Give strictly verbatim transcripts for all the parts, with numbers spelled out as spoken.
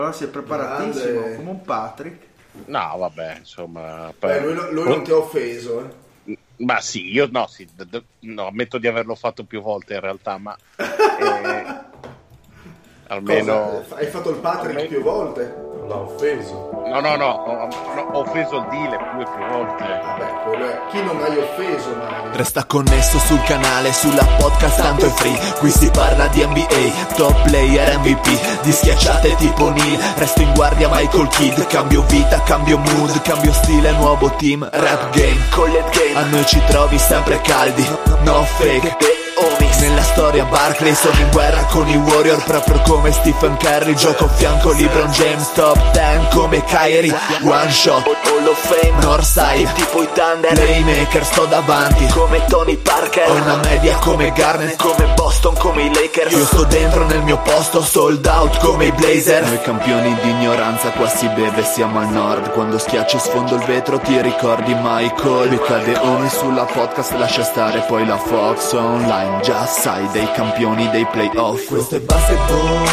Allora si è preparatissimo, Grande. come un Patrick. No, vabbè, insomma... Beh, lui, lui non ti ha offeso, eh? Ma sì, io no, sì, d- d- no, ammetto di averlo fatto più volte in realtà, ma... Eh, almeno... Cosa? Hai fatto il Patrick almeno... più volte? L'ha offeso. No, no, no, no, no, ho offeso il Dile più e più volte. Vabbè, quello è... Chi non hai offeso, Mario? Resta connesso sul canale, sulla podcast tanto è free. Qui si parla di N B A, top player M V P, di schiacciate tipo Neil. Resto in guardia Michael Kidd. Cambio vita, cambio mood, cambio stile, nuovo team. Rap game, collet game, a noi ci trovi sempre caldi. No fake, Omis. Nella storia Barkley, sono in guerra con i Warrior, proprio come Stephen Curry. Gioco a fianco LeBron James, top ten come Kyrie. One shot, Hall of Fame, Northside, tipo i Thunder. Playmaker, sto davanti come Tony Parker. Ho una media come Garnett, come Boston, come i Lakers. Io sto dentro nel mio posto, sold out come i Blazer. Noi campioni di ignoranza, qua si beve, siamo al nord. Quando schiacci sfondo il vetro ti ricordi Michael. Mi cade Omi sulla podcast, lascia stare poi la Fox online. Già sai dei campioni dei playoff. Questo è basketball,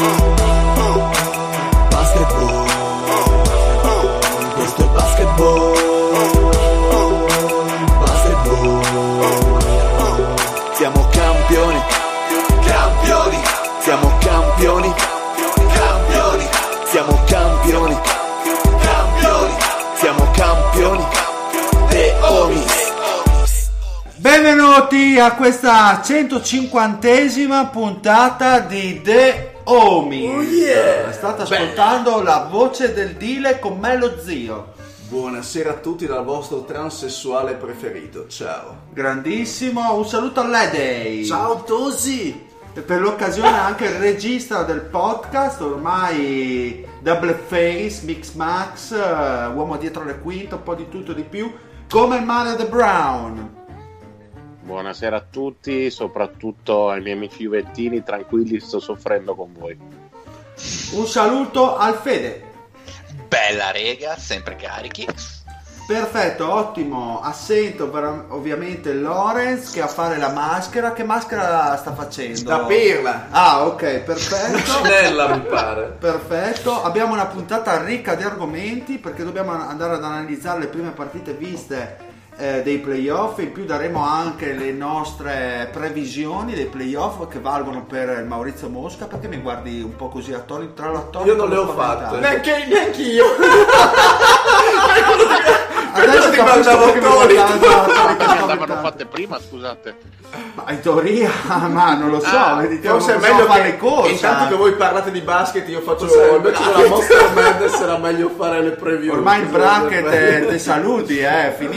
basketball. Questo è basketball, basketball. Siamo campioni, campioni. Siamo campioni, campioni. Siamo campioni, campioni. Siamo campioni. The Omis. Benvenuti a questa centocinquantesima puntata di The Omis. Oh yeah! State ascoltando la voce del Dile con me lo zio. Buonasera a tutti dal vostro transessuale preferito, ciao. Grandissimo, un saluto a Lady. Ciao Tosi! E per l'occasione anche il regista del podcast, ormai double face, mix max, uh, uomo dietro le quinte, un po' di tutto e di più, come il Mario The Brown. Buonasera a tutti, soprattutto ai miei amici juvettini, tranquilli, sto soffrendo con voi. Un saluto al Fede. Bella rega, sempre carichi. Perfetto, ottimo. Assente ov- ovviamente Lorenz che a fare la maschera. Che maschera sta facendo? La pirla. Ah, ok, perfetto. Cinella mi pare. Perfetto. Abbiamo una puntata ricca di argomenti perché dobbiamo andare ad analizzare le prime partite viste eh, dei playoff. In più daremo anche le nostre previsioni dei playoff che valgono per il Maurizio Mosca. Perché mi guardi un po' così attonito? Tra l'attonito Io non le ho fatte. Neanche, neanche io. Adesso ti capisco guardavo perché mi attonito. guardava attonito, Perché che andavano stavo fatte prima, scusate. Ma in teoria, ma non lo so, Ah, vedi, Forse è non so meglio fare che le cose. intanto che voi parlate di basket io faccio Cioè, il invece bracket. della Monster Madness era meglio fare le preview. Ormai il bracket te, te saluti, eh, è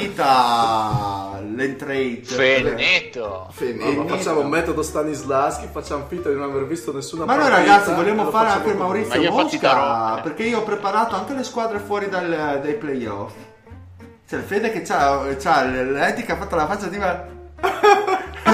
finita l'entrate. Feneto. Finito. Ma facciamo un metodo Stanislavski, facciamo finta di non aver visto nessuna Ma noi partita. ragazzi vogliamo e lo fare facciamo anche il così. Ma Maurizio io infatti Mosca, darò- perché io ho preparato anche le squadre fuori dal, dai playoff. C'è il Fede che c'ha, c'ha l'etica, ha fatto la faccia di me. Ma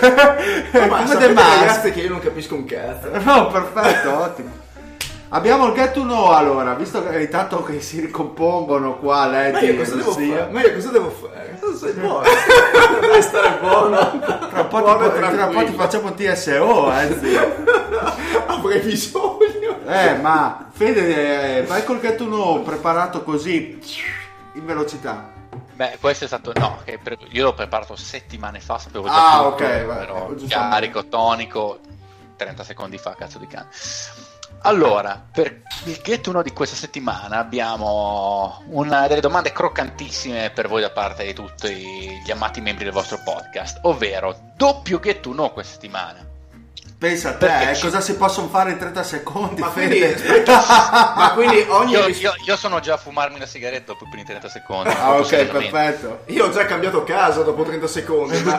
Come sapete The Mask. ragazzi che io non capisco un cazzo. No, perfetto, ottimo. Abbiamo il get to know allora, visto che intanto che si ricompongono qua Ma Lady io e cosa lo devo zio. fare? Ma io cosa devo fare? Non sei buono. Devi stare buono. Tra un po' Buono e ti, tra un po' ti tranquillo. facciamo un T S O, eh zio. Avrei bisogno. Eh, ma Fede, eh, vai col get to know preparato così in velocità. Beh, questo è stato no, che per- io l'ho preparato settimane fa, sapevo già Ah, tutto, ok, va- però giustamente. carico, tonico, trenta secondi fa, cazzo di cane. Allora, per il get uno di questa settimana abbiamo una delle domande croccantissime per voi da parte di tutti gli amati membri del vostro podcast, ovvero doppio get uno questa settimana. Pensa a te, Perché eh, ci- cosa si possono fare in trenta secondi, Ma quindi, Fede? ma quindi ogni Io, ris- io- io sono già a fumarmi una sigaretta dopo i primi trenta secondi. Ah, molto ok, seriamente. perfetto. Io ho già cambiato casa dopo trenta secondi, ma,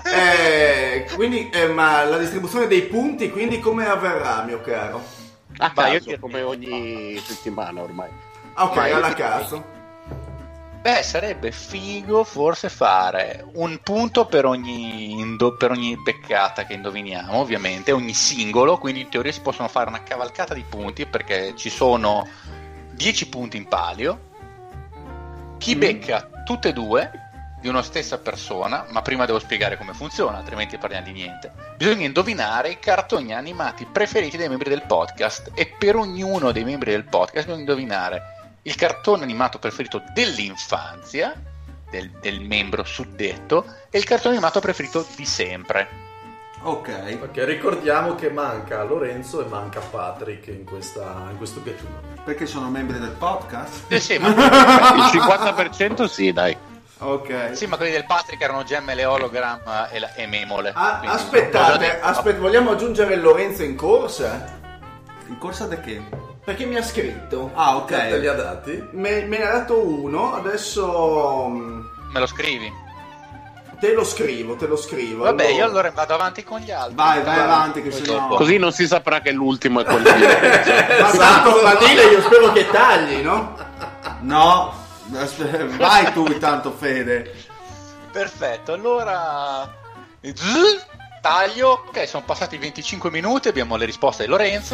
eh, quindi, eh, ma la distribuzione dei punti, quindi come avverrà, mio caro? A Ma io caso, ti- come ogni settimana ormai. Ah, ok, Ma io alla ti- cazzo. Beh, sarebbe figo forse fare un punto per ogni, indo- per ogni beccata che indoviniamo, ovviamente, ogni singolo, quindi in teoria si possono fare una cavalcata di punti perché ci sono dieci punti in palio. Chi becca tutte e due di una stessa persona, ma prima devo spiegare come funziona, altrimenti parliamo di niente. Bisogna indovinare i cartoni animati preferiti dei membri del podcast, e per ognuno dei membri del podcast bisogna indovinare il cartone animato preferito dell'infanzia del, del membro suddetto e il cartone animato preferito di sempre. Ok. Ok, ricordiamo che manca Lorenzo e manca Patrick in, questa, in questo get to know. Perché sono membri del podcast? Eh sì, ma... Il cinquanta per cento sì, dai. Ok. sì, ma quelli del Patrick erano gemme, le hologram e, la, e memole. Ah, Quindi- aspettate, aspetta, vogliamo aggiungere Lorenzo in corsa? In corsa da che? Perché mi ha scritto. Ah, Te li ok. ha dati? Me, me ne ha dato uno, adesso mm, Me lo scrivi? te lo scrivo, te lo scrivo. Vabbè, io allora vado avanti con gli altri. Vai, vai avanti, che Poi sennò... dopo. Così non si saprà che l'ultimo è quello di Lorenzo. Esatto, ma dile, io spero che tagli, no? No, aspe- vai tu intanto, Fede. Perfetto, allora Zzz, taglio. Ok, sono passati venticinque minuti, abbiamo le risposte di Lorenzo.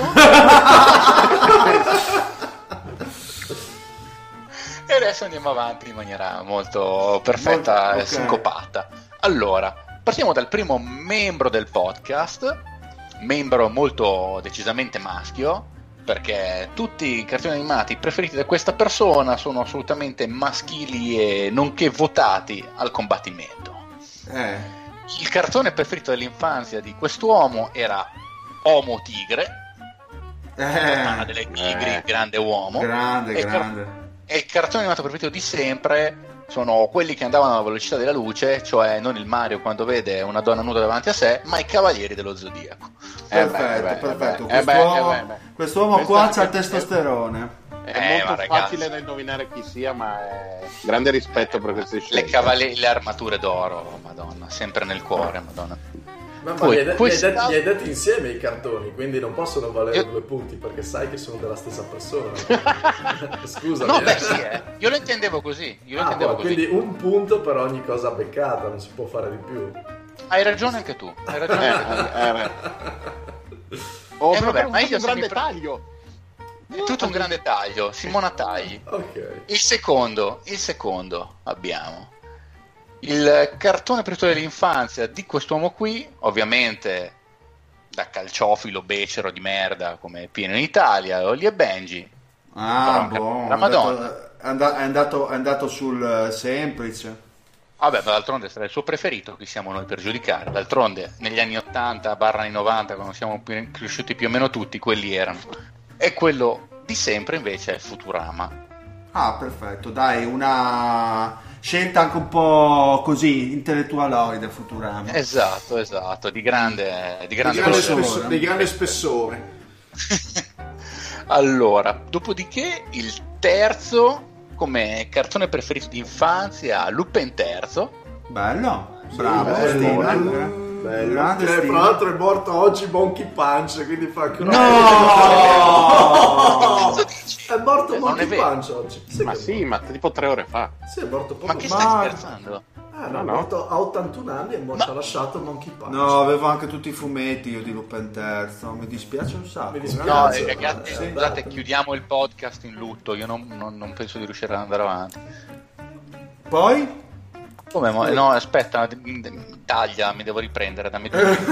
E adesso andiamo avanti in maniera molto perfetta Molto- e ok. sincopata. Allora, partiamo dal primo membro del podcast, membro molto decisamente maschio, perché tutti i cartoni animati preferiti da questa persona sono assolutamente maschili e nonché votati al combattimento. Eh. Il cartone preferito dell'infanzia di quest'uomo era Homo Tigre, Fontana Eh. delle Tigri, Eh. grande uomo. Grande, E il car- grande. E il cartone animato preferito di sempre sono quelli che andavano alla velocità della luce, cioè non il Mario quando vede una donna nuda davanti a sé, ma i Cavalieri dello Zodiaco. Eh beh, Perfetto, eh beh, perfetto. eh beh, Quest'uomo, eh beh, eh beh. quest'uomo Questo qua è- c'ha il testosterone. È Eh, molto ma ragazzi, facile da indovinare chi sia, ma è grande rispetto per queste le, scelte. cavalieri, le armature d'oro, madonna, sempre nel cuore, madonna. Ma, ma Poi, li, hai de- li, questa- hai detti, li hai detti insieme i cartoni, quindi non possono valere Io- due punti perché sai che sono della stessa persona. Scusa. No, beh sì, eh. Io lo intendevo così, io lo Ah, intendevo boh, così. quindi un punto per ogni cosa beccata, non si può fare di più. Hai ragione anche tu, hai Eh, ragione anche tu. eh, eh, beh. Oh, Eh, però vabbè, per ma io un se grande mi pre- taglio. È tutto un grande taglio, Simona Tagli. Ok. Il secondo, il secondo abbiamo il cartone preferito dell'infanzia di quest'uomo qui, ovviamente da calciofilo becero di merda come pieno in Italia, Holly e Benji. Ah, Però, buono. la È Madonna. andato, è andato- è andato, è andato sul eh, semplice. Vabbè, ma d'altronde sarà il suo preferito, chi siamo noi per giudicare? D'altronde negli anni ottanta barra anni novanta, quando siamo più- cresciuti più o meno tutti, quelli erano. E quello di sempre invece è Futurama. Ah, perfetto. Dai, una scelta anche un po' così intellettualoide, Futurama. Esatto, esatto, di grande, di Di grande grande, spessore. spesso- di grande spessore. Allora, dopodiché il terzo come cartone preferito di infanzia, Lupin terzo. Bello, bravo, bello, Steven. bello. Grande Che Steven. tra l'altro è morto oggi Monkey Punch, quindi fa anche una... No! Cosa dici? È morto Eh, non Monkey è vero. Punch oggi. Sì, Ma che è sì, morto. ma tipo tre ore fa. Sì, è morto poco Ma che fa. stai Ma- scherzando? Ah, no, No, è no. morto a ottantuno anni e mo- No. ci ha lasciato Monkey Punch. No, avevo anche tutti i fumetti io di Lupin terzo. Mi dispiace un sacco. Mi dispiace. No, Grazie, eh, ragazzi, sì. scusate, chiudiamo il podcast in lutto. Io non, non- non penso di riuscire ad andare avanti. Poi? Come? mo- No, aspetta, d- d- taglia, mi devo riprendere. Dammi due minuti.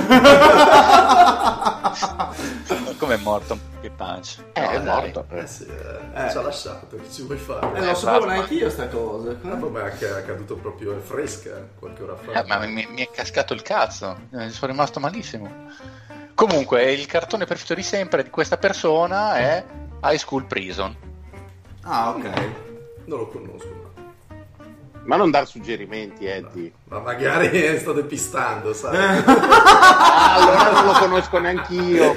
Come è morto Monkey Punch? Eh, No, è dai. morto. Eh sì, eh, Eh. ci ha lasciato, che ci vuoi fare? Eh, non Eh, sapevo basta. neanche io sta cosa. Eh, vabbè, che è accaduto proprio è fresca qualche ora fa. Eh, ma mi, mi è cascato il cazzo, eh, sono rimasto malissimo. Comunque, il cartone preferito di sempre di questa persona è High School Prison. Ah, ok. Non lo conosco. Ma non dar suggerimenti, Eddie. Ma magari sto depistando, sai? Ah, allora non lo conosco neanch'io.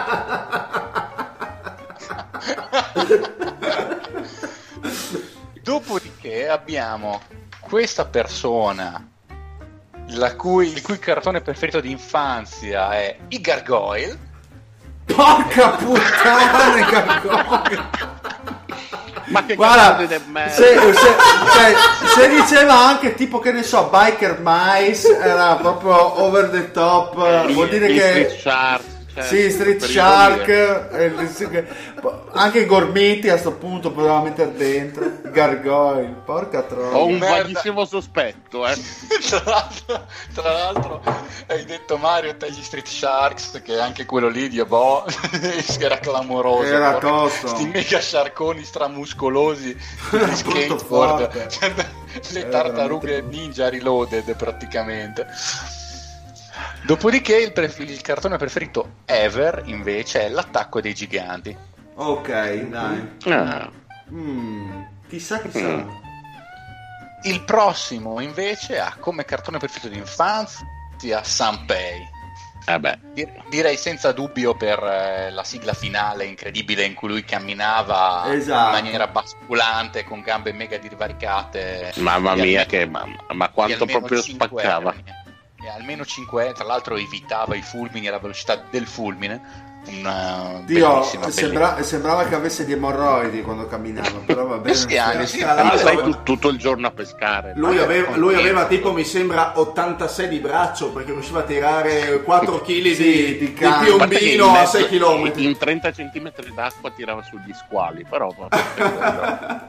Dopodiché abbiamo questa persona la cui, il cui cartone preferito di infanzia è i Gargoyle. Porca puttana, i gargoyle. Ma che Guarda, cazzo di merda. se, se, cioè, se diceva anche tipo che ne so, Biker Mice era proprio over the top. Vuol dire I che Street Sharks, Cioè, sì, Street per Shark, ironia. eh, anche i gormiti a sto punto potevamo mettere dentro. Gargoyle, porca troia. Ho un Merda. vaghissimo sospetto, eh. tra, l'altro, tra l'altro hai detto Mario te gli Street Sharks, che anche quello lì di boh era clamoroso, Era tosto. sti mega sciarconi stramuscolosi di Brutto skateboard, forte. cioè, le Era tartarughe veramente ninja reloaded praticamente. Dopodiché il, pre- il cartone preferito ever invece è L'attacco dei giganti. Ok, dai. Ah. Mm, chissà chissà. Mm. Il prossimo invece ha come cartone preferito di infanzia Sanpei. Vabbè. Di- direi senza dubbio per eh, la sigla finale incredibile in cui lui camminava Esatto. in maniera basculante con gambe mega divaricate. Mamma E mia, almeno- che mamma, ma e quanto almeno proprio cinque spaccava. erni. E almeno cinque, tra l'altro evitava i fulmini alla velocità del fulmine. Una Dio, bellissima, sembra- sembrava che avesse gli emorroidi quando camminava, però va bene. Sì, anche sì. Tra Ma l'altro, stai tu- tutto il giorno a pescare. Lui aveva, lui Sì. aveva tipo, mi sembra, ottantasei di braccio perché riusciva a tirare quattro chili Sì, di, di di canne. A parte che in piombino a mezzo- sei chilometri. In trenta centimetri d'acqua tirava sugli squali, però vabbè.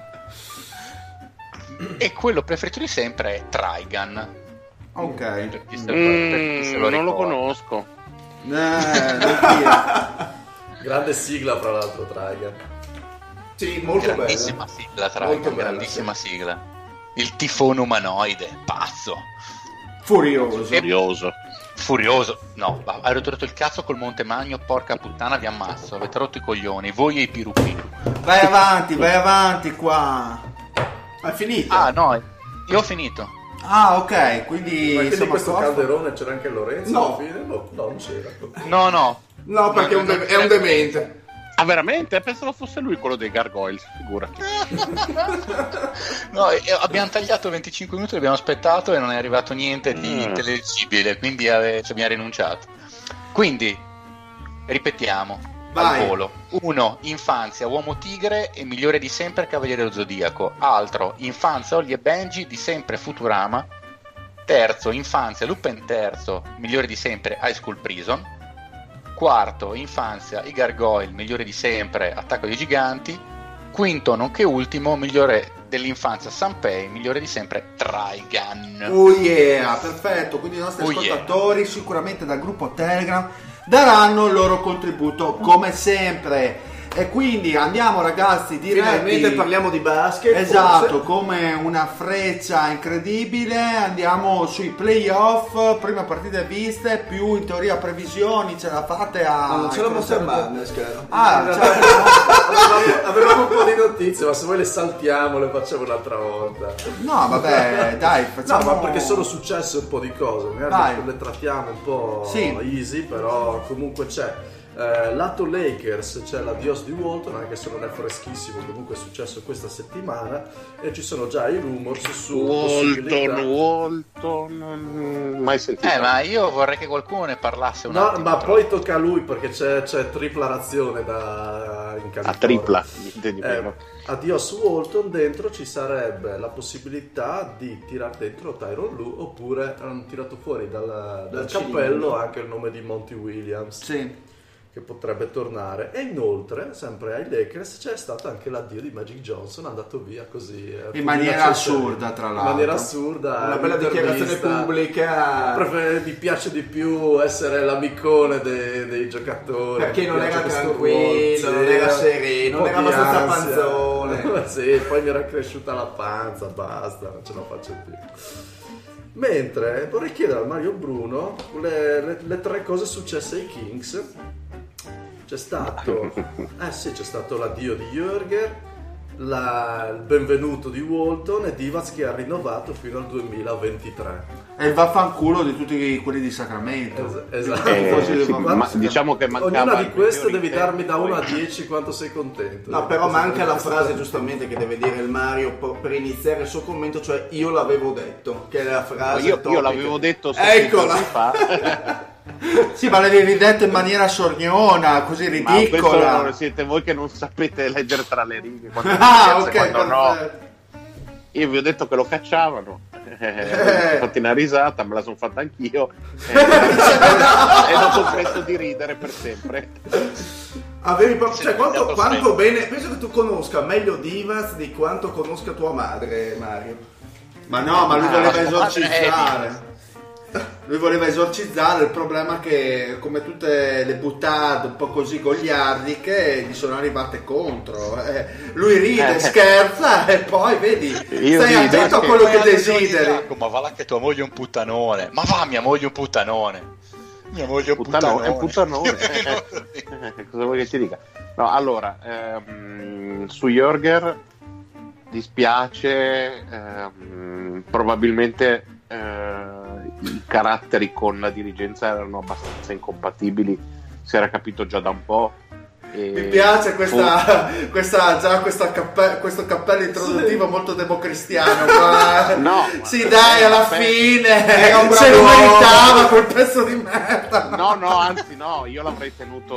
E quello preferito di sempre è Trigun. Ok. Per chi se- per Mm, chi se lo non lo ricorda. conosco. Eh, neanch'io. Grande sigla, fra l'altro, Trigun. Sì, molto bella. Grandissima sigla, tra Molto bella, grandissima sigla. Il tifone umanoide, pazzo, Furioso. Furioso. furioso. No, va, hai rotto il cazzo col Monte Magno, porca puttana, vi ammazzo. Avete rotto i coglioni, voi e i pirupiru. Vai avanti, vai avanti qua. È finito. Ah, no, io ho finito. Ah, ok, quindi Ma quindi insomma, questo qua- calderone c'era anche Lorenzo No. alla fine? No, no, non c'era. No, no. No, perché è un, de- è un demente. Ah, veramente? Pensavo fosse lui quello dei Gargoyles, figurati. No, e- e abbiamo tagliato venticinque minuti, abbiamo aspettato e non è arrivato niente di Mm. intellegibile, quindi ave- ci abbiamo rinunciato. Quindi, ripetiamo, Vai. al volo. Uno, infanzia, uomo tigre e migliore di sempre Cavaliere dello Zodiaco. Altro, infanzia, Holly e Benji, di sempre Futurama. Terzo, infanzia, Lupin terzo, migliore di sempre High School Prison. Quarto, infanzia, i Gargoyle, migliore di sempre Attacco dei Giganti. Quinto, nonché ultimo, migliore dell'infanzia Sanpei, migliore di sempre Trigun. Oh yeah, perfetto. Quindi i nostri Oh ascoltatori sicuramente dal gruppo Telegram daranno il loro contributo come sempre. E quindi andiamo ragazzi diretti. Finalmente parliamo di basket. Esatto, forse. come una freccia incredibile andiamo sui playoff, prima partite viste, più in teoria previsioni ce la fate a... No, non c'è la Monster Madness, caro. Ah, In cioè, avevamo, avevamo un po' di notizie, ma se voi le saltiamo le facciamo un'altra volta. no vabbè dai No, facciamo... ma perché sono successe un po' di cose, magari Vai. le trattiamo un po' Sì. easy, però comunque c'è. Eh, lato Lakers c'è l'addios di Walton, anche se non è freschissimo, comunque è successo questa settimana e ci sono già i rumors su possibilità. Walton, Walton, mai sentito. Eh, ma io vorrei che qualcuno ne parlasse un No, attimo. ma però. poi tocca a lui perché c'è, c'è tripla razione da, in California. A tripla, intendi Eh, vero? addios Walton, dentro ci sarebbe la possibilità di tirare dentro Tyronn Lue, oppure hanno tirato fuori dal, dal Dal cappello cilindro. anche il nome di Monty Williams, Sì. che potrebbe tornare. E inoltre, sempre ai Lakers, c'è stato anche l'addio di Magic Johnson, andato via così eh, In maniera accessibile. assurda, tra in l'altro. maniera assurda, Una bella un'intervista. dichiarazione pubblica. Prefer- mi piace di più essere l'amicone dei, dei giocatori, Perché mi non piace era questo tranquillo, ruolo, non sì, era sereno, un non po' era di abbastanza ansia. panzone. Sì, poi mi era cresciuta la panza, basta, non ce la faccio più. Mentre vorrei chiedere a Mario Bruno le, le- le tre cose successe ai Kings. C'è stato, eh sì, c'è stato l'addio di Jürger, la- il benvenuto di Walton e Divac che ha rinnovato fino al duemilaventitré. E il vaffanculo di tutti quelli di Sacramento. Es- esatto. Eh, Forse sì, devo- ma diciamo che mancava Ognuna di il queste miglior devi intento, darmi da uno a poi- dieci quanto sei contento. No, però Cosa manca la queste frase tre. giustamente che deve dire il Mario po- per iniziare il suo commento, cioè io l'avevo detto, che è la frase Io, io topica. l'avevo detto Eccola. giorni fa. Sì, ma l'avevi detto in maniera sorniona, così Ma questo ridicola. non- siete voi che non sapete leggere tra le righe quando Ah, mi ok, piace, quando no. perfetto. Io vi ho detto che lo cacciavano. eh, fatti una risata, me la sono fatta anch'io eh, e dopo ho smesso di ridere per sempre. Avevi proprio, cioè, quanto, quanto bene, penso che tu conosca meglio Divac di quanto conosca tua madre, Mario. Ma no, ma lui Ah, voleva la esorcizzare. Lui voleva esorcizzare, il problema è che come tutte le buttate un po' così goliardiche gli sono arrivate contro. Eh, lui ride, Eh. scherza e poi vedi, Io stai rido, attento a che- quello Poi che alle ragioni di desideri. Giacomo, ma va là che tua moglie è un puttanone. Ma va, mia moglie è un puttanone. Mia moglie è un Puttano- è un puttanone. puttanone. Eh, cosa vuoi che ti dica? No, allora, ehm, su Jörger dispiace, ehm, probabilmente eh, i caratteri con la dirigenza erano abbastanza incompatibili, si era capito già da un po'. E Mi piace questa, questa già questa cappe- questo cappello introduttivo molto democristiano. Ma... No, sì, dai, alla fine Era un se lo bravo uomo. meritava quel pezzo di merda. No, no, anzi no, io l'avrei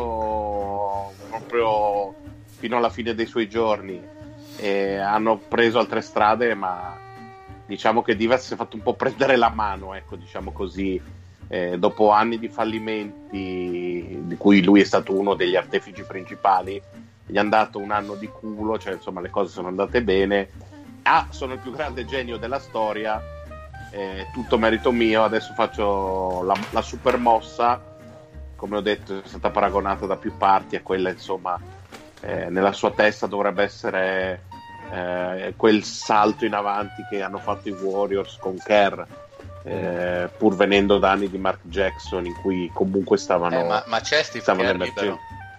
tenuto proprio fino alla fine dei suoi giorni. E hanno preso altre strade, ma diciamo che Divac si è fatto un po' prendere la mano, ecco, diciamo così, eh, dopo anni di fallimenti di cui lui è stato uno degli artefici principali. Gli hanno dato un anno di culo, cioè insomma le cose sono andate bene. Ah, sono il più grande genio della storia, eh, tutto merito mio. Adesso faccio la, la super mossa, come ho detto, è stata paragonata da più parti a quella, insomma, eh, nella sua testa dovrebbe essere eh, quel salto in avanti che hanno fatto i Warriors con Kerr, eh, pur venendo da anni di Mark Jackson in cui comunque stavano Eh, ma, ma c'è Steve stavano Kerr emergendo.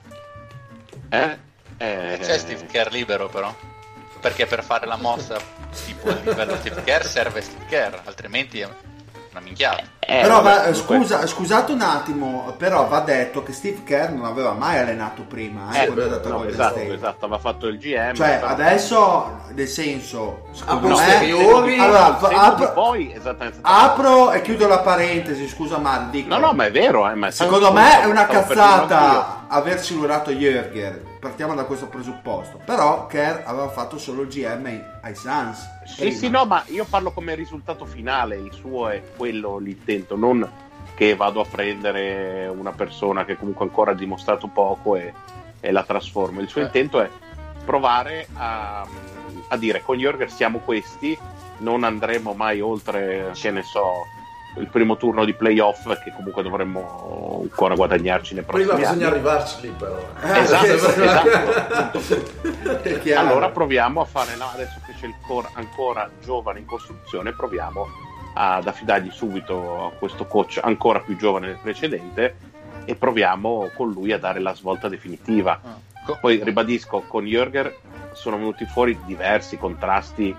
libero? Eh? Eh, C'è Steve Kerr libero però? Perché per fare la mossa tipo a livello Steve Kerr serve Steve Kerr, altrimenti è una minchiata. eh, Però vabbè, va- comunque- scusa, scusate un attimo, però va detto che Steve Kerr non aveva mai allenato prima, eh, Eh, quando è andato a no, Golden esatto, State. esatto, aveva fatto il G M. Cioè, però- adesso, nel senso, A secondo me, posteriori, allora, Tempo apro, di poi, esattamente. apro e chiudo la parentesi, scusa Mario, dico. No, no, ma è vero. Eh, ma Secondo stavo- me è una stavo per dirlo anch'io. cazzata aver silurato Jörger, partiamo da questo presupposto, però Kerr aveva fatto solo il G M ai, ai Suns. Sì, prima. sì, no, ma io parlo come risultato finale, il suo è quello l'intento, non che vado a prendere una persona che comunque ancora ha dimostrato poco e, e la trasformo. Il suo Eh. intento è provare a, a dire con Jörger siamo questi, non andremo mai oltre, che ne so, il primo turno di playoff che comunque dovremmo ancora guadagnarci nei prossimi Prima bisogna anni. arrivarci lì però. Eh, Esatto, perché- esatto. È chiaro. Allora proviamo a fare, no, adesso che c'è il core ancora giovane in costruzione, proviamo ad affidargli subito a questo coach ancora più giovane del precedente e proviamo con lui a dare la svolta definitiva. Co- Poi ribadisco, con Jörger sono venuti fuori diversi contrasti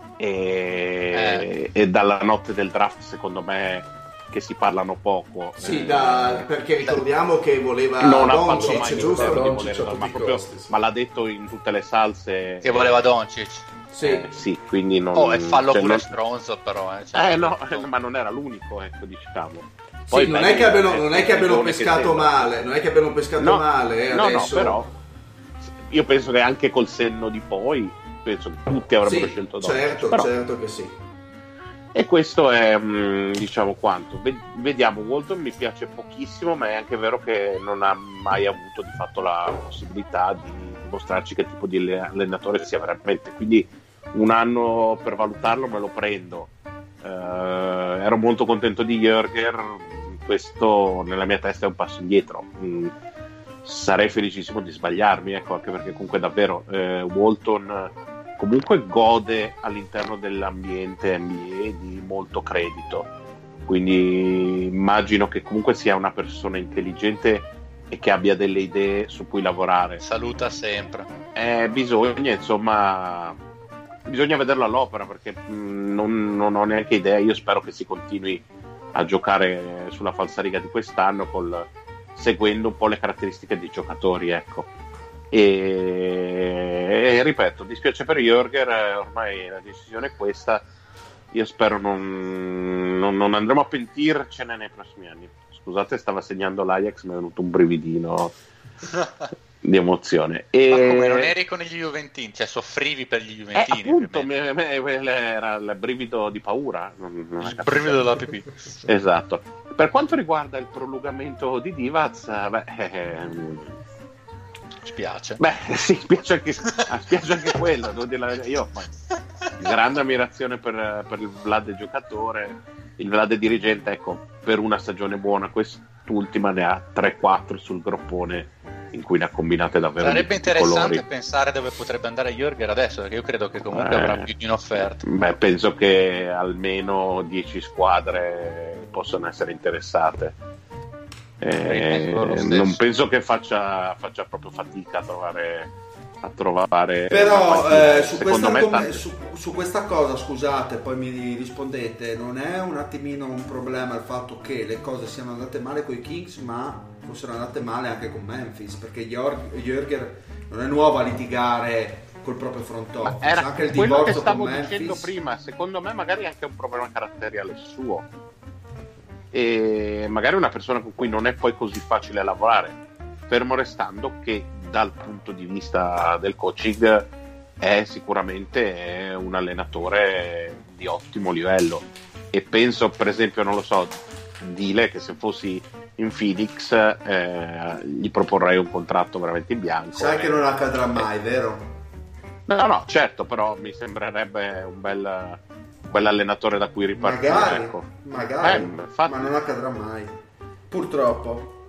e, e dalla notte del draft secondo me che si parlano poco. Sì, Eh, da- perché ricordiamo che voleva non ha fatto Doncic, mai giusto? l'interno di Doncic volere, a ma, tutti i proprio- costi, sì. ma l'ha detto in tutte le salse Che voleva Doncic. Sì. eh, sì, quindi non, Oh, e fallo cioè, pure non- stronzo però. Eh, cioè, eh no, ma non era l'unico, ecco, diciamo. Sì, non, beh, è che abbiano, è non è che abbiano stagione che pescato sembra. male, non è che abbiano pescato No, male, eh, no, adesso. no, però io penso che anche col senno di poi penso che tutti avrebbero Sì, scelto Doncic, certo, però- certo che sì. E questo è, mh, diciamo, quanto. Ve- Vediamo, Walton mi piace pochissimo, ma è anche vero che non ha mai avuto di fatto la possibilità di dimostrarci che tipo di alle- allenatore sia veramente. Quindi un anno per valutarlo me lo prendo. Eh, ero molto contento di Jörger, questo nella mia testa è un passo indietro. Mm, sarei felicissimo di sbagliarmi, ecco, anche perché comunque davvero eh, Walton comunque gode all'interno dell'ambiente N B A di molto credito, quindi immagino che comunque sia una persona intelligente e che abbia delle idee su cui lavorare. Saluta sempre. Eh, bisogna insomma bisogna vederlo all'opera, perché mh, non, non ho neanche idea. Io spero che si continui a giocare sulla falsariga di quest'anno col, seguendo un po' le caratteristiche dei giocatori, ecco. E, e ripeto, dispiace per Jörger, eh, ormai la decisione è questa. Io spero non, non, non andremo a pentircene nei prossimi anni. Scusate, stava segnando l'Ajax, mi è venuto un brividino di emozione. E... Ma come non eri con gli Juventini, cioè soffrivi per gli Juventini? Eh, appunto, me, me, me, era il brivido di paura. Non, non il brivido della pipì. Esatto. Per quanto riguarda il prolungamento di Divac, beh... Ehm... Spiace. Beh, sì, spiace anche, spiace anche quello. Devo dire la verità. Io poi, grande ammirazione per, per il Vlad giocatore, il Vlad dirigente, ecco, per una stagione buona, quest'ultima ne ha tre quattro sul groppone in cui ne ha combinate davvero. Sarebbe interessante colori. Pensare dove potrebbe andare Jürger adesso, perché io credo che comunque eh, avrà più di un'offerta. Beh, penso che almeno dieci squadre possano essere interessate. Eh, non penso che faccia, faccia proprio fatica a trovare a trovare però eh, su, questa, questa, tante... su, su questa cosa, scusate, poi mi rispondete, non è un attimino un problema il fatto che le cose siano andate male con i Kings, ma fossero andate male anche con Memphis, perché Jürger non è nuovo a litigare col proprio front office. Era anche il quello che divorzio stavo con dicendo Memphis... prima, secondo me magari è anche un problema caratteriale suo, e magari una persona con cui non è poi così facile lavorare, fermo restando che dal punto di vista del coaching è sicuramente un allenatore di ottimo livello, e penso per esempio, non lo so, Dile, che se fossi in Phoenix eh, gli proporrei un contratto veramente in bianco. Sai e... che non accadrà mai, vero? No, no, certo, però mi sembrerebbe un bel quell'allenatore da cui ripartire, magari, ecco. magari eh, infatti... ma non accadrà mai, purtroppo.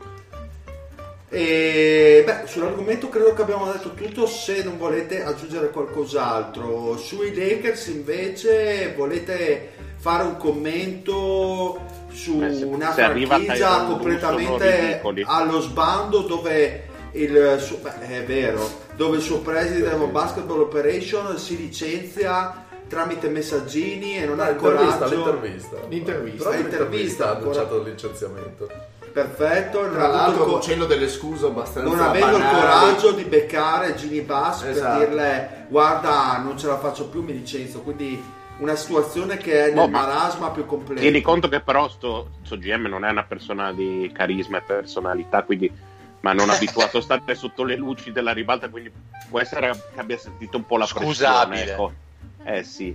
E beh, sull'argomento credo che abbiamo detto tutto, se non volete aggiungere qualcos'altro. Sui Lakers invece volete fare un commento su Beh, se, una se franchigia completamente allo sbando, dove il suo, beh, è vero, dove il suo president of basketball operation si licenzia tramite messaggini e non ha il coraggio. L'intervista, l'intervista, l'intervista, l'intervista ha annunciato il licenziamento. Perfetto, tra l'altro co- facendo delle scuse abbastanza non avendo banali. Il coraggio di beccare Ginny Bass, esatto, per dirle guarda non ce la faccio più, mi licenzio. Quindi una situazione che è nel oh, marasma più completo. Tieni conto che però sto, sto G M non è una persona di carisma e personalità, quindi ma non abituato a stare sotto le luci della ribalta, quindi può essere che abbia sentito un po' la Scusabile. pressione, ecco. Eh sì.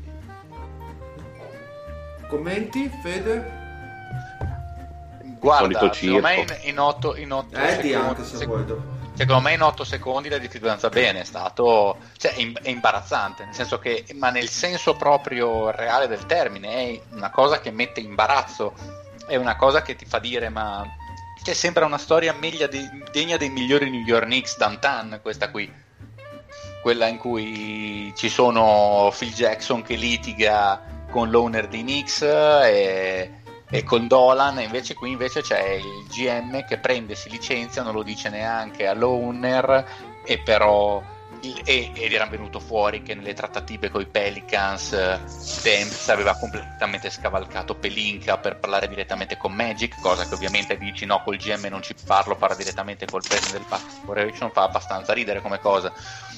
Commenti, Fede? Guarda, secondo me in, in otto, in otto eh, secondi, anche se sec- vuoi. secondo me in otto secondi la diffidenza bene è stato, cioè, è, è imbarazzante, nel senso che, ma nel senso proprio reale del termine, è una cosa che mette imbarazzo, è una cosa che ti fa dire ma cioè, sembra una storia meglia di, degna dei migliori New York Knicks d'antan, questa qui, quella in cui ci sono Phil Jackson che litiga con l'owner dei Knicks e, e con Dolan, e invece qui invece c'è il G M che prende, si licenzia, non lo dice neanche all'owner, e però il, e, ed era venuto fuori che nelle trattative con i Pelicans Demps aveva completamente scavalcato Pelinka per parlare direttamente con Magic, cosa che ovviamente dici no, col G M non ci parlo, parla direttamente col presidente del Basketball Corporation, fa abbastanza ridere come cosa.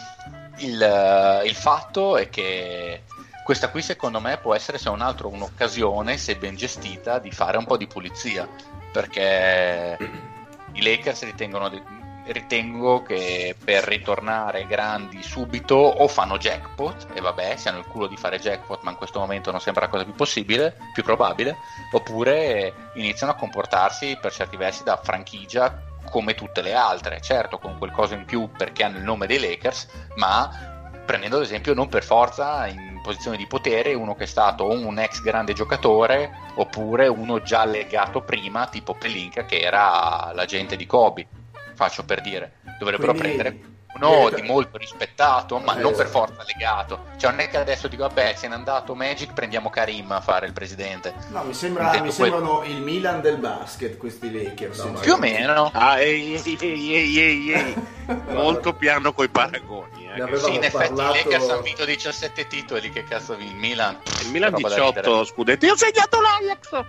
Il, il fatto è che questa qui secondo me può essere se non altro un'occasione, se ben gestita, di fare un po' di pulizia, perché i Lakers ritengono ritengo che per ritornare grandi subito o fanno jackpot, e vabbè, si hanno il culo di fare jackpot, ma in questo momento non sembra la cosa più possibile, più probabile, oppure iniziano a comportarsi per certi versi da franchigia come tutte le altre, certo con qualcosa in più perché hanno il nome dei Lakers, ma prendendo ad esempio non per forza in posizione di potere uno che è stato un ex grande giocatore oppure uno già legato prima, tipo Pelinka che era l'agente di Kobe, faccio per dire. Dovrebbero Quindi, prendere uno eh, di molto rispettato, ma eh, non per forza legato, cioè non è che adesso dico vabbè se n'è andato Magic, prendiamo Karim a fare il presidente. No, mi sembra mi sembrano il Milan del basket questi Lakers, no, più o meno. Ah, ehi, ehi, ehi, ehi, ehi. Molto piano coi paragoni, eh. Sì, in effetti parlato... i Lakers hanno vinto diciassette titoli, che cazzo vi il Milan? Il Milan diciotto scudetti. Io ho segnato l'Ajax.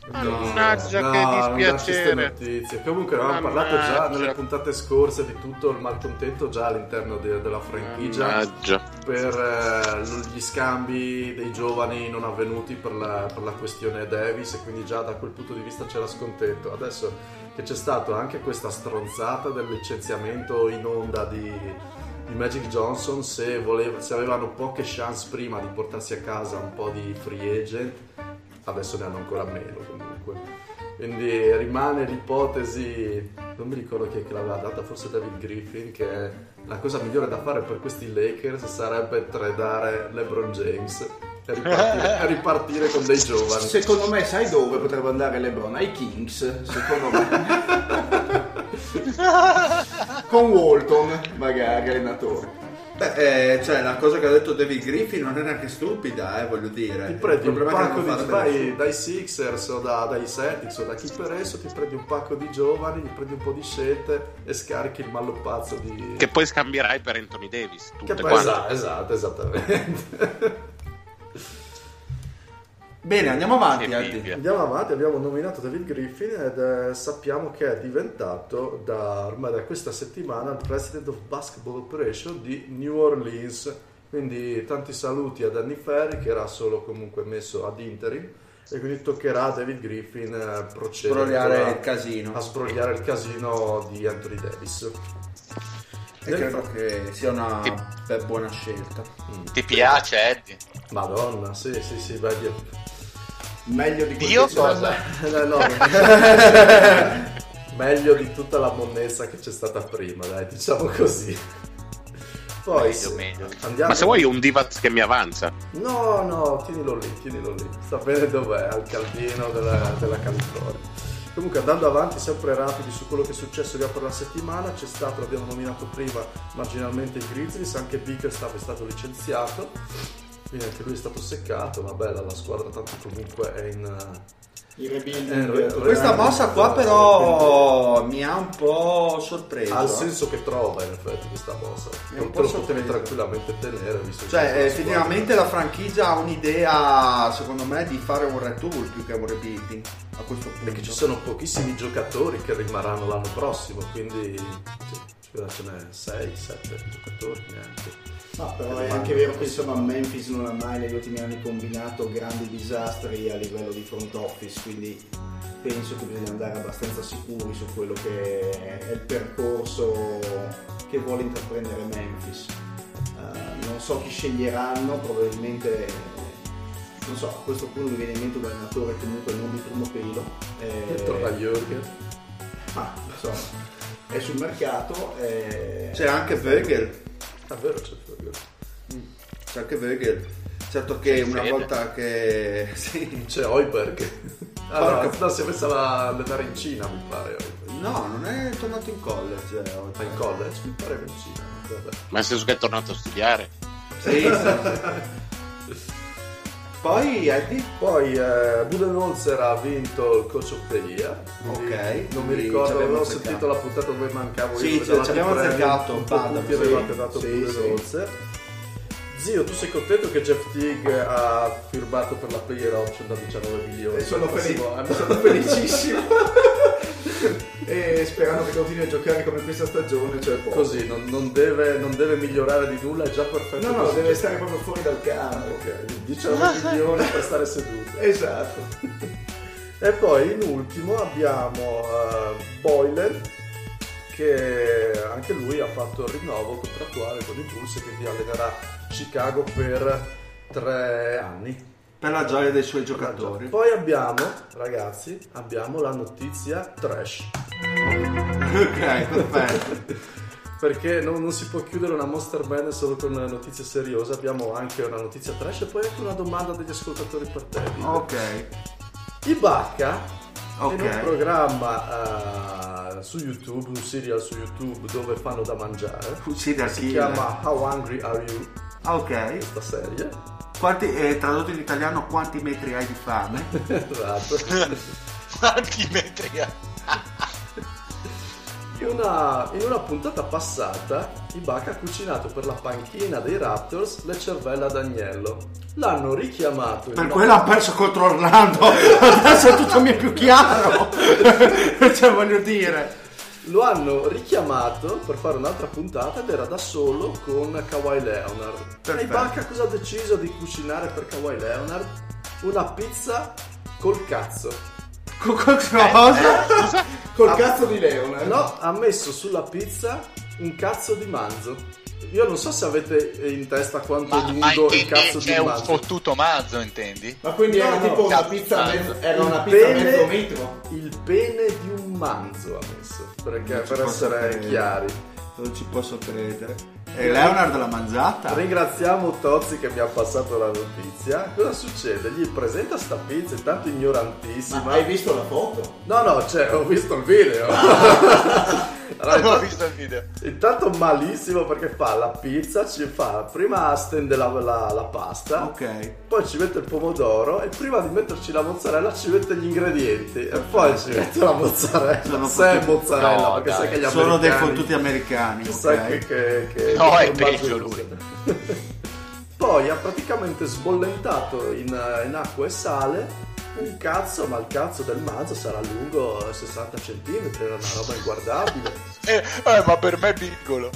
Mannaggia, no, che non darci dispiacere. ste notizie. Comunque avevamo parlato già Mannaggia. nelle puntate scorse di tutto il malcontento già all'interno de- della franchigia Mannaggia. per eh, gli scambi dei giovani non avvenuti per la, per la questione Davis, e quindi già da quel punto di vista c'era scontento. Adesso che c'è stato anche questa stronzata del licenziamento in onda di, di Magic Johnson, se, voleva, se avevano poche chance prima di portarsi a casa un po' di free agent, adesso ne hanno ancora meno comunque. Quindi rimane l'ipotesi, non mi ricordo chi è che l'aveva data, forse David Griffin, che la cosa migliore da fare per questi Lakers sarebbe tradare LeBron James e ripartire, e ripartire con dei giovani. Secondo me, sai dove potrebbe andare LeBron? Ai Kings, secondo me. Con Walton, magari, allenatore. Beh, eh, cioè la cosa che ha detto David Griffin non è neanche stupida, eh, voglio dire. Ti prendi Il un problema è che pacco non di fa vai bene. dai Sixers o da- dai Celtics o da chi per esso, ti prendi un pacco di giovani, ti prendi un po' di scelte e scarichi il mallopazzo di... Che poi scambierai per Anthony Davis. Tutte Che poi- quante. esatto, esatto, esattamente. Bene, andiamo avanti. Che Aldi. Bibbia. Andiamo avanti, abbiamo nominato David Griffin ed eh, sappiamo che è diventato da, ormai da questa settimana il President of Basketball Operation di New Orleans. Quindi tanti saluti a Danny Ferry, che era solo comunque messo ad interim, e quindi toccherà a David Griffin eh, procedere Sbrogliare a- il casino. a sbrogliare il casino di Anthony Davis. E credo che sia una Ti- beh, buona scelta. Ti piace, Eddie? Madonna, sì, sì, sì, vai via. Meglio di quel Dio che c'era cosa? da- Eh, no, meglio di tutta la monnezza che c'è stata prima, dai, diciamo così. Poi Meglio, meglio. andiamo. Ma se vuoi un Divac che mi avanza. No, no, tienilo lì, tienilo lì. Sta bene dov'è, al caldino della, della California. Comunque, andando avanti sempre rapidi su quello che è successo già per la settimana, c'è stato, l'abbiamo nominato prima, marginalmente i Grizzlies, anche Bickerstaff è stato licenziato, quindi anche lui è stato seccato, ma bella la squadra, tanto comunque è in... Il Eh, rebuilding. Questa mossa qua però mi ha un po' sorpreso. ha il eh. senso che trova in effetti questa mossa. È un Non po' te lo potevi sorpreso. tranquillamente tenere, visto che Cioè, la squadra- effettivamente la franchigia ha un'idea, secondo me, di fare un retool più che un rebuilding a questo punto. Perché ci sono pochissimi giocatori che rimarranno l'anno prossimo, quindi sì, ce n'è sei sette giocatori neanche. No, però è anche vero che insomma Memphis non ha mai negli ultimi anni combinato grandi disastri a livello di front office, quindi penso che bisogna andare abbastanza sicuri su quello che è il percorso che vuole intraprendere Memphis. Uh, non so chi sceglieranno, probabilmente, non so, a questo punto mi viene in mente un allenatore comunque non di primo pelo. E torna Jürgen. Ma insomma, è sul mercato. E... C'è anche Vogel. Davvero c'è Jürgen. C'è anche Vogel. Certo che una Fede. volta che... Sì. C'è Hoiberg. Ah, no, Porca- no, si è messa a allenare in Cina, mi pare. No, non è tornato in college. eh, Ma in college, mi pare in Cina. Vabbè. Ma nel senso che è tornato a studiare. Sì, sì, sì. Poi Eddie? Poi eh, Budenholzer ha vinto il Coach of the Year. quindi Ok, Non mi quindi ci ricordo, abbiamo avevo azzeccato. sentito la puntata dove mancavo Sì, io. ci- davate ci abbiamo premi, azzeccato, un po' Padam, tutti sì, avevate dato sì, Budenholzer. Zio, tu sei contento che Jeff Teague ha firmato per la player option da diciannove milioni? E sono, il felice, prossimo anno? sono felicissimo. E sperando che continui a giocare come questa stagione, cioè poco. Così, non, non deve, non deve migliorare di nulla, è già perfetto. No, no, così. deve stare proprio fuori dal campo. Ok, diciannove milioni per stare seduto. Esatto. E poi in ultimo abbiamo uh, Boylen, che anche lui ha fatto il rinnovo contrattuale con i Bulls e quindi allenerà Chicago per tre anni. Per la gioia dei suoi giocatori. Poi abbiamo, ragazzi, abbiamo la notizia trash. Ok, perfetto. Perché non, non si può chiudere una Monster Band solo con una notizia seriosa. Abbiamo anche una notizia trash e poi anche una domanda degli ascoltatori per te. Ok. Ibaka Ok. in un programma uh, su YouTube, un serial su YouTube dove fanno da mangiare. Serial Si killer. chiama How Hungry Are You? Ah, ok. Questa serie. Quanti, eh, tradotto in italiano, quanti metri hai di fame? Esatto. Quanti metri ha? In una, in una puntata passata Ibaka ha cucinato per la panchina dei Raptors le cervella d'agnello. L'hanno richiamato Per in quello ha perso contro Orlando. Adesso tutto mi è più chiaro. Cioè, voglio dire. Lo hanno richiamato per fare un'altra puntata ed era da solo con Kawhi Leonard. Perfetto. E Ibaka cosa ha deciso di cucinare per Kawhi Leonard? Una pizza col cazzo. Con cosa? Col cazzo di Leonard. No, ha messo sulla pizza un cazzo di manzo. Io non so se avete in testa quanto Ma, è ma lungo il intendi, cazzo c'è di un manzo. fottuto mazzo, intendi? Ma quindi No, era no, tipo una cazzo, pizza manzo. mezzo, era una Il pizza pene- mezzo metro. Il pene di un manzo ha messo, perché, Non ci per posso essere credere. chiari. Non ci posso credere. E Leonard l'ha mangiata? Ringraziamo Tozzi che mi ha passato la notizia. Cosa succede? Gli presenta sta pizza, intanto ignorantissima. Ma hai visto la foto? No, no, cioè, ho visto il video. Allora, Non ho intanto- visto il video. Intanto malissimo perché fa la pizza, ci fa prima stende la, la, la pasta, Ok. poi ci mette il pomodoro e prima di metterci la mozzarella ci mette gli ingredienti e poi ci mette la mozzarella. Sono Se è fottuti- mozzarella, No, perché dai, sai che gli Sono dei americani fottuti americani. sai Ok. che, che, che No, che è formaggio peggio usano. lui. Poi ha praticamente sbollentato in, in acqua e sale un cazzo, ma il cazzo del manzo sarà lungo sessanta centimetri, era una roba inguardabile. Eh, eh, ma per me è piccolo.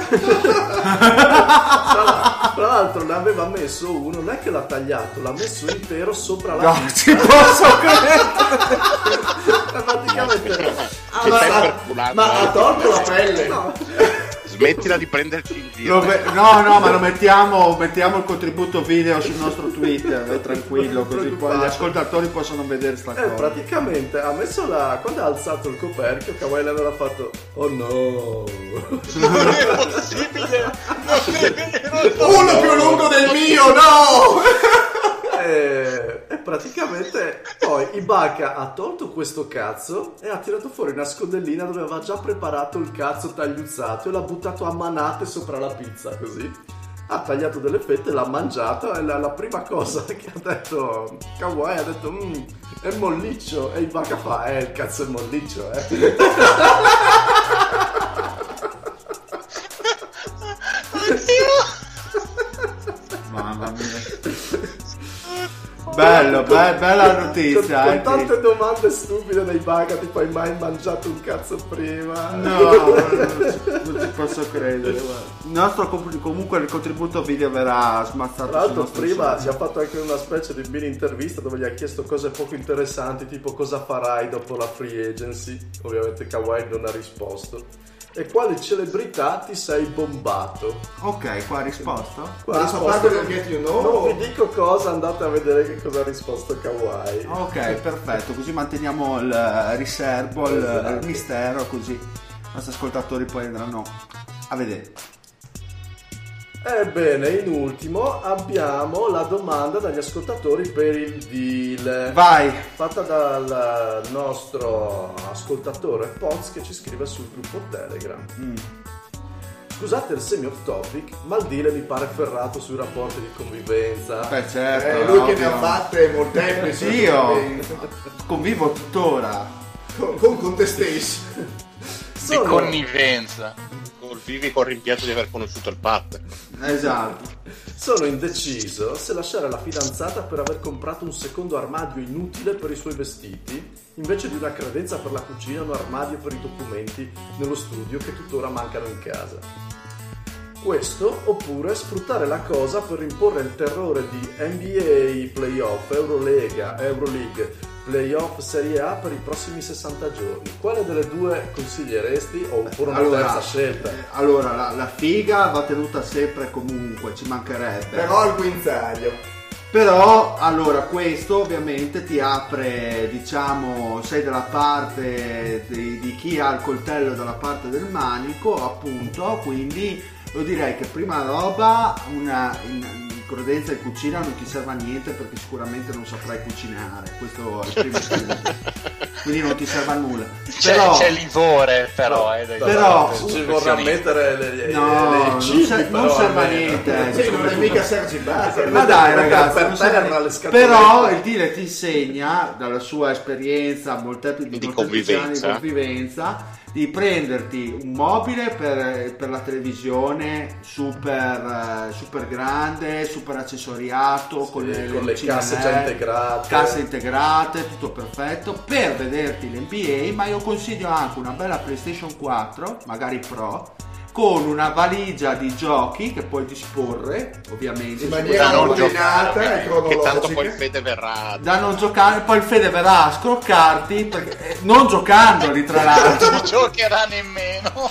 Tra, tra l'altro ne aveva messo uno, non è che l'ha tagliato, l'ha messo intero sopra la No, pizza. ci posso credere. Praticamente Che ma, stai ma, perculando, ma ha eh. tolto la pelle. no, Smettila di prenderci in giro. Lo me- no, no, ma lo mettiamo, mettiamo il contributo video sul nostro Twitter, vai tranquillo, così poi gli ascoltatori possono vedere sta eh, cosa. praticamente ha messo la. Quando ha alzato il coperchio, Kawhi Leonard ha fatto oh no. Non è possibile. Non è vero. Uno più lungo del mio, no! E, e praticamente poi Ibaka ha tolto questo cazzo e ha tirato fuori una scodellina dove aveva già preparato il cazzo tagliuzzato e l'ha buttato a manate sopra la pizza, così ha tagliato delle fette, l'ha mangiato e la, la prima cosa che ha detto Kawhi ha detto "Mm, è molliccio", e Ibaka fa eh il cazzo è molliccio eh Mamma mia. Bello, be- bella notizia. con, eh, con sì. tante domande stupide dai Ibaka, tipo hai mai mangiato un cazzo prima? No, non ci, non ci posso credere. guarda. Il nostro com- comunque il contributo video verrà smazzato. Tra l'altro sul nostro prima sito. gli ha fatto anche una specie di mini intervista dove gli ha chiesto cose poco interessanti, tipo cosa farai dopo la free agency. Ovviamente Kawhi non ha risposto. E quali celebrità ti sei bombato? Ok, qua ha risposto. Qua ha Ma a risposto parte che- del Get You Know? non vi dico cosa, andate a vedere che cosa ha risposto Kawhi. Ok, perfetto, così manteniamo il riservo, il, Esatto. il mistero, così i nostri ascoltatori poi andranno a vedere. Ebbene, in ultimo abbiamo la domanda dagli ascoltatori per il deal. Vai! Fatta dal nostro ascoltatore Poz che ci scrive sul gruppo Telegram. Mm. Scusate il semi off topic, ma il deal mi pare ferrato sui rapporti di convivenza. Beh, certo. Eh, lui che ovvio. ne ha fatte molteplici. Sì, io convivo tuttora. Con, con, con te stesso. Di Sono, connivenza. Vivi col rimpianto di aver conosciuto il Pat. Esatto. sono indeciso se lasciare la fidanzata per aver comprato un secondo armadio inutile per i suoi vestiti, invece di una credenza per la cucina e un armadio per i documenti nello studio che tuttora mancano in casa. Questo, oppure sfruttare la cosa per imporre il terrore di N B A playoff, Eurolega, Euroleague, playoff Serie A per i prossimi sessanta giorni. Quale delle due consiglieresti? O oppure una Allora, terza scelta? eh, allora la, la figa va tenuta sempre e comunque, ci mancherebbe. Però al guinzaglio. Però, allora, questo ovviamente ti apre, diciamo, sei dalla parte di, di chi ha il coltello dalla parte del manico, appunto, quindi io direi che prima roba una in, in credenza in cucina non ti serve a niente perché sicuramente non saprai cucinare, questo è il primo punto. Quindi non ti serve a nulla. C'è, Però, c'è livore, però. eh, dai- Però- dai- ci vorrà professionisti. mettere le, le, no, le non, cibi, ser- però, non serve a almeno. niente. Sì, non è mica Sergi Bacca. Ma dai ragazzi, per non serve a terra niente. le scatolette. Però il deal ti insegna dalla sua esperienza molteplici Di molteplici anni di convivenza. convivenza di prenderti un mobile per, per la televisione super, uh, super grande, super accessoriato, Sì, con le, con le casse L E D, già integrate. casse integrate, tutto perfetto, per vederti l'N B A, ma io consiglio anche una bella PlayStation quattro, magari Pro, con una valigia di giochi che puoi disporre, ovviamente, in su maniera Da non ordinata giocare, e che cronologica. tanto poi il Fede verrà. da non giocare, poi il Fede verrà a scroccarti, perché, eh, non giocandoli tra l'altro. Non giocherà nemmeno.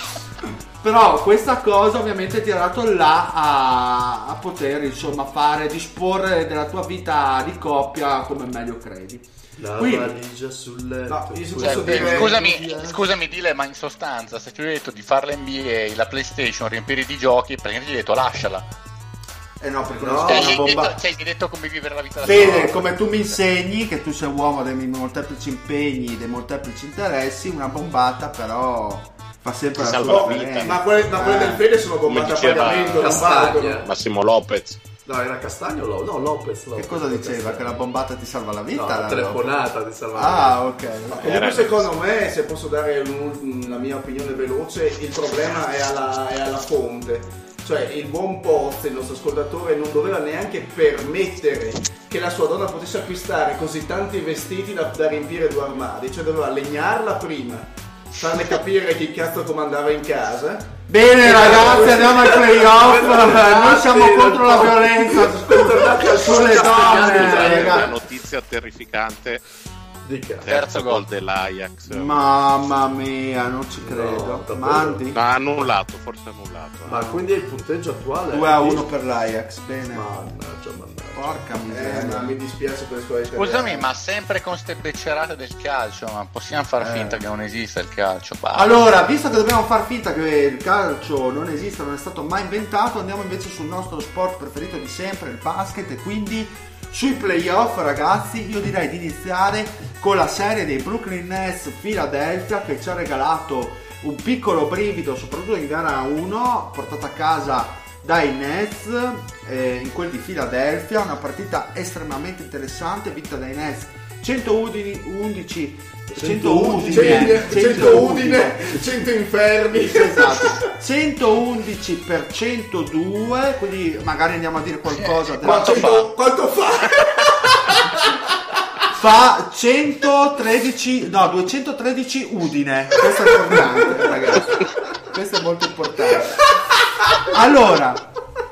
Però questa cosa ovviamente ti ha dato là a, a poter insomma fare, disporre della tua vita di coppia come meglio credi. La Quindi- valigia sul letto. No, io se Cioè, posso eh, dire- scusami, scusami Dile, ma in sostanza se ti ho detto di fare l'N B A, la PlayStation, riempire di giochi, perché ti ho detto lasciala. Eh no, perché No, non Cioè, è gli una hai bomba. detto, cioè, gli hai detto come vivere la vita da Fede, solo. come tu mi insegni che tu sei uomo dei molteplici impegni, dei molteplici interessi, una bombata però fa sempre Ti la salva sua la vita. differenza. Ma quelle, ma quelle Eh. del Fede sono Come bombate a diceva pagamento, non Castagna. valgono. Massimo Lopez. No, era Castagno o Lo- no, Lopez, Che Lopez. cosa diceva? Che la bombata ti salva la No, vita? la la telefonata di salvare. Ah, ok. Comunque Era- secondo me, se posso dare un- la mia opinione veloce, il problema è alla, è alla fonte. Cioè il buon Pozzi, il nostro ascoltatore, non doveva neanche permettere che la sua donna potesse acquistare così tanti vestiti da, da riempire due armadi. Cioè doveva legnarla prima, farle capire chi cazzo comandava in casa. Bene ragazzi, andiamo ai playoff. Noi siamo contro la violenza sulle donne, Una ragazzi. notizia terrificante. Dica. Terzo gol dell'Ajax. Mamma mia, non ci No, credo. davvero? Mandi Ma ha annullato, forse annullato. Ma quindi il punteggio attuale? due a uno per l'Ajax. Bene. Mannaggia, mannaggia. Porca Eh, ma miseria. mi dispiace per le sue Scusami, ma sempre con ste beccerate del calcio, ma possiamo far Eh. finta che non esista il calcio? Basta. Allora, visto che dobbiamo far finta che il calcio non esista, non è stato mai inventato, andiamo invece sul nostro sport preferito di sempre, il basket, e quindi sui playoff, ragazzi, io direi di iniziare con la serie dei Brooklyn Nets Philadelphia, che ci ha regalato un piccolo brivido, soprattutto in gara uno, portata a casa dai Nets, eh, in quel di Philadelphia, una partita estremamente interessante, vinta dai Nets centoundici cento udine, cento udine, cento inferni. esatto, centoundici per centodue, quindi magari andiamo a dire qualcosa della... Quanto Quanto, quanto fa? fa centotredici, no, duecentotredici udine. Questo è importante, ragazzi, questo è molto importante. Allora,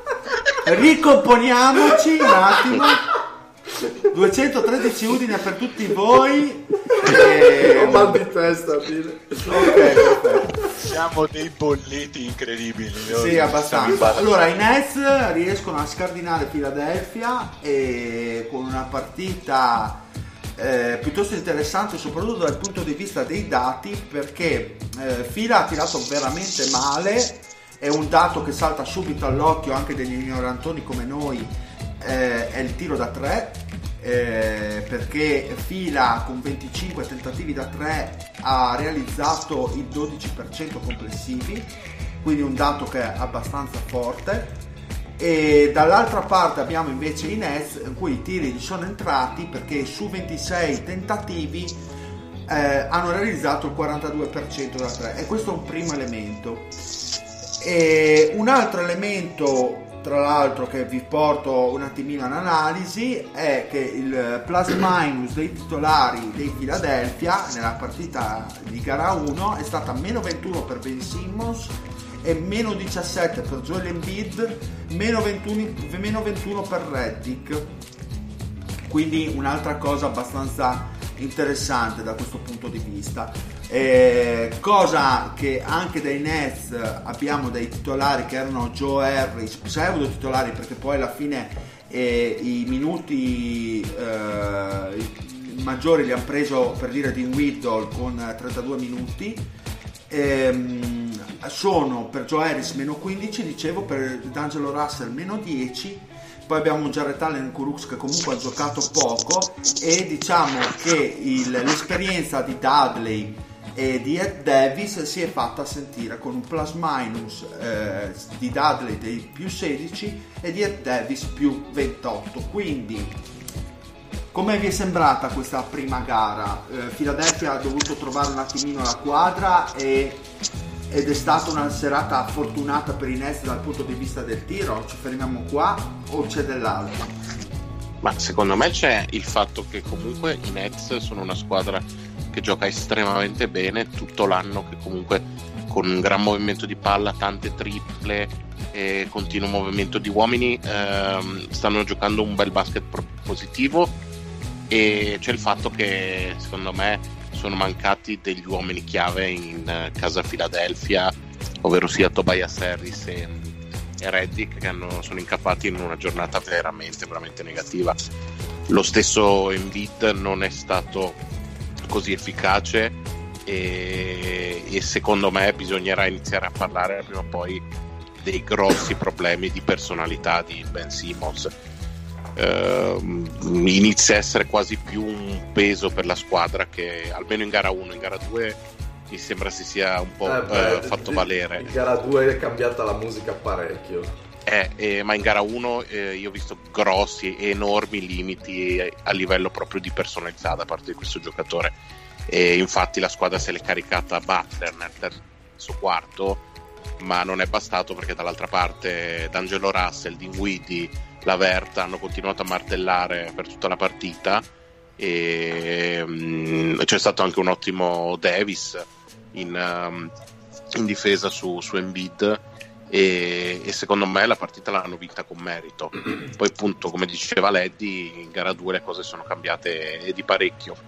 ricomponiamoci un attimo. duecentotredici udine per tutti voi. E... Ho mal di testa, dire. Ok, perfetto. Siamo dei bolliti incredibili. Sì, abbastanza. Allora, i Nets riescono a scardinare Philadelphia e con una partita eh, piuttosto interessante, soprattutto dal punto di vista dei dati, perché eh, Phila ha tirato veramente male. È un dato che salta subito all'occhio anche degli ignorantoni come noi, eh, è il tiro da tre, eh, perché Phila con venticinque tentativi da tre ha realizzato il dodici per cento complessivi, quindi un dato che è abbastanza forte. E dall'altra parte abbiamo invece i Nets, in cui i tiri gli sono entrati, perché su ventisei tentativi eh, hanno realizzato il quarantadue per cento da tre, e questo è un primo elemento. E un altro elemento, tra l'altro, che vi porto un attimino in analisi è che il plus minus dei titolari dei Philadelphia nella partita di gara uno è stata meno ventuno per Ben Simmons e meno diciassette per Joel Embiid, meno ventuno, meno ventuno per Redick, quindi un'altra cosa abbastanza interessante da questo punto di vista. Eh, cosa che anche dai Nets abbiamo dei titolari che erano Joe Harris, pseudo titolari, perché poi alla fine eh, i minuti eh, maggiori li hanno preso, per dire, di Whittle con trentadue minuti. Ehm, sono per Joe Harris meno quindici, dicevo, per D'Angelo Russell meno dieci. Poi abbiamo un Jarrett Allen Cruz che comunque ha giocato poco, e diciamo che il, l'esperienza di Dudley e di Ed Davis si è fatta sentire con un plus minus eh, di Dudley dei più sedici e di Ed Davis più ventotto. Quindi come vi è sembrata questa prima gara? Eh, Philadelphia ha dovuto trovare un attimino la quadra e, ed è stata una serata fortunata per i Nets dal punto di vista del tiro? Ci fermiamo qua o c'è dell'altro? Ma secondo me c'è il fatto che comunque i Nets sono una squadra che gioca estremamente bene tutto l'anno, che comunque con un gran movimento di palla, tante triple e continuo movimento di uomini ehm, stanno giocando un bel basket positivo. E c'è il fatto che secondo me sono mancati degli uomini chiave in casa Philadelphia, ovvero sia Tobias Harris e, e Redick, che hanno, sono incappati in una giornata veramente veramente negativa. Lo stesso Embiid non è stato così efficace e, e secondo me bisognerà iniziare a parlare prima o poi dei grossi problemi di personalità di Ben Simmons. Uh, inizia a essere quasi più un peso per la squadra, che almeno in gara uno, in gara due mi sembra si sia un po' eh beh, uh, fatto di, valere. In gara due è cambiata la musica parecchio, eh, eh, ma in gara uno eh, io ho visto grossi e enormi limiti a livello proprio di personalità da parte di questo giocatore, e infatti la squadra se l'è caricata Butler nel terzo quarto, ma non è bastato, perché dall'altra parte D'Angelo Russell, Dinwiddie, la Verta hanno continuato a martellare per tutta la partita e um, c'è stato anche un ottimo Davis in, um, in difesa su, su Embiid e, e secondo me la partita l'hanno vinta con merito. Poi appunto, come diceva Leddy, in gara due le cose sono cambiate e di parecchio.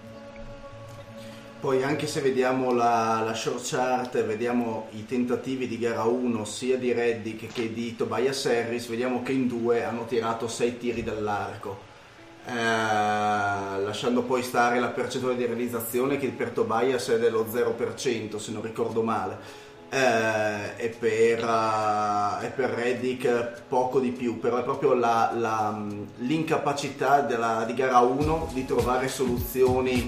Poi anche se vediamo la, la short chart, vediamo i tentativi di gara uno sia di Redick che di Tobias Harris, vediamo che in due hanno tirato sei tiri dall'arco, eh, lasciando poi stare la percentuale di realizzazione che per Tobias è dello zero per cento se non ricordo male, eh, e, per, uh, e per Redick poco di più, però è proprio la, la, l'incapacità della, di gara uno di trovare soluzioni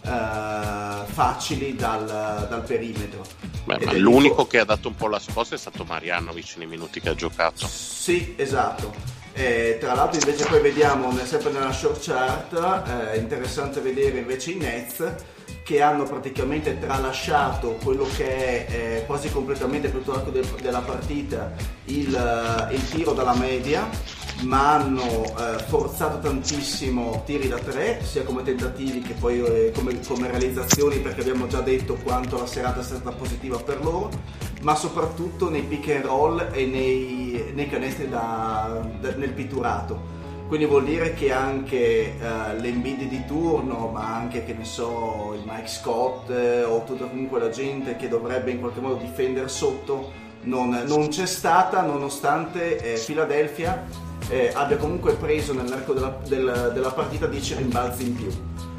Uh, facili dal, dal perimetro. Beh, ma l'unico dico... che ha dato un po' la scossa è stato Marjanovic nei minuti che ha giocato. Sì, esatto. E tra l'altro invece poi vediamo sempre nella short chart, è eh, interessante vedere invece i Nets che hanno praticamente tralasciato quello che è eh, quasi completamente per tutto l'arco de- della partita il, il tiro dalla media, ma hanno eh, forzato tantissimo tiri da tre, sia come tentativi che poi eh, come, come realizzazioni, perché abbiamo già detto quanto la serata è stata positiva per loro, ma soprattutto nei pick and roll e nei, nei canestri da, da, nel pitturato. Quindi vuol dire che anche uh, l'Embiid di turno, ma anche, che ne so, il Mike Scott eh, o tutta comunque la gente che dovrebbe in qualche modo difendere sotto, non, non c'è stata, nonostante eh, Philadelphia eh, abbia comunque preso nell'arco della, del, della partita dieci rimbalzi in più.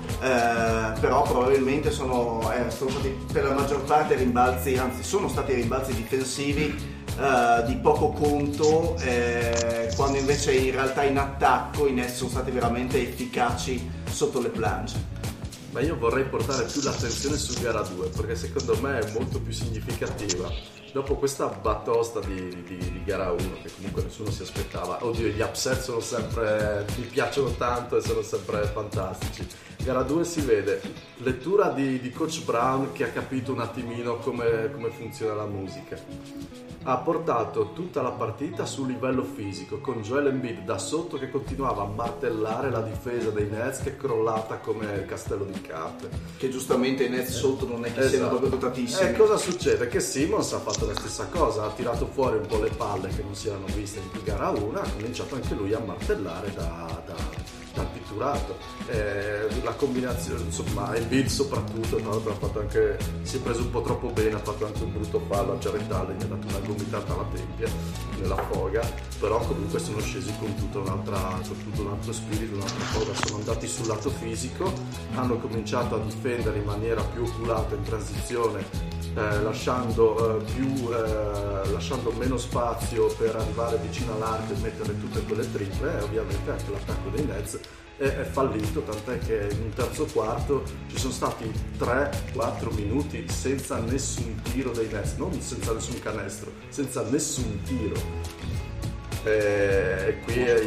Eh, però probabilmente sono, eh, sono stati per la maggior parte rimbalzi, anzi sono stati rimbalzi difensivi Uh, di poco conto, eh, quando invece in realtà in attacco i Nets sono stati veramente efficaci sotto le planche. Ma io vorrei portare più l'attenzione su gara due, perché secondo me è molto più significativa. Dopo questa batosta di, di, di gara uno, che comunque nessuno si aspettava, oddio, gli upset sono sempre, mi piacciono tanto e sono sempre fantastici. Gara due si vede lettura di, di Coach Brown, che ha capito un attimino come, come funziona la musica. Ha portato tutta la partita sul livello fisico, con Joel Embiid da sotto che continuava a martellare la difesa dei Nets, che è crollata come il castello di carte. Che giustamente i Nets sotto non è che esatto. siano proprio dotatissimi. E cosa succede? Che Simmons ha fatto la stessa cosa, ha tirato fuori un po' le palle che non si erano viste in gara uno, ha cominciato anche lui a martellare da, da, dal pitturato. Eh, la combinazione, insomma, Embiid soprattutto, tra l'altro ha fatto anche, si è preso un po' troppo bene, ha fatto anche un brutto fallo a Jared Allen, gli ha dato una gomitata alla tempia nella foga, però comunque sono scesi con tutto, un'altra, con tutto un altro spirito, un'altra foga, sono andati sul lato fisico, hanno cominciato a difendere in maniera più oculata in transizione, eh, lasciando, eh, più, eh, lasciando meno spazio per arrivare vicino all'arco e mettere tutte quelle triple, e ovviamente anche l'attacco dei Nets è fallito, tant'è che in un terzo quarto ci sono stati tre quattro minuti senza nessun tiro dei Nets, non senza nessun canestro, senza nessun tiro. E qui i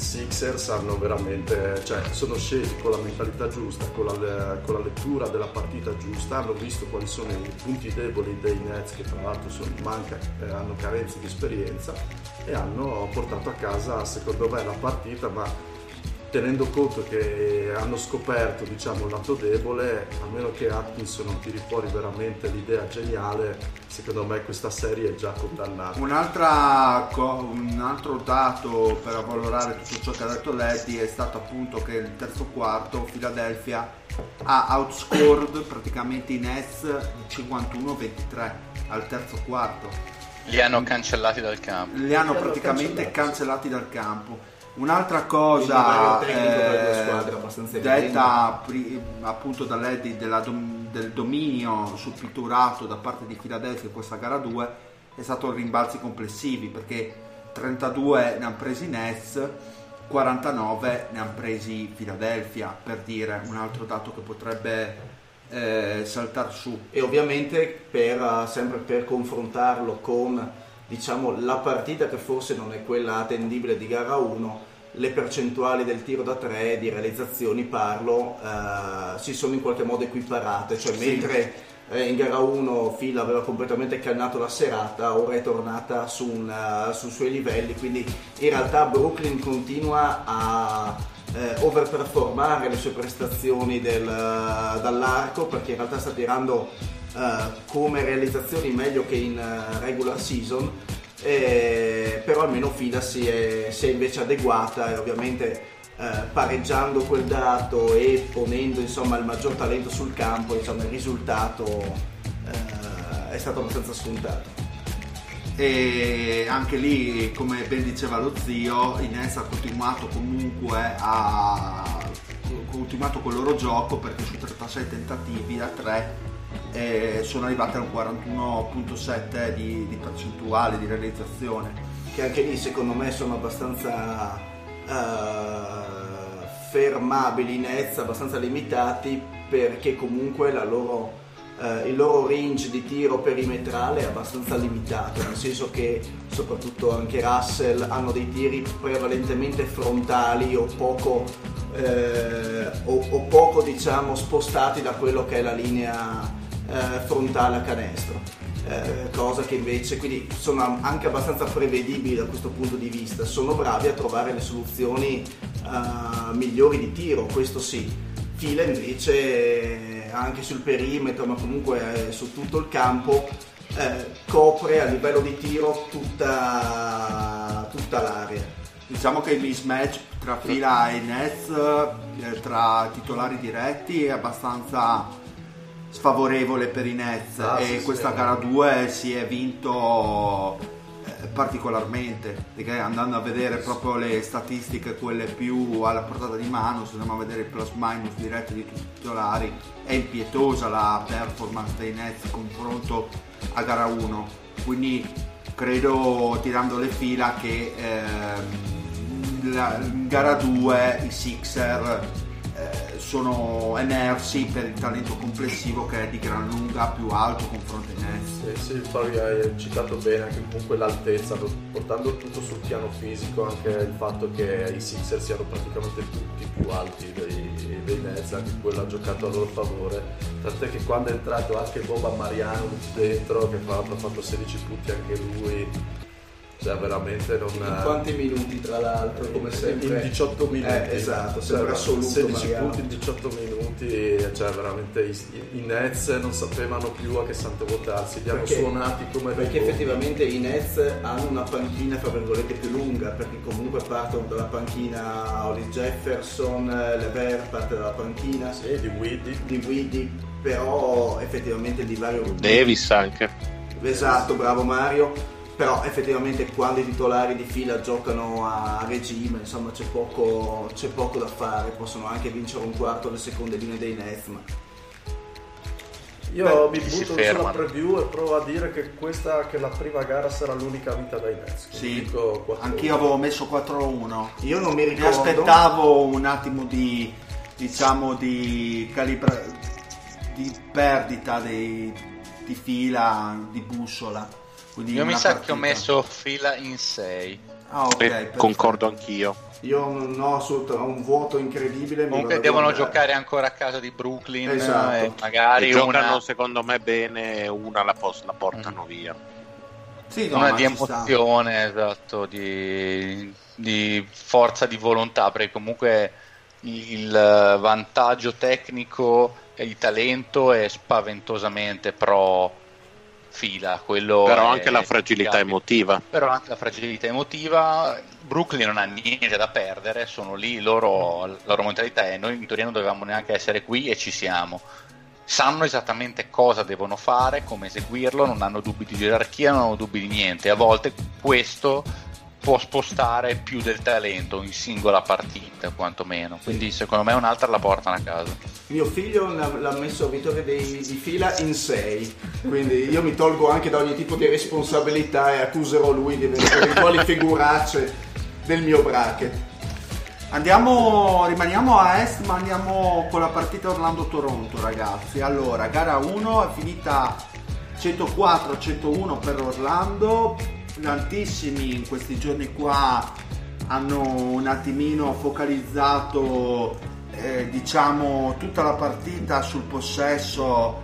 Sixers hanno veramente, cioè sono scesi con la mentalità giusta, con la, con la lettura della partita giusta, hanno visto quali sono i punti deboli dei Nets, che tra l'altro sono, manca, eh, hanno carenze di esperienza, e hanno portato a casa secondo me la partita, ma tenendo conto che hanno scoperto, diciamo, il lato debole, a meno che Atkinson non tiri fuori veramente l'idea geniale, secondo me questa serie è già condannata. Un'altra co- un altro dato per avvalorare tutto ciò che ha detto Leddy è stato appunto che il terzo quarto Philadelphia ha outscored praticamente i Nets di cinquantuno a ventitré al terzo quarto. Li hanno cancellati dal campo. Li hanno Li hanno praticamente cancellati. cancellati dal campo. Un'altra cosa Quindi un livello tecnico per le eh, squadre abbastanza evidente. detta pri- appunto da Leddy della dom- del dominio sul pitturato da parte di Philadelphia in questa gara due è stato rimbalzi complessivi, perché trentadue ne hanno presi i Nets, quarantanove ne hanno presi Philadelphia, per dire un altro dato che potrebbe eh, saltar su. E ovviamente per, sempre per confrontarlo con, diciamo, la partita che forse non è quella attendibile di gara uno, le percentuali del tiro da tre, di realizzazioni parlo, eh, si sono in qualche modo equiparate, cioè Sì. mentre eh, in gara uno Phil aveva completamente cannato la serata, ora è tornata su un, uh, sui suoi livelli, quindi in realtà Brooklyn continua a eh, overperformare le sue prestazioni del, uh, dall'arco, perché in realtà sta tirando uh, come realizzazioni meglio che in uh, regular season. Eh, però almeno Fila si è, si è invece adeguata, e ovviamente eh, pareggiando quel dato e ponendo, insomma, il maggior talento sul campo, insomma, il risultato eh, è stato abbastanza scontato. E anche lì, come ben diceva lo zio, Ines ha continuato comunque a continuato con il loro gioco, perché su trentasei tentativi da tre e sono arrivate al quarantuno virgola sette di, di percentuale di realizzazione, Che anche lì secondo me sono abbastanza uh, fermabili, in Nets, abbastanza limitati, perché comunque la loro, uh, il loro range di tiro perimetrale è abbastanza limitato, nel senso che soprattutto anche Russell hanno dei tiri prevalentemente frontali o poco, eh, o, o poco diciamo spostati da quello che è la linea eh, frontale a canestro, eh, cosa che invece, quindi sono anche abbastanza prevedibili da questo punto di vista, sono bravi a trovare le soluzioni eh, migliori di tiro, questo sì. Fila invece anche sul perimetro, ma comunque eh, su tutto il campo, eh, copre a livello di tiro tutta, tutta l'area. Diciamo che il mismatch tra Fila e Nets, eh, tra titolari diretti, è abbastanza sfavorevole per i Nets, Ah, e sì, questa sì. gara due si è vinto eh, particolarmente, perché andando a vedere proprio le statistiche, quelle più alla portata di mano, se andiamo a vedere il plus minus diretto di tutti i titolari, è impietosa la performance dei Nets in confronto a gara uno, quindi credo, tirando le fila, che ehm, la, in gara due i Sixer eh, sono emersi per il talento complessivo, che è di gran lunga più alto confronto ai Nets. Sì, sì, poi hai citato bene anche comunque l'altezza, portando tutto sul piano fisico, anche il fatto che i Sixer siano praticamente tutti più alti dei, dei Nets, anche quello ha giocato a loro favore, tant'è che quando è entrato anche Boban Marjanovic dentro, che fra l'altro ha fatto sedici punti anche lui, cioè veramente non... In quanti minuti tra l'altro, come sempre? In diciotto minuti. Eh, esatto, sempre Cioè, assoluto sedici Mariano. punti in diciotto minuti, cioè veramente i, i Nets non sapevano più a che santo votarsi, li hanno Perché- suonati come Perché dei bombi. effettivamente i Nets hanno una panchina fra virgolette più lunga, perché comunque partono dalla panchina Hollis Jefferson, Levert parte dalla panchina Sì, di Widdy. di Widdy, però effettivamente il divario Davis anche. esatto, bravo Mario, però effettivamente quando i titolari di fila giocano a regime, insomma c'è poco, c'è poco da fare, possono anche vincere un quarto alle seconde linee dei Nets, ma Io Beh, mi si butto fermano. sulla preview e provo a dire che questa, che la prima gara sarà l'unica vinta dai Nets. Sì, Dico quattro anch'io avevo messo quattro a uno. io non mi Mi ricordo. aspettavo un attimo di, diciamo, di calibra, di perdita dei, di fila, di bussola. Quindi Io mi una sa partita. che ho messo fila in sei. Ah, ok, Eh, perfetto. concordo anch'io. Io non ho assolutamente un vuoto incredibile. mi Comunque vado a devono guardare. giocare ancora a casa di Brooklyn, Esatto. e magari E giocano una, secondo me bene, una la, pos- la portano via. Sì, no, una ma di ci sta. emozione, esatto, di, di forza di volontà, perché comunque il vantaggio tecnico e di talento è spaventosamente pro fila, quello Però è anche la fragilità innegabile. emotiva. Però anche la fragilità emotiva. Brooklyn non ha niente da perdere, sono lì, loro, la loro mentalità è: noi in teoria non dovevamo neanche essere qui e ci siamo. Sanno esattamente cosa devono fare, come eseguirlo, non hanno dubbi di gerarchia, non hanno dubbi di niente. A volte questo può spostare più del talento in singola partita, quantomeno. Quindi secondo me un'altra la portano a casa. Mio figlio l'ha l'ha messo a vittoria di, di fila in sei, quindi io mi tolgo anche da ogni tipo di responsabilità e accuserò lui di eventuali figuracce del mio bracket. Andiamo, rimaniamo a est, ma andiamo con la partita Orlando-Toronto, ragazzi. Allora, gara uno è finita centoquattro a centouno per Orlando. Tantissimi in questi giorni qua hanno un attimino focalizzato eh, diciamo tutta la partita sul possesso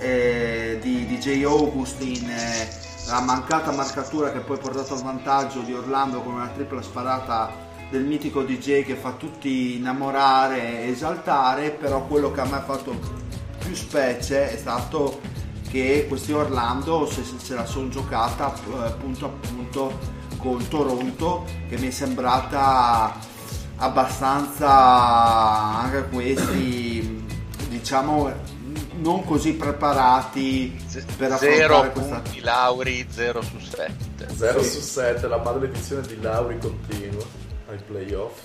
eh, di, di Jay Augustin, eh, la mancata marcatura che poi ha portato al vantaggio di Orlando con una tripla sparata del mitico D J che fa tutti innamorare e esaltare. Però quello che a me ha fatto più specie è stato che questi Orlando se, se la sono giocata eh, punto a punto con Toronto, che mi è sembrata abbastanza, anche questi diciamo non così preparati per Zero affrontare questa. punti Lauri, zero su sette. zero Sì. su sette, la maledizione di Lauri continua ai playoff.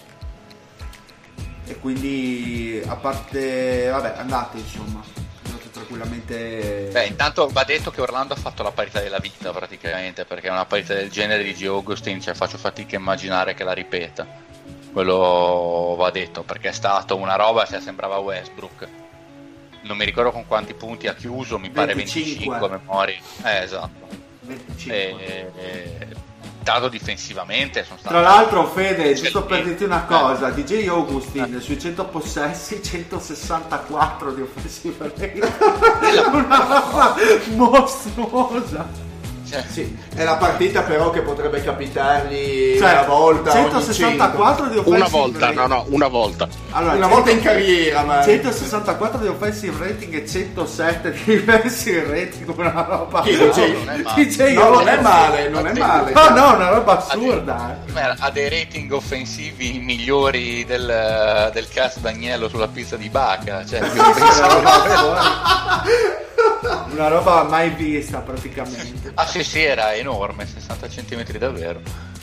E quindi a parte vabbè andate insomma andate tranquillamente. Beh, intanto va detto che Orlando ha fatto la parità della vita praticamente, perché una parità del genere di G. Augustin, cioè faccio fatica a immaginare che la ripeta. Quello va detto, perché è stato una roba, cioè sembrava Westbrook. Non mi ricordo con quanti punti ha chiuso, mi pare venticinque. venticinque a memoria. Eh, esatto. venticinque. E, e, dato difensivamente sono stato... Tra l'altro Fede, C'è giusto il- per dirti una cosa, D J Augustin sui cento possessi centosessantaquattro di offensiva rate. Una roba mostruosa. Cioè, Sì, è la partita però che potrebbe capitargli Cioè, una volta centosessantaquattro di offensive Una volta, rate. no, no, una volta. Allora, una volta in carriera, ma centosessantaquattro di offensive rating e centosette di defensive rating, una roba. Chi, D J? non è male. D J no, non è Augustin. male, non è male. No, no, una roba assurda. eh. Beh, ha dei rating offensivi migliori del, del cast d'Agnello sulla pizza di Baca, cioè più Una pensavo- roba fuori. Una roba mai vista praticamente. ah sì sì, era enorme, sessanta centimetri davvero.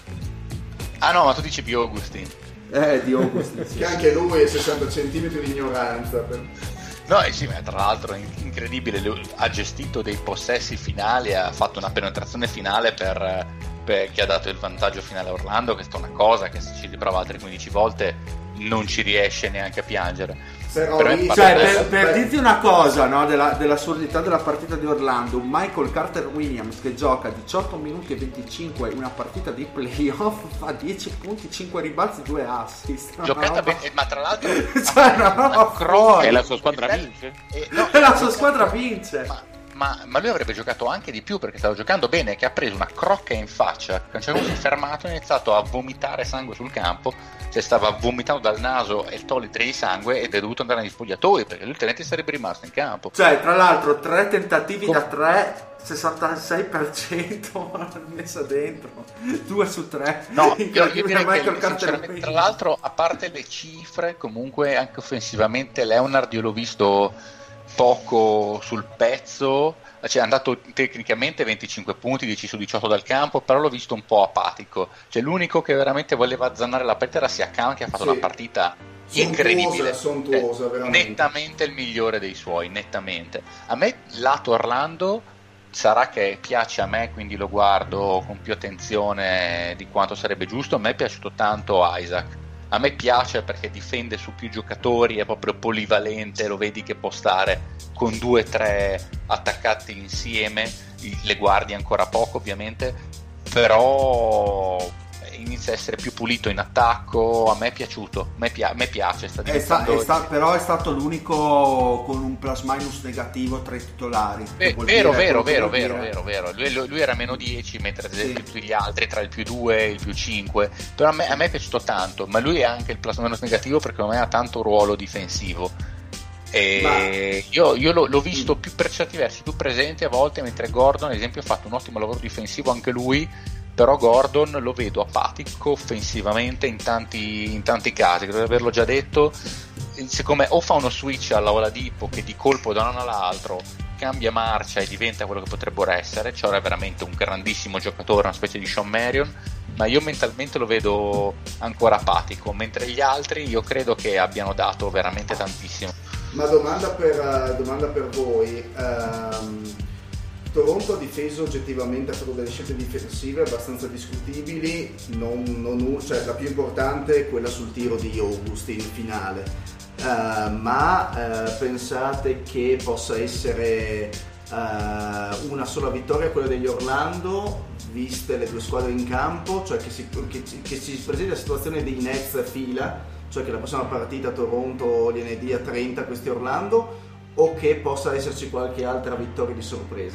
Ah no, ma tu dici più Augustin. Eh, di Augustin, sì. Che anche lui è sessanta centimetri di ignoranza. per- No, eh sì, ma tra l'altro è incredibile, lui ha gestito dei possessi finali, ha fatto una penetrazione finale per, per- che ha dato il vantaggio finale a Orlando, che è stata una cosa che se ci riprova altre quindici volte non ci riesce neanche a piangere. Però Per me lì- Cioè, Vabbè, per, per beh, dirti una cosa, no, della, dell'assurdità della partita di Orlando, un Michael Carter Williams che gioca diciotto minuti e venticinque in una partita di playoff fa dieci punti, cinque rimbalzi, due assist. Una Giocata roba- bene, ma tra l'altro Cioè, una roba fuori. E la sua squadra vince. Eh, no, E la sua squadra vince. Ma, ma, ma lui avrebbe giocato anche di più, perché stava giocando bene, che ha preso una crocca in faccia, a un certo punto si è fermato e ha iniziato a vomitare sangue sul campo, cioè stava vomitando dal naso e il litri di sangue ed è dovuto andare negli spogliatoi perché lui altrimenti sarebbe rimasto in campo. Cioè, tra l'altro, tre tentativi da tre, sessantasei per cento messa dentro, due su tre. No, io, io Incredibile, direi Michael che Carter sinceramente, Williams. tra l'altro, a parte le cifre, comunque anche offensivamente Leonard io l'ho visto poco sul pezzo, cioè è andato tecnicamente venticinque punti, dieci su diciotto dal campo, però l'ho visto un po' apatico, cioè l'unico che veramente voleva azzannare la partita era Siakam, che ha fatto Sì. una partita Sontuosa, incredibile, sontuosa, Eh, veramente. nettamente il migliore dei suoi, nettamente. A me lato Orlando sarà che piace a me, quindi lo guardo con più attenzione di quanto sarebbe giusto. A me è piaciuto tanto Isaac, a me piace perché difende su più giocatori, è proprio polivalente, lo vedi che può stare con due o tre attaccati insieme, le guardi ancora poco ovviamente, però inizia a essere più pulito in attacco. A me è piaciuto, a me, pia- a me piace, sta È sta, diventando... è sta, però è stato l'unico con un plus minus negativo tra i titolari. Eh, vuol vero, dire- vero, vuol vero, dire- vero, vero, vero. Lui, lui era meno dieci, mentre ad esempio Sì. tutti gli altri tra il più due e il più cinque. Però a me, a me è piaciuto tanto, ma lui è anche il plus minus negativo perché non ha tanto ruolo difensivo. E Ma- io, io l'ho, l'ho visto più per certi versi più presente a volte, mentre Gordon ad esempio ha fatto un ottimo lavoro difensivo anche lui, però Gordon lo vedo apatico offensivamente in tanti, in tanti casi, credo di averlo già detto. Secondo me o fa uno switch alla Oladipo che di colpo da un anno all'altro cambia marcia e diventa quello che potrebbero essere, cioè è veramente un grandissimo giocatore, una specie di Sean Marion, ma io mentalmente lo vedo ancora apatico, mentre gli altri io credo che abbiano dato veramente tantissimo. Ma domanda per, uh, domanda per voi, um, Toronto ha difeso oggettivamente, ha fatto delle scelte difensive abbastanza discutibili, non, non, cioè la più importante è quella sul tiro di August in finale, uh, ma uh, pensate che possa essere uh, una sola vittoria quella degli Orlando, viste le due squadre in campo, cioè che si, che, che si presenta la situazione dei Nets fila, cioè che la prossima partita Toronto gliene dia trenta a questi Orlando, o che possa esserci qualche altra vittoria di sorpresa?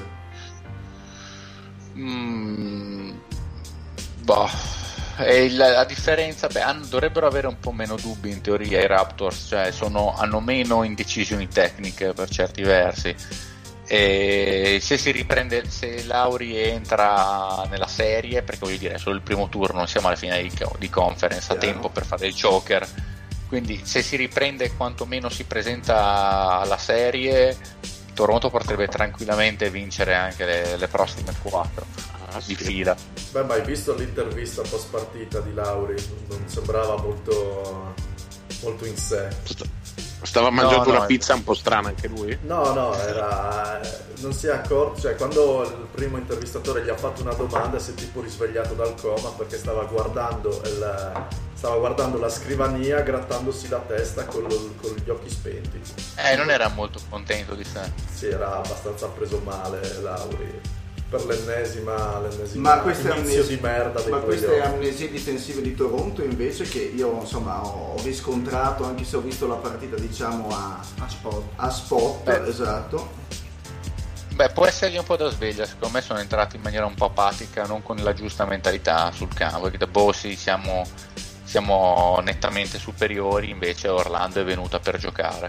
Mm, boh, e il- la differenza, beh, hanno- dovrebbero avere un po' meno dubbi in teoria i Raptors, cioè sono, hanno meno indecisioni tecniche per certi versi. E se si riprende, se Lauri entra nella serie, perché voglio dire è solo il primo turno, siamo alla fine di, di conference, ha Chiaro. tempo per fare il choker, quindi se si riprende quantomeno si presenta alla serie, Toronto potrebbe tranquillamente vincere anche le, le prossime quattro Ah, di sì. fila. Beh, ma hai visto l'intervista post partita di Lauri? Non sembrava molto, molto in sé. Stava mangiando No, no, una pizza un po' strana anche lui. No, no, era. Non si è accorto, cioè quando il primo intervistatore gli ha fatto una domanda si è tipo risvegliato dal coma perché stava guardando il, stava guardando la scrivania grattandosi la testa con, lo- con gli occhi spenti. Eh, non era molto contento di sé. Si era abbastanza preso male Lauri per l'ennesima, l'ennesima Ma queste, inizio amnesie, di merda dei ma queste playoff. amnesie difensive di Toronto invece, che io insomma ho riscontrato, anche se ho visto la partita diciamo a, a spot. a spot, Beh. esatto. Beh, può essergli un po' da sveglia, secondo me sono entrati in maniera un po' apatica, non con la giusta mentalità sul campo, perché da boh sì, siamo, siamo nettamente superiori, invece Orlando è venuta per giocare.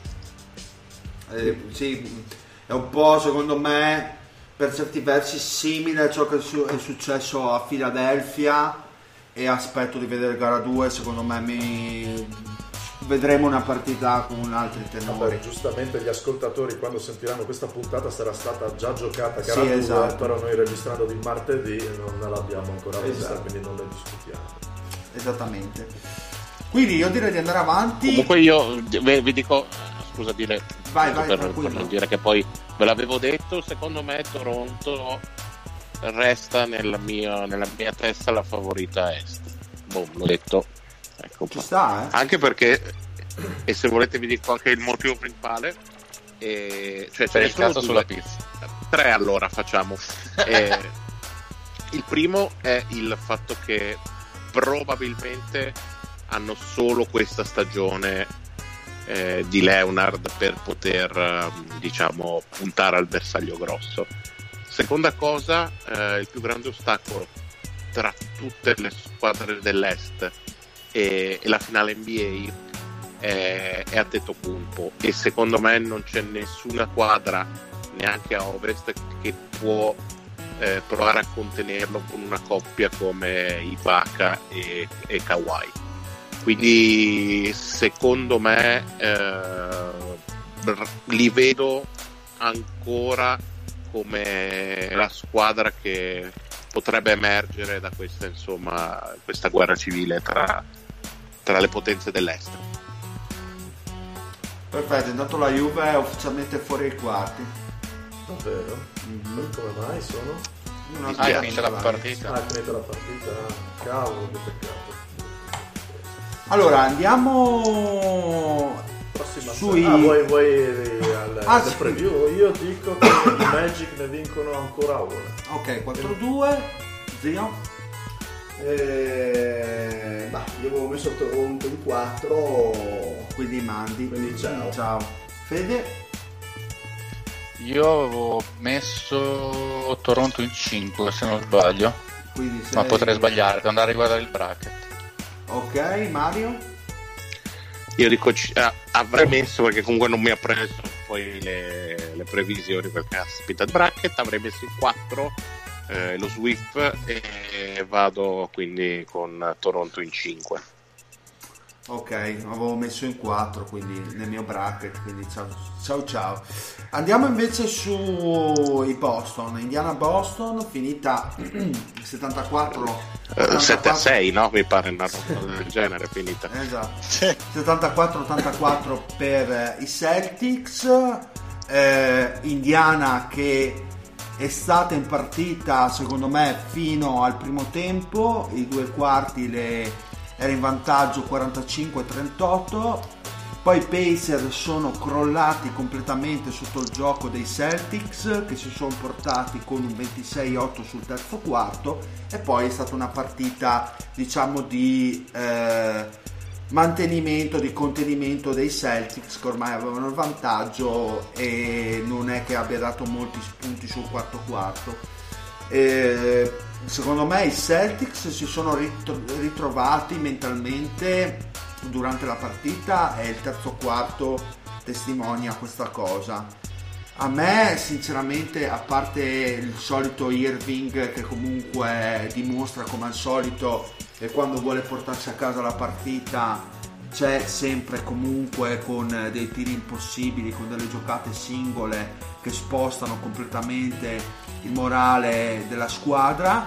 Eh, sì, è un po' secondo me per certi versi simile a ciò che è su- è successo a Philadelphia, e aspetto di vedere gara due, secondo me mi... vedremo una partita con altri tenori. Vabbè, giustamente gli ascoltatori quando sentiranno questa puntata sarà stata già giocata gara Sì, due, esatto. però noi registrando di martedì non l'abbiamo ancora vista, Esatto. quindi non ne discutiamo. Esattamente. Quindi io direi di andare avanti. Comunque io vi, vi dico, scusa dire, Vai, vai, per, tranquillo. per non dire che poi ve l'avevo detto, secondo me Toronto resta nella mia, nella mia testa la favorita est. Boh, l'ho detto. Ecco Ci qua. sta, eh? Anche perché, e se volete vi dico anche il motivo principale, e, cioè ce Per ne il sono caso due. sulla pizza. Tre allora facciamo. Eh, il primo è il fatto che probabilmente hanno solo questa stagione eh, di Leonard per poter eh, diciamo puntare al bersaglio grosso. Seconda cosa, eh, il più grande ostacolo tra tutte le squadre dell'Est e, e la finale N B A è, è Antetokounmpo, e secondo me non c'è nessuna squadra neanche a Ovest che può eh, provare a contenerlo con una coppia come Ibaka e, e Kawhi. Quindi secondo me eh, li vedo ancora come la squadra che potrebbe emergere da questa, insomma, questa guerra civile tra, tra le potenze dell'est. Perfetto, intanto la Juve è ufficialmente fuori ai quarti. Davvero? Mhm. Come mai sono? Una Ah, è squadra finita la vai. partita. Ah, è finita la partita? Cavolo, che peccato. Allora andiamo Prossima sui... Ah, vuoi, vuoi al, Ah, al sì. preview? Io dico che i Magic ne vincono ancora una. Ok, quattro due, zio. Eh, bah, io avevo messo Toronto in quattro, quindi mandi. Quindi ciao. Ciao. Fede? Io avevo messo Toronto in cinque se non sbaglio, Quindi sei... ma potrei sbagliare, devo andare a riguardare il bracket. Ok, Mario? Io dico ah, avrei messo, perché comunque non mi ha preso poi le, le previsioni per caspita il bracket, avrei messo in quattro eh, lo Swift e vado quindi con Toronto in cinque. Ok, avevo messo in quattro, quindi nel mio bracket, quindi ciao ciao ciao. Andiamo invece sui Boston, Indiana-Boston, finita settantaquattro Uh, sette a sei, no? Mi pare una roba del genere finita. Esatto. settantaquattro ottantaquattro per i Celtics. eh, Indiana che è stata in partita secondo me fino al primo tempo, i due quarti le era in vantaggio quarantacinque a trentotto, poi i Pacers sono crollati completamente sotto il gioco dei Celtics che si sono portati con un ventisei a otto sul terzo quarto, e poi è stata una partita diciamo di eh, mantenimento, di contenimento dei Celtics che ormai avevano il vantaggio e non è che abbia dato molti spunti sul quarto quarto. Eh, secondo me i Celtics si sono ritro- ritrovati mentalmente durante la partita e il terzo quarto testimonia questa cosa. A me sinceramente, a parte il solito Irving che comunque dimostra come al solito e quando vuole portarsi a casa la partita c'è sempre comunque con dei tiri impossibili, con delle giocate singole che spostano completamente il morale della squadra,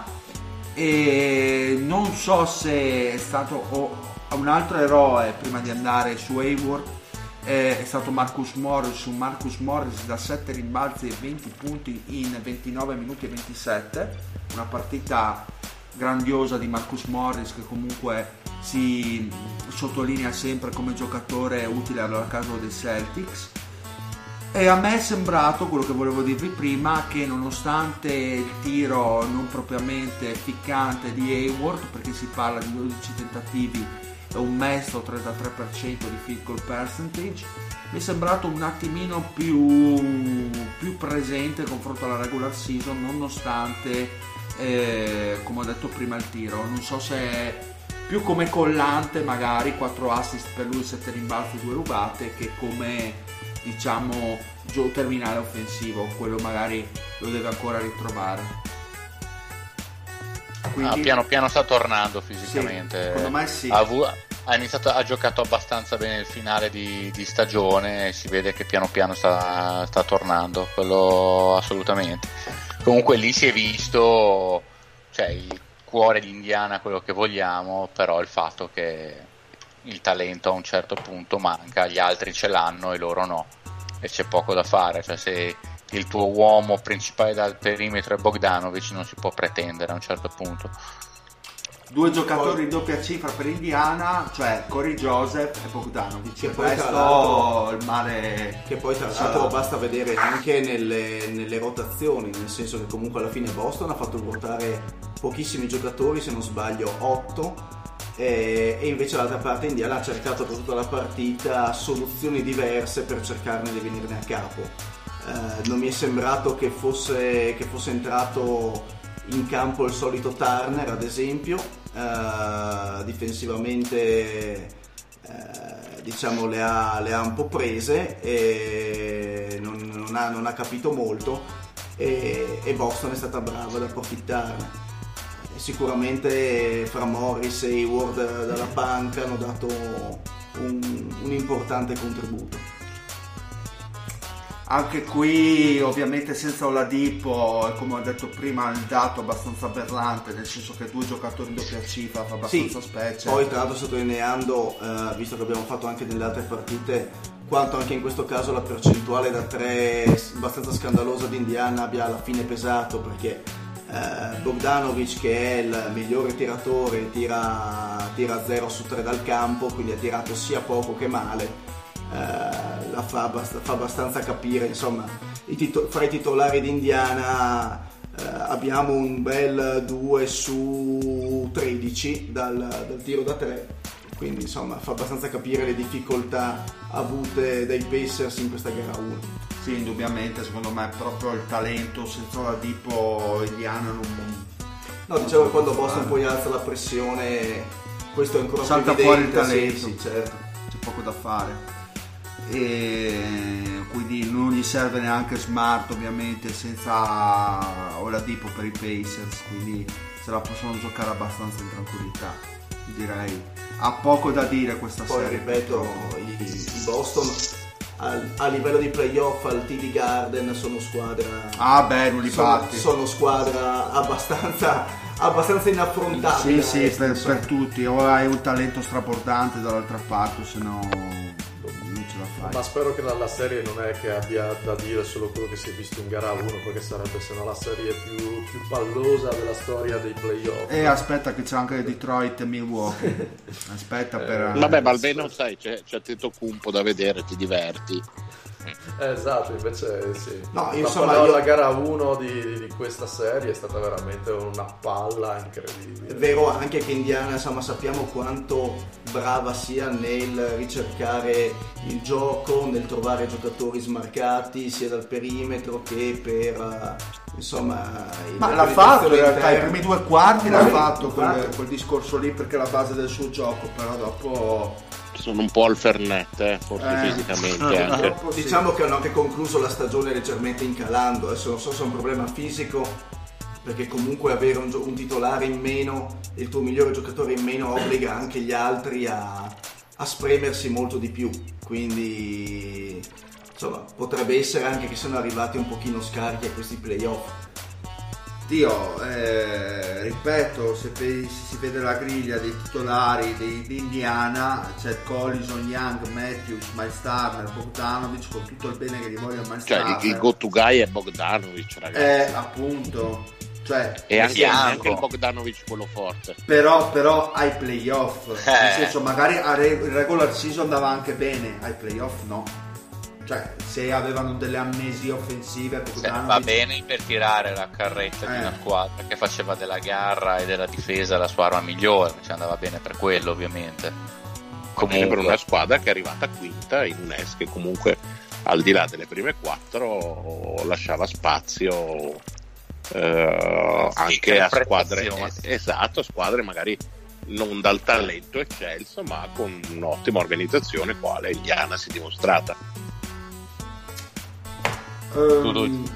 e non so se è stato oh, un altro eroe prima di andare su Hayward, eh, è stato Marcus Morris. Su Marcus Morris da sette rimbalzi e venti punti in ventinove minuti e ventisette, una partita grandiosa di Marcus Morris che comunque si sottolinea sempre come giocatore utile alla casa dei Celtics. E a me è sembrato, quello che volevo dirvi prima, che nonostante il tiro non propriamente ficcante di Hayward, perché si parla di dodici tentativi e un mesto trentatré per cento di field goal percentage, mi è sembrato un attimino più, più presente in confronto alla regular season, nonostante eh, come ho detto prima il tiro. Non so se è più come collante, magari quattro assist per lui, sette rimbalzi, due rubate, che come diciamo gioco terminale offensivo, quello magari lo deve ancora ritrovare. Quindi, ah, piano piano sta tornando fisicamente. Sì, secondo me sì. Ha, avu- ha iniziato, ha giocato abbastanza bene il finale di, di stagione, si vede che piano piano sta, sta tornando, quello assolutamente. Comunque lì si è visto, cioè il cuore di Indiana, quello che vogliamo, però il fatto che il talento a un certo punto manca, gli altri ce l'hanno e loro no, e c'è poco da fare. Cioè se il tuo uomo principale dal perimetro è Bogdanovic, non si può pretendere a un certo punto. Due giocatori in doppia cifra per Indiana, cioè Corey Joseph e Bogdanovic, che poi questo questo il mare che poi tra l'altro basta vedere anche nelle, nelle rotazioni, nel senso che comunque alla fine Boston ha fatto ruotare pochissimi giocatori, se non sbaglio otto, e, e invece dall'altra parte Indiana ha cercato per tutta la partita soluzioni diverse per cercarne di venirne a capo. Eh, non mi è sembrato che fosse, che fosse entrato in campo il solito Turner, ad esempio. Eh, difensivamente eh, diciamo le ha, le ha un po' prese e non, non, ha, non ha capito molto, e, e Boston è stata brava ad approfittarne. Sicuramente fra Morris e Hayward dalla panca hanno dato un, un importante contributo. Anche qui ovviamente senza Oladipo, come ho detto prima, il dato abbastanza aberrante, nel senso che due giocatori in doppia cifra fa abbastanza sì, specie. Poi tra l'altro sottolineando, eh, visto che abbiamo fatto anche nelle altre partite, quanto anche in questo caso la percentuale da tre abbastanza scandalosa di Indiana abbia alla fine pesato, perché Uh, Bogdanovic, che è il migliore tiratore, tira, tira zero su tre dal campo, quindi ha tirato sia poco che male. Uh, la fa, abbast- fa abbastanza capire, insomma, i tito- fra i titolari di Indiana eh, abbiamo un bel due su tredici dal, dal tiro da tre, quindi insomma fa abbastanza capire le difficoltà avute dai Pacers in questa gara uno. Sì, indubbiamente, secondo me proprio il talento senza Oladipo Indiana non... No, dicevo che quando Boston poi alza la pressione, questo è ancora salta più fuori il evidente, talento, sì, sì, certo. C'è poco da fare. E quindi non gli serve neanche Smart ovviamente senza Oladipo per i Pacers, quindi se la possono giocare abbastanza in tranquillità, direi. Ha poco da dire questa Poi serie. ripeto, i, i Boston a, a livello di playoff al T D Garden sono squadra Ah beh, non li sono, batti. sono squadra abbastanza abbastanza inaffrontabile. Sì, sì, per, per tutti, o hai un talento strabordante dall'altra parte, o se no non ce la fai. Ma spero che la, la serie non è che abbia da dire solo quello che si è visto in gara uno, perché sarebbe se no la serie più, più pallosa della storia dei playoff. E aspetta che c'è anche Detroit e Milwaukee. Aspetta per... Vabbè, ma almeno sai, c'è, c'è Antetokounmpo da vedere, ti diverti. Eh, esatto, invece sì. No, io la, insomma, la, io- la gara uno di, di questa serie è stata veramente una palla incredibile. È vero anche che Indiana, insomma, sappiamo quanto brava sia nel ricercare il gioco, nel trovare giocatori smarcati sia dal perimetro che per eh, insomma il- Ma l'ha le fatto in penetrazioni realtà, i interne. primi due quarti l'ha Sì, fatto infatti. quel, quel discorso lì perché è la base del suo gioco, però dopo... Sono un po' al Fernet, eh, forse Eh, fisicamente anche. dopo sì. Diciamo che hanno anche concluso la stagione leggermente incalando, adesso non so se è un problema fisico, perché comunque avere un, gio- un titolare in meno e il tuo migliore giocatore in meno obbliga anche gli altri a, a spremersi molto di più, quindi insomma potrebbe essere anche che siano arrivati un pochino scarichi a questi playoff. Dio, eh, ripeto, se pe- se si vede la griglia dei titolari di, di Indiana, c'è Collison, Young, Matthews, Miles Turner, Bogdanovic, con tutto il bene che gli voglio a Miles Cioè, Turner. il, il go to guy è Bogdanovic, ragazzi. Eh, appunto, cioè, e anche, fianco. anche il Bogdanovic quello forte. però, però ai playoff, nel Eh. senso magari a re- il regular season andava anche bene, ai playoff no. Cioè, se avevano delle amnesie offensive, Cioè, Bogdanovic- va bene per tirare la carretta di Eh. una squadra che faceva della garra e della difesa la sua arma migliore, cioè andava bene per quello ovviamente. Comunque per una squadra che è arrivata quinta in un est che comunque al di là delle prime quattro lasciava spazio eh, anche a squadre interpretazione. eh, esatto, squadre magari non dal talento eccelso ma con un'ottima organizzazione quale Indiana si è dimostrata. Ehm,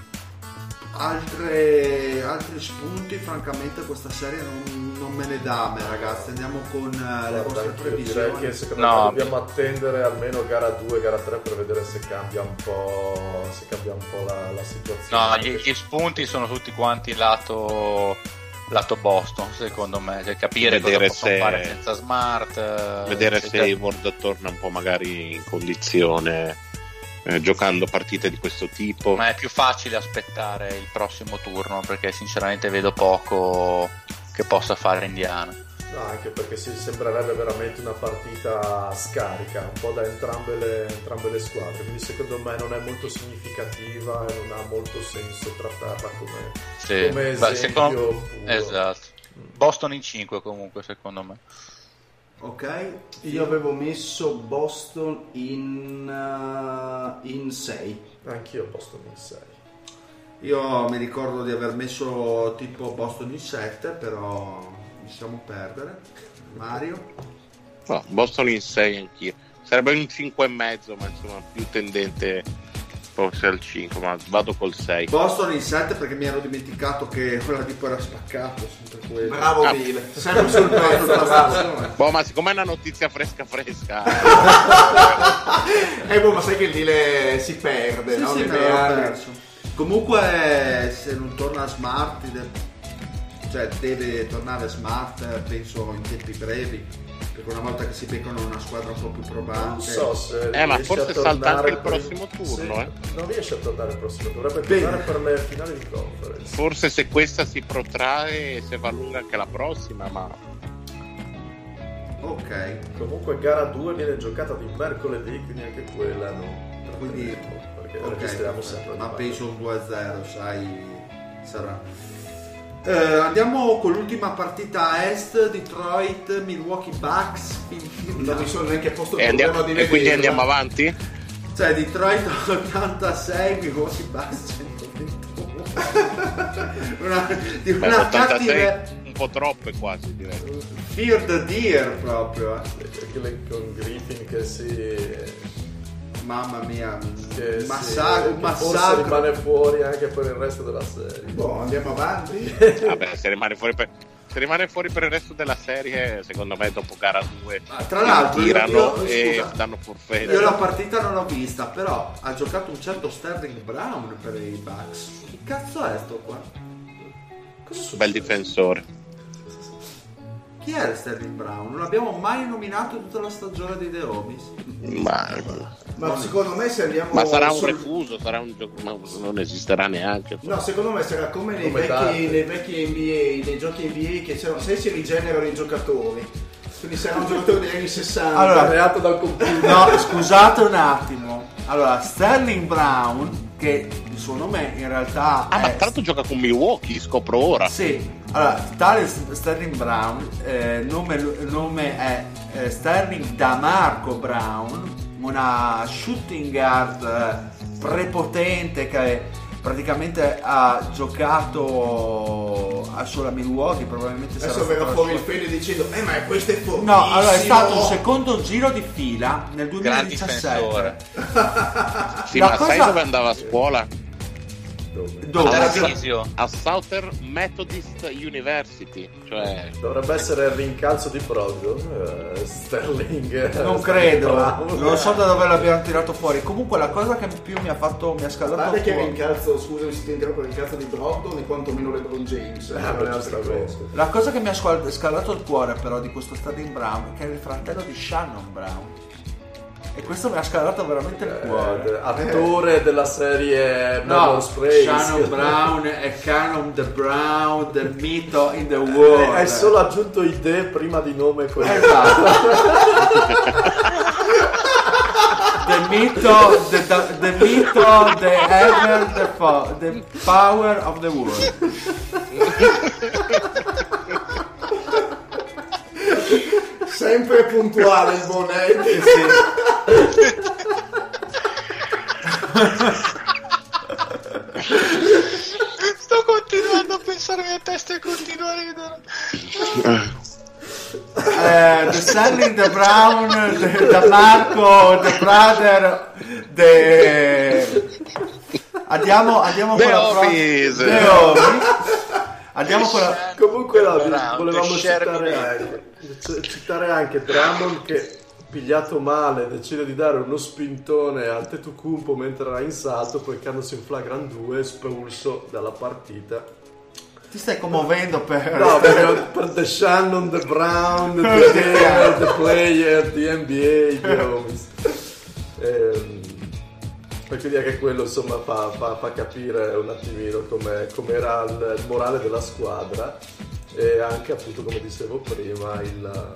altre, altri spunti, francamente questa serie non, non me ne dà a me, ragazzi. Andiamo con eh, le Guarda, vostre anch'io direi previsioni. che secondo No. me dobbiamo attendere almeno gara due, gara tre per vedere se cambia un po', se cambia un po' la, la situazione. No, gli, gli spunti sono tutti quanti lato, lato Boston, secondo me, cioè capire Vedere cosa possono se- fare senza Smart, eh, Vedere se eccetera. Hayward torna un po' magari in condizione eh, giocando partite di questo tipo. Ma è più facile aspettare il prossimo turno perché sinceramente vedo poco che possa fare Indiana. No, anche perché si sembrerebbe veramente una partita scarica, un po' da entrambe le, entrambe le squadre, quindi secondo me non è molto significativa e non ha molto senso trattarla come, Sì. come Beh, esempio secondo- puro. Esatto. Boston in cinque comunque secondo me. Ok, Io avevo messo Boston in uh, in sei. Anch'io Boston in sei. io mi ricordo di aver messo tipo Boston in sette, però iniziamo a perdere. Mario? No, Boston in sei anch'io. Sarebbe un cinque e mezzo, ma insomma più tendente forse al cinque, ma vado col sei. Boston in sette perché mi ero dimenticato che quella tipo era spaccato, sempre quello. Bravo Ah. Bill, sempre sul pezzo, bravo. Boh, ma siccome è una notizia fresca fresca, Eh boh, ma sai che lì le si perde, Sì, no? sì, Che me l'ero anni. perso. Comunque se non torna Smart, de- cioè deve tornare Smart, penso in tempi brevi, perché una volta che si beccano una squadra un po' più probante. Non so se Eh, ma riesce forse a salta tornare anche il per- prossimo turno, sì, eh. Non riesce a tornare il prossimo, dovrebbe Bene. tornare per le finali di conference. forse se questa si protrae se va lunga anche la prossima, ma Ok, Comunque gara due viene giocata di mercoledì, quindi anche quella no. Quindi- perché ok, registriamo sempre ma di penso un due a zero, sai, sarà. Eh, andiamo con l'ultima partita a est, Detroit, Milwaukee Bucks. Non mi sono neanche posto il E, problema andiamo, di e quindi vederla. andiamo avanti? Cioè Detroit ottantasei, Milwaukee Bucks centoventuno. una, di Beh, una ottantasei cattiva un po' troppe quasi, direi. Fear the Deer proprio. Anche con Griffin che si... Mamma mia, che un massacro, si, un che forse massacro. rimane fuori anche per il resto della serie. Boh, andiamo avanti. Vabbè, se rimane fuori per, se rimane fuori per il resto della serie, secondo me dopo gara due Ah, tra l'altro, io- tirano io- e scusa, danno forfait. Io la partita non l'ho vista, però ha giocato un certo Sterling Brown per i Bucks. Che cazzo è sto qua? Cosa succede? Bel difensore. Chi è Sterling Brown? Non l'abbiamo mai nominato tutta la stagione di The Homies. Ma, Ma secondo me se andiamo ma sarà un sul- refuso, sarà un gioco, ma non esisterà neanche. No, secondo me sarà come nei Come vecchi, tanti. nei vecchi N B A, nei giochi N B A che c'erano, se si rigenerano i giocatori. Quindi sarà un giocatore degli anni sessanta. Allora, Creato dal computer. No, scusate un attimo. Allora, Sterling Brown, che il suo nome in realtà Ah, ma è... tra l'altro gioca con Milwaukee, scopro ora. Sì, allora, tale Sterling Brown, eh, nome, nome è eh, Sterling Damarco Brown, una shooting guard eh, prepotente che praticamente ha giocato a sola Milwaukee, probabilmente sarà Adesso verrà stata fuori la il sua- Fede dicendo eh ma questo è fortissimo. No, allora è stato un secondo giro di fila nel Gran duemiladiciassette. difensore. Sì, La ma cosa- sai dove andava a scuola? Dove? Allora, Tarcisio. A Southern Methodist University, cioè Dovrebbe essere il rincalzo di Brogdon, eh, Sterling. Non Sterling credo, Brown. non so da dove l'abbiamo tirato fuori. Comunque la cosa che più mi ha fatto, mi ha scaldato Guarda il che cuore- rincalzo, scusami se ti interrompo, il rincalzo di Brogdon e quantomeno LeBron James. Ah, non beh, le altre giustamente. cose. La cosa che mi ha scal- scaldato il cuore però di questo Sterling Brown è che è il fratello di Shannon Brown. E questo mi ha scaldato veramente il Eh, cuore. attore della serie No, Melrose Place. Shannon Brown è Canon the Brown del mito in the world. Eh, hai solo aggiunto i D prima di nome quello. Esatto. The mito, the, the, the mito, the ever, the, fo- the power of the world. Sempre puntuale il Bonetti. Sto continuando a pensare a mia testa e continuo a ridere. Eh, the Sterling, the Brown, the, the Marco, the brother, the... Andiamo, andiamo The con la pro- Office. The Office. Andiamo con la... Comunque no, Brown, volevamo The citare Sherminator. anche, c- citare anche Drummond che pigliato male decide di dare uno spintone al Antetokounmpo mentre era in salto, poi candosi in flagrant due espulso dalla partita. Ti stai commuovendo per... No, per, per The Shannon, The Brown, The Gamer, The Player, The N B A, The Homies. Ehm, per quindi anche quello insomma fa, fa, fa capire un attimino come era il, il morale della squadra e anche appunto come dicevo prima il,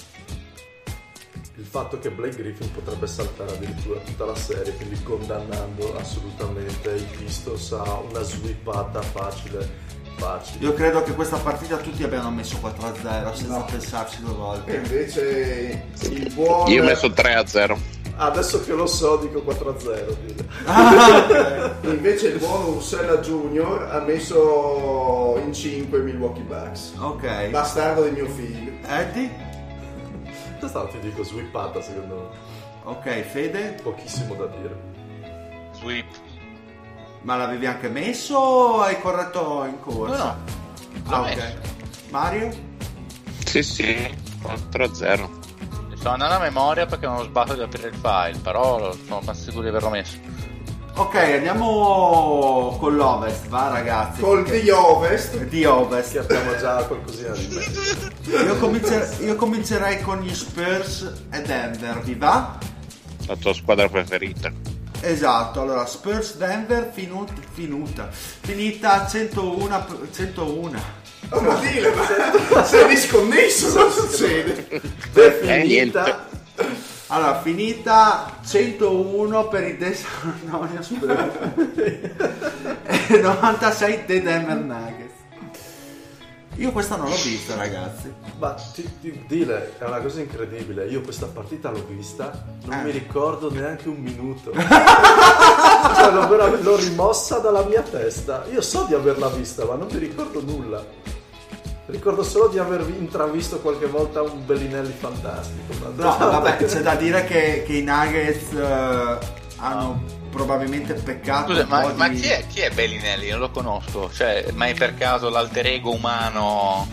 il fatto che Blake Griffin potrebbe saltare addirittura tutta la serie, quindi condannando assolutamente i Pistons a una sweepata facile. Facile. Io credo che questa partita tutti abbiano messo quattro a zero senza No. pensarci due E volte. invece il buon... Io ho messo tre a zero. Adesso che lo so dico quattro a zero. Dire. Invece il buon Ursella Junior ha messo in cinque Milwaukee Bucks. Ok. Bastardo di mio figlio. Eddie? Questa ti dico sweepata secondo me. Ok, Fede? Pochissimo da dire. Sweep. Ma l'avevi anche messo o hai corretto in corsa? No, no. L'ho Ah, ok. messo. Mario? Sì, sì, quattro a zero. Sto andando a memoria perché non ho sbattuto di aprire il file, però sono abbastanza sicuro di averlo messo. Ok, andiamo con l'Ovest, va ragazzi. Col perché- di Ovest. Di Che Ovest. abbiamo già qualcosina di meglio. Io, comincer- io comincerei con gli Spurs e Denver, vi va? La tua squadra preferita. Esatto, allora Spurs Denver finut- finuta, finita centouno, centouno. Oh, ma dile, ma sei disconnesso, cosa succede? Eh, niente. Allora, finita centouno per i De San Antonio Spurs e novantasei dei Denver Nuggets. Io questa non l'ho vista, ragazzi. Ma ti, ti, dire, è una cosa incredibile. Io questa partita l'ho vista, non eh. mi ricordo neanche un minuto. Cioè, l'ho, veramente, l'ho rimossa dalla mia testa. Io so di averla vista, ma non mi ricordo nulla. Ricordo solo di aver intravisto qualche volta un Bellinelli fantastico. No, vabbè, c'è da dire che, che i Nuggets uh, hanno probabilmente peccato. Scusa, un ma, po' ma di... chi, è, chi è Bellinelli? Non lo conosco. Cioè, mai per caso l'alter ego umano?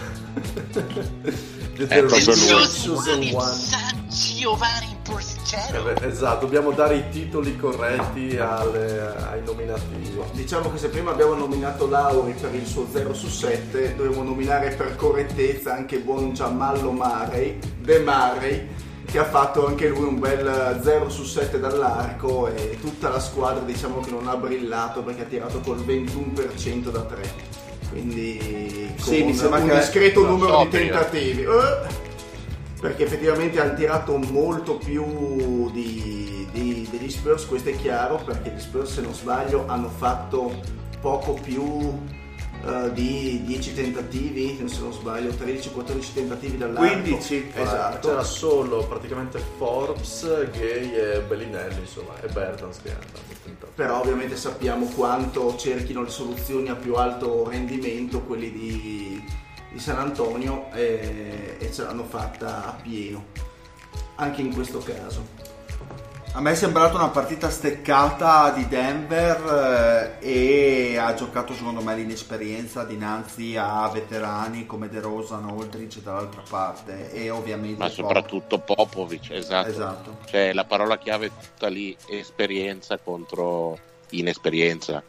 È proprio lui. Giovanni Porcero. Eh esatto, dobbiamo dare i titoli corretti alle, ai nominativi. Diciamo che se prima abbiamo nominato Lauri per il suo zero su sette, dovremmo nominare per correttezza anche buon Gianmallo Marey, De Marey, che ha fatto anche lui un bel zero su sette dall'arco, e tutta la squadra diciamo che non ha brillato perché ha tirato col ventuno per cento da tre, quindi con sì, mi sembra un che discreto no, numero so, di tentativi, eh, perché effettivamente hanno tirato molto più di, di, degli Spurs. Questo è chiaro, perché gli Spurs, se non sbaglio, hanno fatto poco più Uh, di dieci tentativi, se non sbaglio, tredici quattordici tentativi dall'arco. quindici, esatto. C'era solo praticamente Forbes, Gay e Bellinelli, insomma, e Bertans che hanno tentato. Però ovviamente sappiamo quanto cerchino le soluzioni a più alto rendimento quelli di, di San Antonio, e, e ce l'hanno fatta a pieno anche in questo caso. A me è sembrata una partita steccata di Denver eh, e ha giocato secondo me l'inesperienza dinanzi a veterani come DeRozan, Aldridge dall'altra parte, e ovviamente ma soprattutto Popovic, esatto. esatto. Cioè la parola chiave è tutta lì, esperienza contro inesperienza.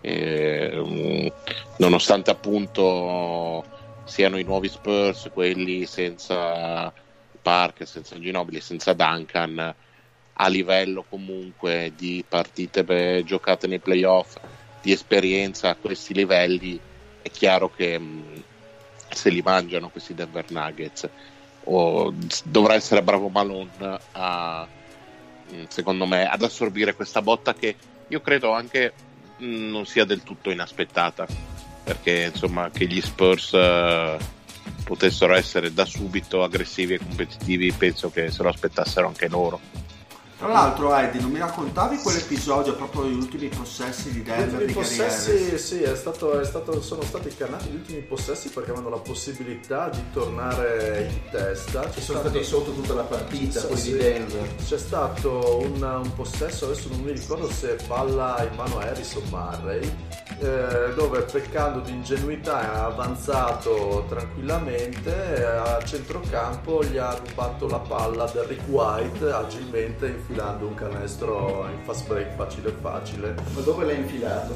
Eh, nonostante appunto siano i nuovi Spurs, quelli senza Parker, senza Ginobili, senza Duncan, a livello comunque di partite beh, giocate nei playoff, di esperienza a questi livelli, è chiaro che mh, se li mangiano questi Denver Nuggets. O, dovrà essere bravo Malone a, mh, secondo me, ad assorbire questa botta, che io credo anche mh, non sia del tutto inaspettata, perché insomma che gli Spurs uh, potessero essere da subito aggressivi e competitivi, penso che se lo aspettassero anche loro. Tra l'altro, Eddie, non mi raccontavi quell'episodio proprio degli ultimi possessi di Denver? Gli ultimi di possessi, sì, è stato, è stato, sono stati incarnati gli ultimi possessi perché avevano la possibilità di tornare in testa. Ci sono stati sotto tutta la partita, sì, quelli sì. di Denver. C'è stato un, un possesso, adesso non mi ricordo se palla in mano a Harris o Murray, eh, dove peccando di ingenuità è avanzato tranquillamente, a centrocampo gli ha rubato la palla Derrick White agilmente infilando un canestro in fast break facile facile. Ma dove l'hai infilato?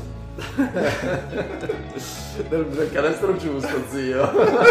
nel, nel canestro giusto, zio.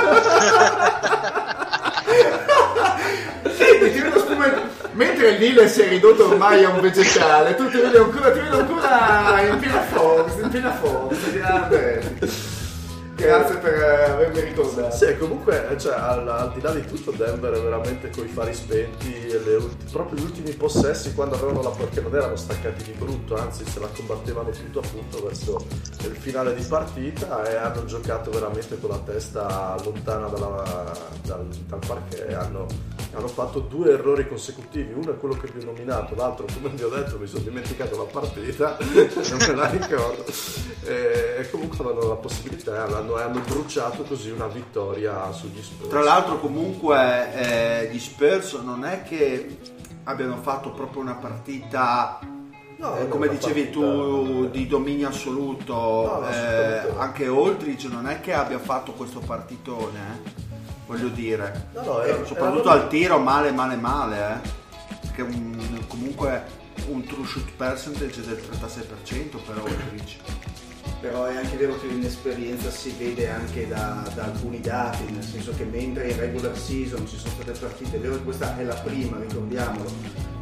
Senti, ti vedo spumare. Mentre il Lille si è ridotto ormai a un vegetale, tu ti vedi ancora, ti vedo ancora in piena forza, in piena forza. Grande. Grazie per avermi ricordato. Sì, comunque, cioè, al, al di là di tutto, Denver è veramente coi fari spenti, e le ulti, proprio gli ultimi possessi, quando avevano la, perché non erano staccati di brutto, anzi se la combattevano tutto a punto verso il finale di partita, e hanno giocato veramente con la testa lontana dalla, dal, dal parquet. Hanno, hanno fatto due errori consecutivi, uno è quello che vi ho nominato, l'altro, come vi ho detto, mi sono dimenticato la partita, non me la ricordo, e, e comunque avevano la possibilità, hanno hanno bruciato così una vittoria sugli Spurs. Tra l'altro comunque eh, gli Spurs non è che abbiano fatto proprio una partita no, eh, come una dicevi partita, tu di dominio assoluto, no, eh, anche Aldridge non è che abbia fatto questo partitone, eh, voglio dire, no, no, eh, era, soprattutto era... al tiro male male male, eh, perché un, comunque un true shoot percentage del trentasei per cento per Aldridge. Però è anche vero che l'inesperienza si vede anche da, da alcuni dati, nel senso che mentre in regular season ci sono state partite, è vero che questa è la prima, ricordiamolo,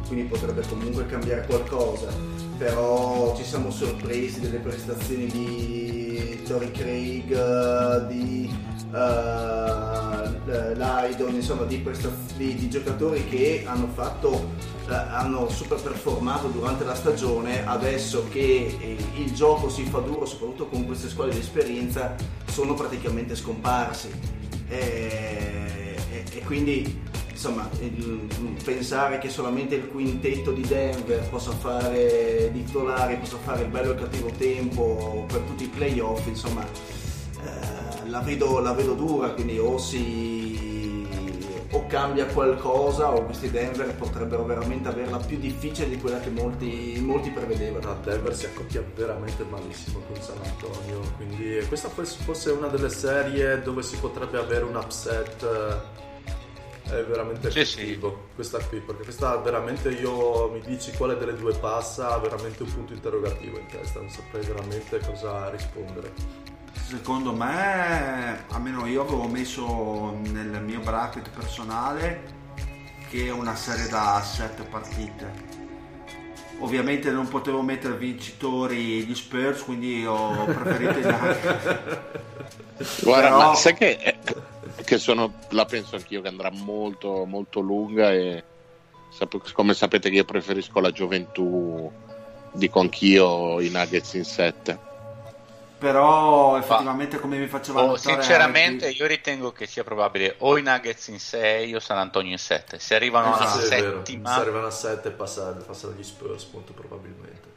quindi potrebbe comunque cambiare qualcosa, però ci siamo sorpresi delle prestazioni di Torrey Craig, di uh, Lydon, insomma di, prestaz- di, di giocatori che hanno fatto uh, hanno super performato durante la stagione. Adesso che eh, il gioco si fa duro, soprattutto con queste squadre di esperienza, sono praticamente scomparsi e, e, e quindi insomma il, pensare che solamente il quintetto di Denver possa fare di titolari, possa fare il bello e il cattivo tempo per tutti i playoff, insomma eh, la, vedo, la vedo dura, quindi o si o cambia qualcosa o questi Denver potrebbero veramente averla più difficile di quella che molti, molti prevedevano. No, Denver si accoppia veramente malissimo con San Antonio, quindi questa forse è una delle serie dove si potrebbe avere un upset. È veramente sì, effettivo sì. Questa qui, perché questa veramente, io mi dici quale delle due passa, ha veramente un punto interrogativo in testa, non saprei veramente cosa rispondere. Secondo me, almeno io avevo messo nel mio bracket personale che è una serie da sette partite. Ovviamente non potevo mettere vincitori gli Spurs, quindi ho preferito i Nuggets. Guarda, Però... ma sai che, che sono, la penso anch'io che andrà molto molto lunga, e come sapete che io preferisco la gioventù, dico anch'io i Nuggets in sette. Però effettivamente, come mi faceva oh, notare sinceramente anche... io ritengo che sia probabile o i Nuggets in sei o San Antonio in sette. Se arrivano esatto, alla sì, settima, se arrivano a sette passano, passano gli Spurs molto probabilmente,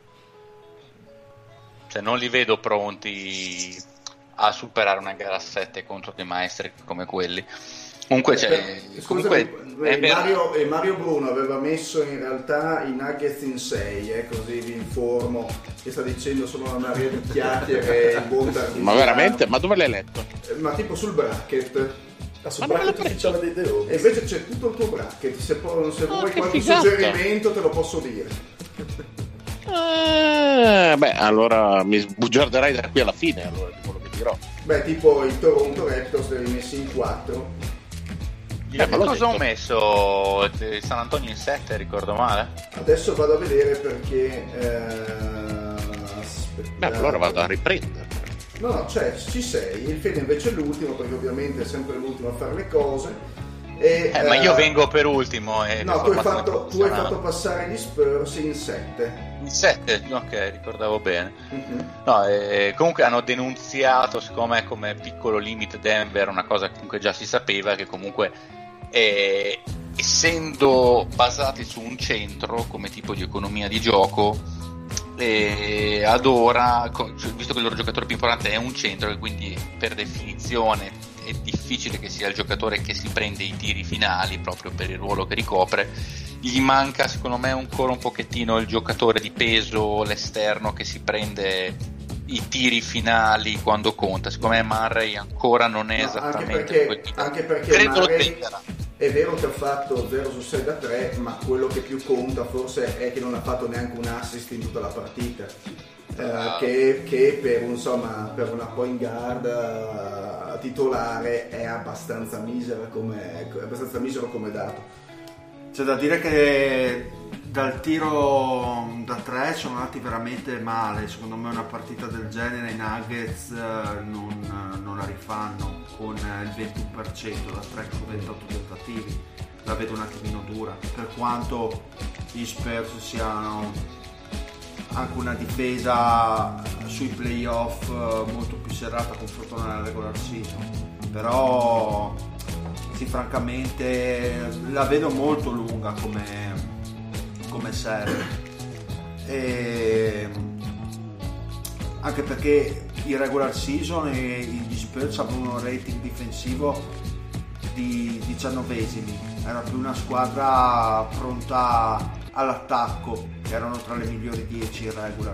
cioè non li vedo pronti a superare una gara a sette contro dei maestri come quelli. Comunque c'è eh, comunque eh, Mario, eh, Mario Bruno aveva messo in realtà i Nuggets in sei, eh, così vi informo, che sta dicendo solo una marea di chiacchiere il buon Targhini. Ma veramente? Ma dove l'hai letto? Eh, ma tipo sul bracket. Ah, sul bracket ufficiale dei The Hawks. E invece c'è tutto il tuo bracket, se, po- se oh, vuoi qualche figata. suggerimento te lo posso dire. Eh, beh, allora mi sbugiarderai da qui alla fine, allora, di quello che dirò. Beh, tipo il Toronto Raptors li hai messi in quattro. Io che cosa ho messo? San Antonio in sette, ricordo male? Adesso vado a vedere perché eh, beh, allora vado a riprendere. no no cioè ci sei, il Fede invece è l'ultimo, perché ovviamente è sempre l'ultimo a fare le cose e, eh, eh, ma io vengo per ultimo e no tu hai, fatto, tu hai fatto passare gli Spurs in sette in sette, ok, ricordavo bene. mm-hmm. No, eh, comunque hanno denunziato, secondo me, come piccolo limite Denver, una cosa che comunque già si sapeva, che comunque eh, essendo basati su un centro come tipo di economia di gioco, eh, ad ora, visto che il loro giocatore più importante è un centro, e quindi per definizione è difficile che sia il giocatore che si prende i tiri finali proprio per il ruolo che ricopre, gli manca secondo me ancora un pochettino il giocatore di peso, l'esterno che si prende i tiri finali quando conta. Secondo me Murray ancora non è no, esattamente anche perché, quel tipo. anche perché credo Murray, lo tenderà. è vero che ha fatto zero su sei da tre, ma quello che più conta forse è che non ha fatto neanche un assist in tutta la partita, eh, che, che per, insomma, per una point guard uh, titolare è abbastanza misera come, è abbastanza misero come dato. C'è da dire che dal tiro da tre sono andati veramente male. Secondo me una partita del genere i Nuggets non, non la rifanno con il ventuno per cento da tre con ventotto tentativi. La vedo un attimino dura, per quanto gli Spurs siano anche una difesa sui playoff molto più serrata confronto alla regular season, però sì, francamente la vedo molto lunga come, come serie, e anche perché il regular season e gli Spurs avevano un rating difensivo di diciannovesimi, era più una squadra pronta all'attacco, erano tra le migliori dieci in regular,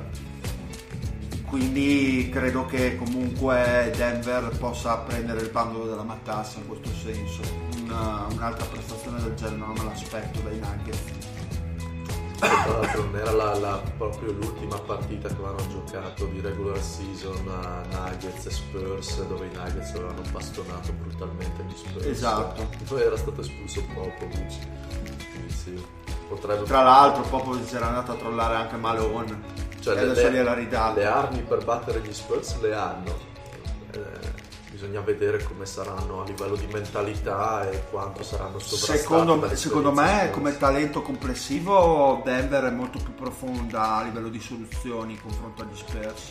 quindi credo che comunque Denver possa prendere il bandolo della matassa in questo senso. Una, un'altra prestazione del genere non me l'aspetto dai Nuggets. Tra l'altro non era la, la, proprio l'ultima partita che avevano giocato di regular season a Nuggets e Spurs, dove i Nuggets avevano bastonato brutalmente gli Spurs. Esatto. Poi era stato espulso Popovic. Sì. potrebbe... Tra l'altro Popovich era andato a trollare anche Malone, Cioè, e le, adesso le- gliel'ha ridato. le armi per battere gli Spurs le hanno. Eh, bisogna vedere come saranno a livello di mentalità e quanto saranno sovrastati. Secondo, dalle secondo esperienze me Spurs. come talento complessivo Denver è molto più profonda a livello di soluzioni in confronto agli Spurs.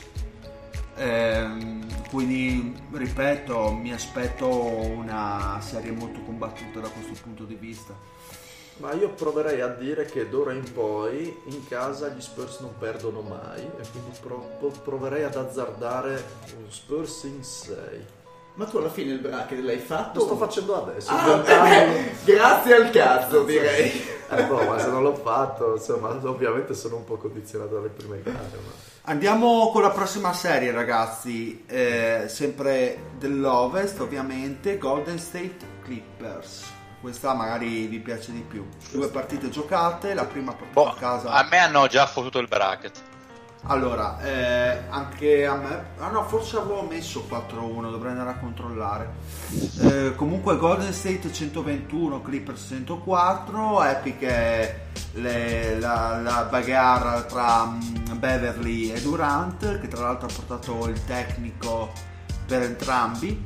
Ehm, quindi ripeto, mi aspetto una serie molto combattuta da questo punto di vista. Ma io proverei a dire che d'ora in poi in casa gli Spurs non perdono mai e quindi pro- pro- proverei ad azzardare un Spurs in sei. Ma tu alla fine il bracket l'hai fatto? Lo sto facendo adesso. Ah, inventando- eh, grazie al cazzo, direi. Eh, boh, ma se non l'ho fatto, insomma, ovviamente sono un po' condizionato dalle prime gare. Ma... Andiamo con la prossima serie, ragazzi, eh, sempre dell'Ovest ovviamente, Golden State Clippers. Questa magari vi piace di più. Due partite giocate, la prima portata Boh, a casa. a me hanno già fottuto il bracket. Allora, eh, anche a me... Ah no, forse avevo messo quattro uno, dovrei andare a controllare. Eh, comunque Golden State centoventuno, Clippers centoquattro, epiche le, la, la bagarre tra um, Beverly e Durant, che tra l'altro ha portato il tecnico per entrambi.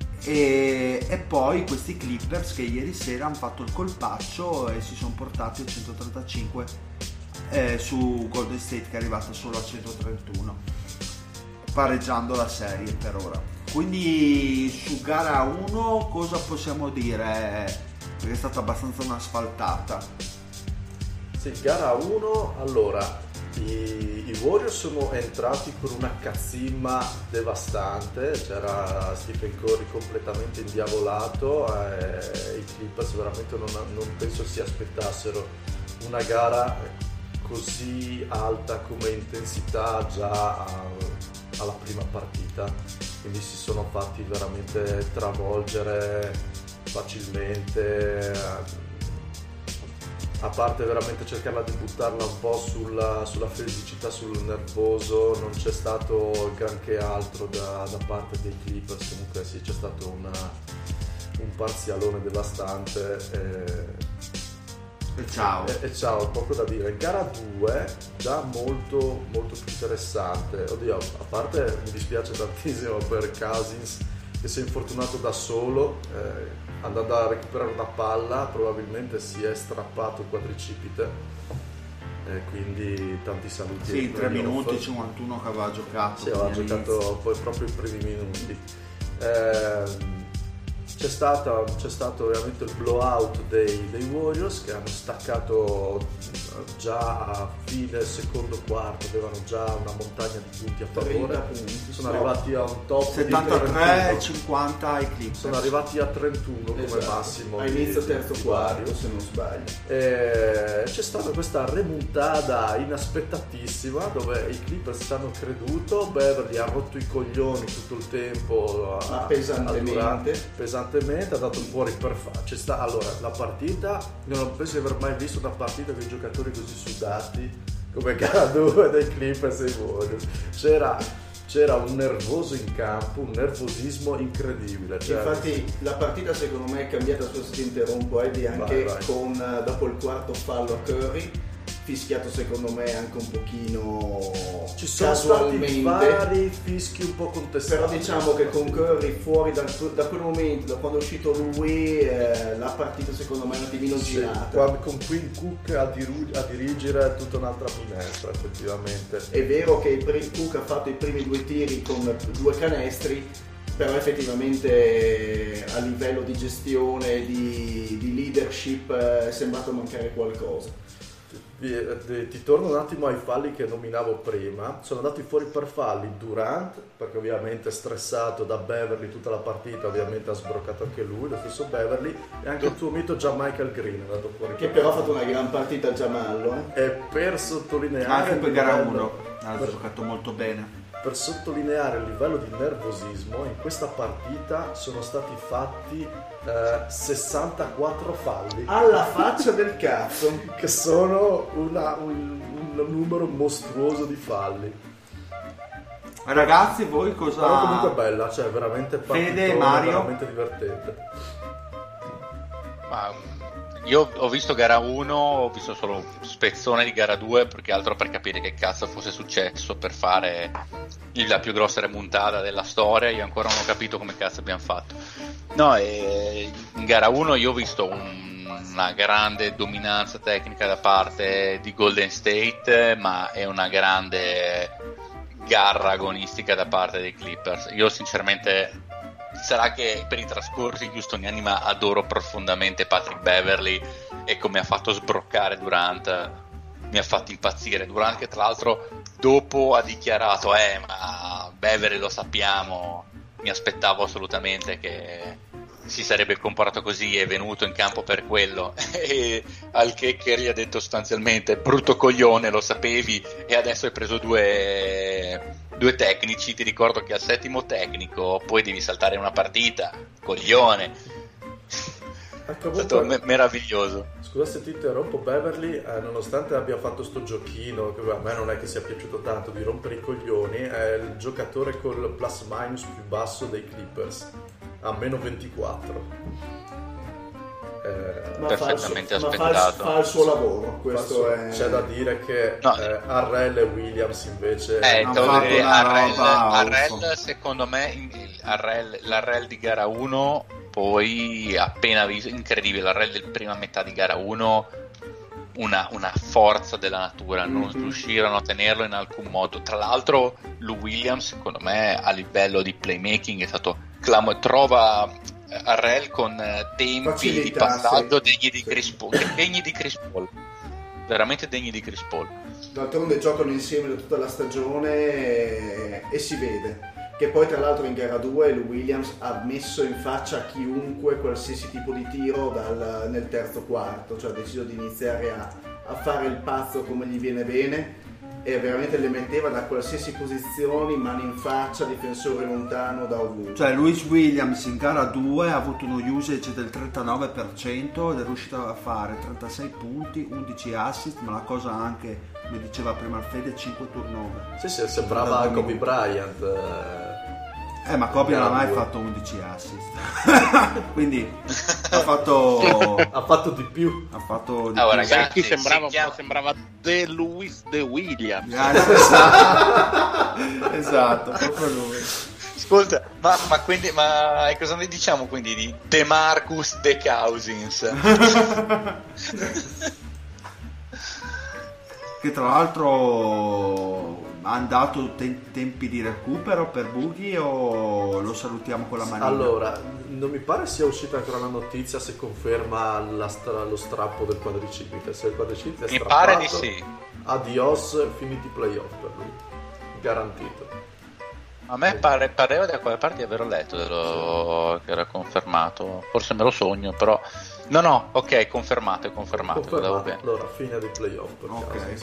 E, e poi questi Clippers che ieri sera hanno fatto il colpaccio e si sono portati a centotrentacinque eh, su Golden State, che è arrivata solo a centotrentuno, pareggiando la serie per ora. Quindi su gara uno cosa possiamo dire? Perché è stata abbastanza un'asfaltata. Sì, gara uno, allora i, i Warriors sono entrati con una cazzimma devastante, c'era Stephen Curry completamente indiavolato e i Clippers veramente non, non penso si aspettassero una gara così alta come intensità già a, alla prima partita, quindi si sono fatti veramente travolgere facilmente. A parte veramente cercarla di buttarla un po' sulla, sulla fisicità, sul nervoso, non c'è stato granché altro da, da parte dei Clippers. Comunque sì, c'è stato una, un parzialone devastante e, E ciao. e, e ciao, poco da dire. In gara due già molto molto più interessante. Oddio, a parte mi dispiace tantissimo per Cousins che si è infortunato da solo, eh, andando a recuperare una palla probabilmente si è strappato il quadricipite, eh, quindi tanti saluti. Sì, ai in tre playoff. minuti cinquantuno che aveva giocato. Sì, aveva quindi giocato poi proprio i primi minuti. Eh, c'è, stata, c'è stato ovviamente il blowout dei, dei Warriors che hanno staccato già a fine secondo quarto, avevano già una montagna di punti a favore, punti. sono No. arrivati a un top settantatré di e trentuno. cinquanta ai Clippers. Sono arrivati a trentuno come Esatto. massimo a di- inizio di- terzo di quarto, Warriors. se non sbaglio. E c'è stata questa remontata inaspettatissima dove i Clippers ci hanno creduto, Beverly ha rotto i coglioni tutto il tempo a, Ma pesantemente. a Durant, pesantemente, ha dato fuori per fa- c'è sta- allora la partita, non penso di aver mai visto una partita con i giocatori così sudati come gara due dei Clippers e i Warriors. C'era c'era un nervoso in campo, un nervosismo incredibile. Cioè, Infatti la partita secondo me è cambiata, scusa se ti interrompo Eddie, anche Vai, vai. con eh, dopo il quarto fallo a Curry, fischiato secondo me anche un pochino ci sono stati casualmente. vari fischi un po' contestati. Però diciamo che con Curry fuori dal- da quel momento, da quando è uscito lui, eh, la partita secondo me è un attimino Sì, girata. quando- con Quinn Cook a, diru- a dirigere è tutta un'altra finestra effettivamente. È vero che i pri- Cook ha fatto i primi due tiri con due canestri, però effettivamente a livello di gestione, di, di leadership eh, è sembrato mancare qualcosa. Ti, ti- ti torno un attimo ai falli che nominavo prima. Sono andati fuori per falli Durant, perché ovviamente stressato da Beverly tutta la partita, ovviamente ha sbroccato anche lui, lo stesso Beverly, e anche il tuo mito Michael Green è andato fuori Che per però ha falli. fatto una gran partita a Giamallo. Eh? E per sottolineare Anche il per gara livello- uno ha per- giocato molto bene. Per sottolineare il livello di nervosismo, in questa partita sono stati fatti eh, sessantaquattro falli, Alla faccia del cazzo. che sono una- un, un numero mostruoso di falli. Ragazzi, voi Però comunque cosa... bella, cioè veramente Fede, partitone, Mario? veramente divertente. Ma mm, io ho visto gara uno, ho visto solo spezzone di gara due, perché altro per capire che cazzo fosse successo per fare la più grossa remontata della storia. Io ancora non ho capito come cazzo abbiamo fatto. No, e in gara uno io ho visto un, una grande dominanza tecnica da parte di Golden State, ma è una grande garra agonistica da parte dei Clippers. Io sinceramente, sarà che per i trascorsi houstoniani, ma adoro profondamente Patrick Beverley, e come ha fatto sbroccare Durant mi ha fatto impazzire. Durant, che tra l'altro dopo ha dichiarato eh ma Beverley lo sappiamo, mi aspettavo assolutamente che si sarebbe comportato così, è venuto in campo per quello. E al che che gli ha detto sostanzialmente: brutto coglione, lo sapevi e adesso hai preso due due tecnici, ti ricordo che al settimo tecnico poi devi saltare una partita, coglione. Ecco, è stato me- meraviglioso. Scusa se ti interrompo, Beverley, eh, nonostante abbia fatto sto giochino che a me non è che sia piaciuto tanto, di rompere i coglioni, è il giocatore col plus minus più basso dei Clippers, a meno ventiquattro. Eh, ma perfettamente fa il, suo, aspettato. ma fa il, fa il suo lavoro, questo suo, è... C'è da dire che no. eh, Harrell e Williams invece eh, hanno fatto fatto una Harrell, roba Harrell secondo me Harrell, l'Harrell di gara uno, poi appena visto, incredibile, l'Harrell del prima metà di gara uno, una, una forza della natura, non mm-hmm. riuscirono a tenerlo in alcun modo. Tra l'altro Lou Williams secondo me a livello di playmaking è stato clamoroso, trova Harrell con tempi Facilità, di passaggio sì. degni di Chris Paul, degni di Chris Paul, veramente degni di Chris Paul. D'altronde giocano insieme da tutta la stagione e, e si vede che poi tra l'altro in gara due Lou Williams ha messo in faccia a chiunque qualsiasi tipo di tiro dal, nel terzo quarto, cioè ha deciso di iniziare a, a fare il pazzo come gli viene bene, e veramente le metteva da qualsiasi posizione, mani in faccia, difensore lontano, da ovunque. Cioè Louis Williams in gara due ha avuto uno usage del trentanove per cento ed è riuscito a fare trentasei punti, undici assist, ma la cosa anche, come diceva prima il Fede, cinque turnover. Sì, sì, sembrava Kobe Bryant. Eh, eh ma Kobe non ha mai fatto undici assist. Quindi ha fatto ha fatto di più. Ha fatto di oh, più. Ragazzi, sembrava, chiama... sembrava The Louis The Williams. Esatto, esatto, proprio lui. Ascolta, ma, ma quindi ma cosa ne diciamo quindi di DeMarcus De Cousins? Che tra l'altro hanno dato te- tempi di recupero per Boogie o lo salutiamo con la manina? Allora, non mi pare sia uscita ancora la notizia se conferma la stra- lo strappo del quadricipite. Se il quadricipite è Mi strappato, pare di sì. Adios, finiti playoff per lui, garantito. A me pare, pareva da quelle parti di averlo letto dello, che era confermato, forse me lo sogno, però no no, ok, confermato, è confermato, confermato. bene. Allora, fine dei playoff per Ok. caso.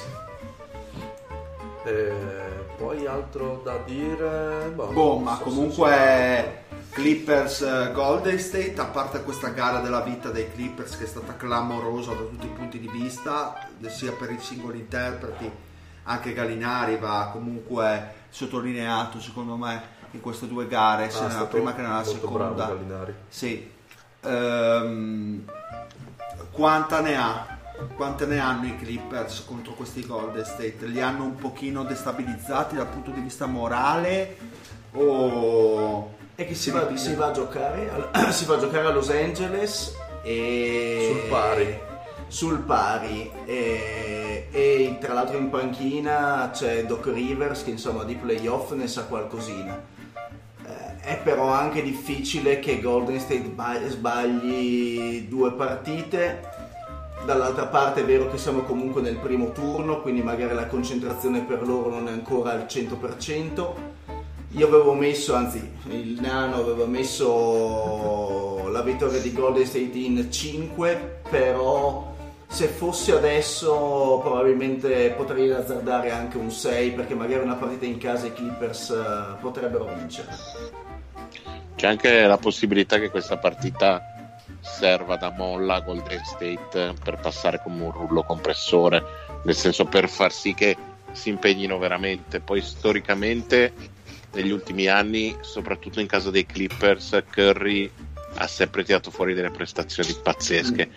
E poi altro da dire? Boh, Boh, non ma so se comunque Clippers uh, Golden State, a parte questa gara della vita dei Clippers che è stata clamorosa da tutti i punti di vista, sia per i singoli interpreti, anche Gallinari va comunque sottolineato secondo me in queste due gare, sia Ah, nella prima che nella molto seconda. bravo Gallinari. Sì. Ehm, quanta ne ha? Quante ne hanno i Clippers contro questi Golden State? Li hanno un pochino destabilizzati dal punto di vista morale o E che si va, si va a giocare al, si va a giocare a Los Angeles e Sul pari. sul pari e, e tra l'altro in panchina c'è Doc Rivers che insomma di playoff ne sa qualcosina. Eh, è però anche difficile che Golden State sbagli due partite. Dall'altra parte è vero che siamo comunque nel primo turno, quindi magari la concentrazione per loro non è ancora al cento per cento. Io avevo messo, anzi il nano aveva messo la vittoria di Golden State in cinque, però se fosse adesso probabilmente potrei azzardare anche un sei, perché magari una partita in casa i Clippers uh, potrebbero vincere. C'è anche la possibilità che questa partita serva da molla a Golden State per passare come un rullo compressore, nel senso per far sì che si impegnino veramente. Poi storicamente negli ultimi anni, soprattutto in caso dei Clippers, Curry ha sempre tirato fuori delle prestazioni pazzesche.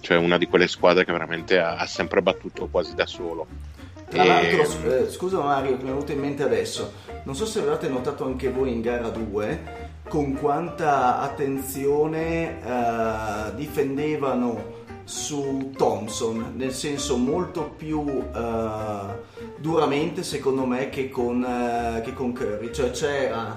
cioè una di quelle squadre che veramente ha, ha sempre battuto quasi da solo. Tra e... l'altro, eh, scusa Mario, mi è venuto in mente adesso, non so se avevate notato anche voi in gara due con quanta attenzione eh, difendevano su Thompson, nel senso molto più eh, duramente secondo me che con, eh, che con Curry, cioè c'era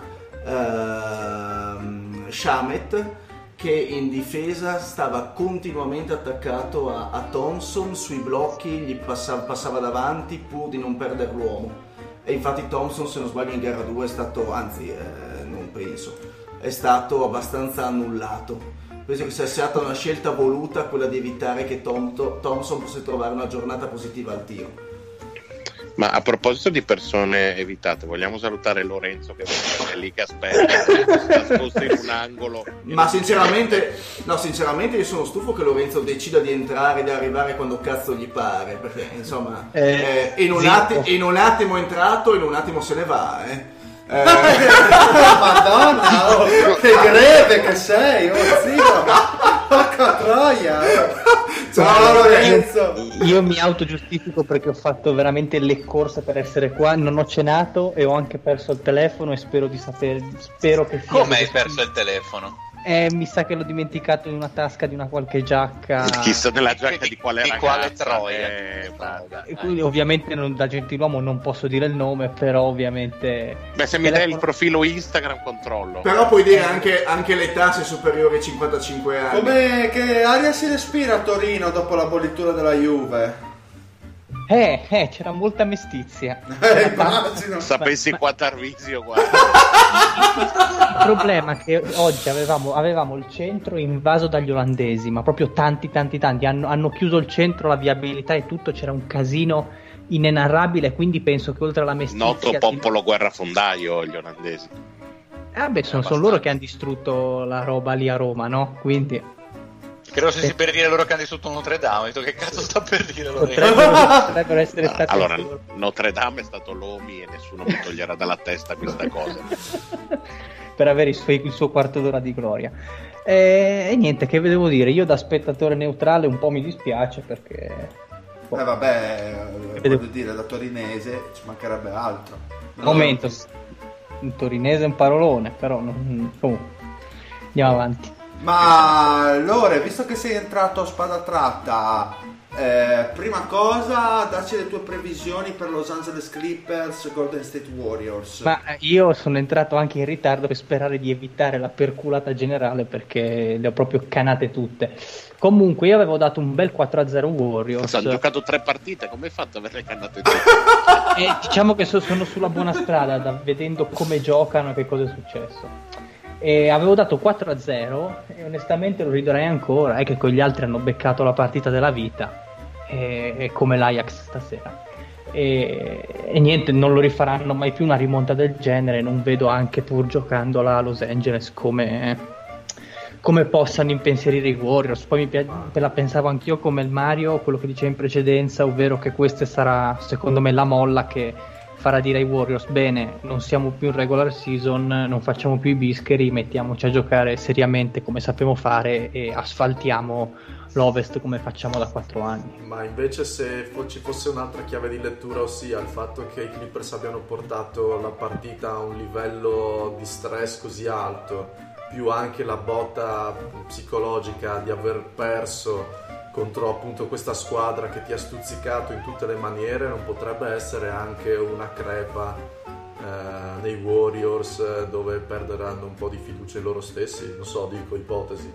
eh, Shamet che in difesa stava continuamente attaccato a, a Thompson, sui blocchi gli passava, passava davanti pur di non perdere l'uomo, e infatti Thompson, se non sbaglio, in gara due è stato, anzi eh, non penso, è stato abbastanza annullato. Penso che sia stata una scelta voluta quella di evitare che Tom, Thompson possa trovare una giornata positiva al tiro. Ma a proposito di persone evitate, vogliamo salutare Lorenzo che è lì che aspetta, nascosto in un angolo. Ma sinceramente, no, sinceramente io sono stufo che Lorenzo decida di entrare e di arrivare quando cazzo gli pare, perché insomma eh, eh, in, un atti- in un attimo è entrato, in un attimo se ne va, eh. Eh. Madonna, oh, che greve che sei, oh zio, porca troia, ciao Lorenzo. Io, io mi autogiustifico perché ho fatto veramente le corse per essere qua, non ho cenato e ho anche perso il telefono e spero di sapere, spero che sia. Come hai perso il telefono? Eh, mi sa che l'ho dimenticato in una tasca di una qualche giacca. Chissà nella giacca di quale di ragazza, quale troia. eh, E quindi ovviamente non, da gentiluomo non posso dire il nome, però ovviamente. Beh, se mi dai il profilo Instagram controllo. Però puoi dire anche, anche l'età se è superiore ai cinquantacinque anni. Come che aria si respira a Torino dopo l'abolitura della Juve? Eh, eh, c'era molta mestizia. Eh, immagino. Sapessi qua Tarvisio, guarda. Il problema è che oggi avevamo, avevamo il centro invaso dagli olandesi, ma proprio tanti, tanti, tanti. Hanno, hanno chiuso il centro, la viabilità e tutto, c'era un casino inenarrabile, quindi penso che oltre alla mestizia... Noto popolo guerrafondaio, gli olandesi. Ah beh, sono, sono loro che hanno distrutto la roba lì a Roma, no? Quindi... Credo se si per dire loro che hanno distrutto Notre Dame. Ho detto che cazzo sta per dire loro? Potrebbero, potrebbero essere stati allora loro. Notre Dame è stato l'Omi e nessuno mi toglierà dalla testa questa cosa per avere i suoi, il suo quarto d'ora di gloria. E, e niente, che ve devo dire, io da spettatore neutrale un po' mi dispiace perché eh vabbè, voglio dire, da torinese ci mancherebbe altro. Momento, un torinese è un parolone, però non... oh. Andiamo avanti. Ma Lore, visto che sei entrato a spada tratta, eh, prima cosa dacci le tue previsioni per Los Angeles Clippers Golden State Warriors. Ma io sono entrato anche in ritardo per sperare di evitare la perculata generale perché le ho proprio canate tutte. Comunque io avevo dato un bel quattro a zero Warriors. Hanno giocato tre partite, come hai fatto a averle canate tutte? E diciamo che so, sono sulla buona strada da, vedendo come giocano e che cosa è successo. E avevo dato quattro a zero e onestamente lo riderei ancora, è che con gli altri hanno beccato la partita della vita e, e come l'Ajax stasera e, e niente, non lo rifaranno mai più una rimonta del genere. Non vedo, anche pur giocandola a Los Angeles, come, come possano impensierire i Warriors. Poi mi pi- la pensavo anch'io come il Mario, quello che dicevo in precedenza, ovvero che questa sarà secondo me la molla che farà dire ai Warriors: bene, non siamo più in regular season, non facciamo più i bischeri, mettiamoci a giocare seriamente come sappiamo fare e asfaltiamo l'Ovest come facciamo da quattro anni. Ma invece se fo- ci fosse un'altra chiave di lettura, ossia il fatto che i Clippers abbiano portato la partita a un livello di stress così alto, più anche la botta psicologica di aver perso contro appunto questa squadra che ti ha stuzzicato in tutte le maniere, non potrebbe essere anche una crepa eh, nei Warriors, eh, dove perderanno un po' di fiducia in loro stessi? Non so, dico ipotesi.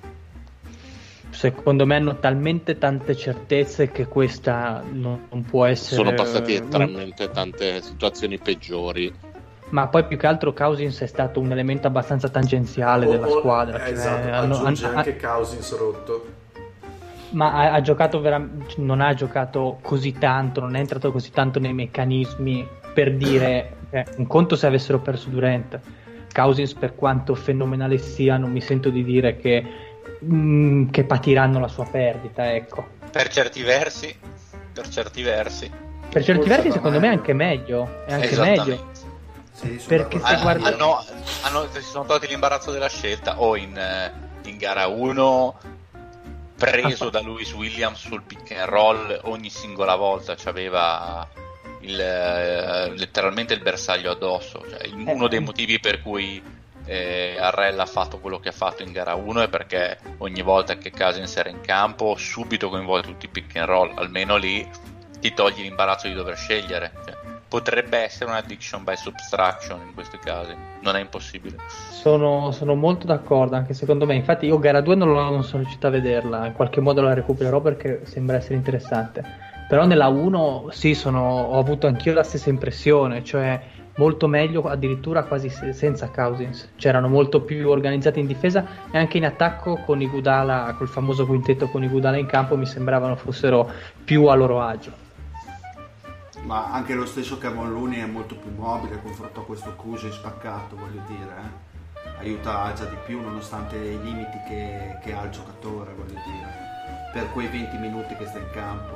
Secondo me hanno talmente tante certezze che questa non, non può essere... Sono passati talmente tante situazioni peggiori. Ma poi più che altro Cousins è stato un elemento abbastanza tangenziale o, della squadra. Eh, esatto, cioè, aggiunge hanno, anche Cousins rotto. Ma ha, ha giocato vera- non ha giocato così tanto, non è entrato così tanto nei meccanismi per dire eh, un conto se avessero perso Durant. Cousins, per quanto fenomenale sia, non mi sento di dire che, mh, che patiranno la sua perdita, ecco. Per certi versi, per certi versi. Per certi Forse versi va secondo meglio. me è anche meglio, è anche Esattamente. meglio. Sì, sono Perché d'accordo. se guarda- hanno, hanno, si sono tolti l'imbarazzo della scelta o in, in gara uno preso da Lewis Williams sul pick and roll ogni singola volta, c'aveva il, eh, letteralmente il bersaglio addosso, cioè, uno dei motivi per cui eh, Arrella ha fatto quello che ha fatto in gara uno è perché ogni volta che Cousins era in campo subito coinvolge tutti i pick and roll, almeno lì ti togli l'imbarazzo di dover scegliere, cioè, potrebbe essere una addiction by subtraction in questi casi, non è impossibile. Sono, sono molto d'accordo, anche secondo me. Infatti io gara due non, non sono riuscito a vederla, in qualche modo la recupererò perché sembra essere interessante. Però nella uno sì, sono, ho avuto anch'io la stessa impressione, cioè molto meglio addirittura quasi se, senza Cousins. C'erano molto più organizzati in difesa e anche in attacco con Iguodala, col famoso quintetto con Iguodala in campo, mi sembravano fossero più a loro agio. Ma anche lo stesso Kevon Looney è molto più mobile confronto a questo Cousins spaccato, voglio dire, eh? Aiuta già di più nonostante i limiti che, che ha il giocatore, voglio dire, per quei venti minuti che sta in campo.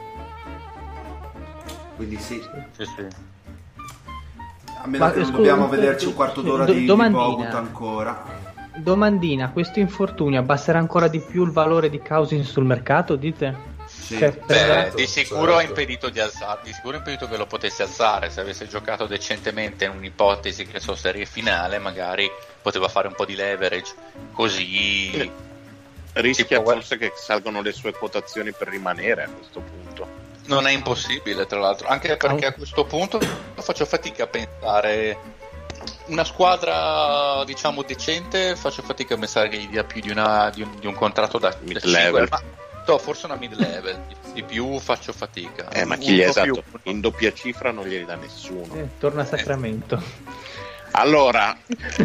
Quindi sì, Sì, sì. a meno Ma, che non scusa, dobbiamo un- vederci un quarto d'ora do- di, di domandina. Bogut ancora. Domandina, questo infortunio abbasserà ancora di più il valore di Cousins sul mercato, dite? Sì. Cioè, Beh, prenderà- di sicuro certo. ha impedito di alzare, di sicuro ha impedito che lo potesse alzare. Se avesse giocato decentemente in un'ipotesi che so serie finale, magari poteva fare un po' di leverage, così Rischia tipo, forse che salgono le sue quotazioni per rimanere a questo punto. non è impossibile, tra l'altro, anche perché a questo punto faccio fatica a pensare una squadra diciamo decente, faccio fatica a pensare che gli dia più di, una, di, un, di un contratto da, da Mid-level. cinque, ma no, forse una mid level, di, di più faccio fatica. Eh, ma Un chi gli è po' esatto? più- In doppia cifra non glieli dà nessuno. Eh, torna a Sacramento. Allora,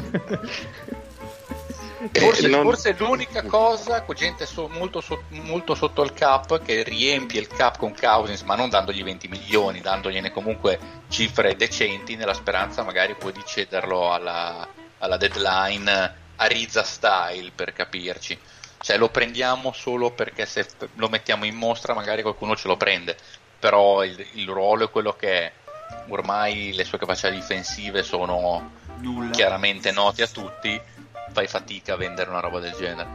Forse, Eh, non- forse l'unica cosa con gente so- molto, so- molto sotto il cap, che riempie il cap con Cousins, ma non dandogli venti milioni, dandogliene comunque cifre decenti, nella speranza magari poi di cederlo alla, alla deadline a Rizza style, per capirci. Cioè lo prendiamo solo perché se lo mettiamo in mostra magari qualcuno ce lo prende, però il, il ruolo è quello che è. Ormai le sue capacità difensive sono Nulla. chiaramente noti a tutti, fai fatica a vendere una roba del genere.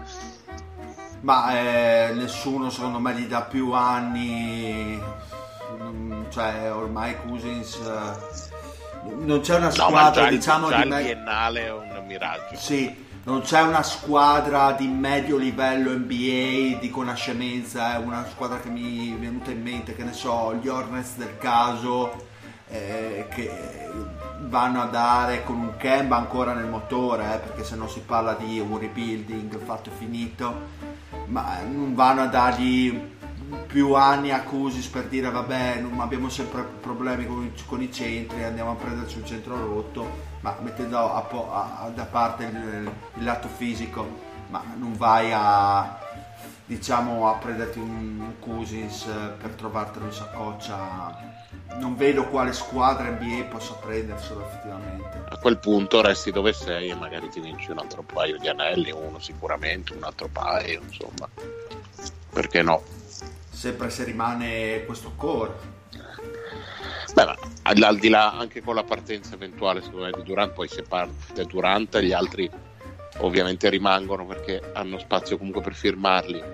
Ma eh, nessuno secondo me gli dà più anni, mm, cioè ormai Cousins eh, non c'è una no, ma squadra già, il- diciamo già di il me- biennale è un miraggio. sì, non c'è una squadra di medio livello N B A di conoscenza, è una squadra che mi è venuta in mente, che ne so, gli Hornets del caso, eh, che vanno a dare con un Kemba ancora nel motore, eh, perché se no si parla di un rebuilding fatto e finito, ma non vanno a dargli più anni a Cousins per dire vabbè non abbiamo sempre problemi con, i- con i centri, andiamo a prenderci un centro rotto, ma mettendo a po- a- a- da parte il, il lato fisico, ma non vai a diciamo a prenderti un, un Cousins per trovartelo in saccoccia. Non vedo quale squadra N B A possa prenderselo effettivamente. A quel punto resti dove sei e magari ti vinci un altro paio di anelli, uno sicuramente, un altro paio, insomma. Perché no? Sempre se rimane questo core. Beh, ma al, al di là, anche con la partenza eventuale secondo me di Durant, poi se parte Durant gli altri ovviamente rimangono perché hanno spazio comunque per firmarli,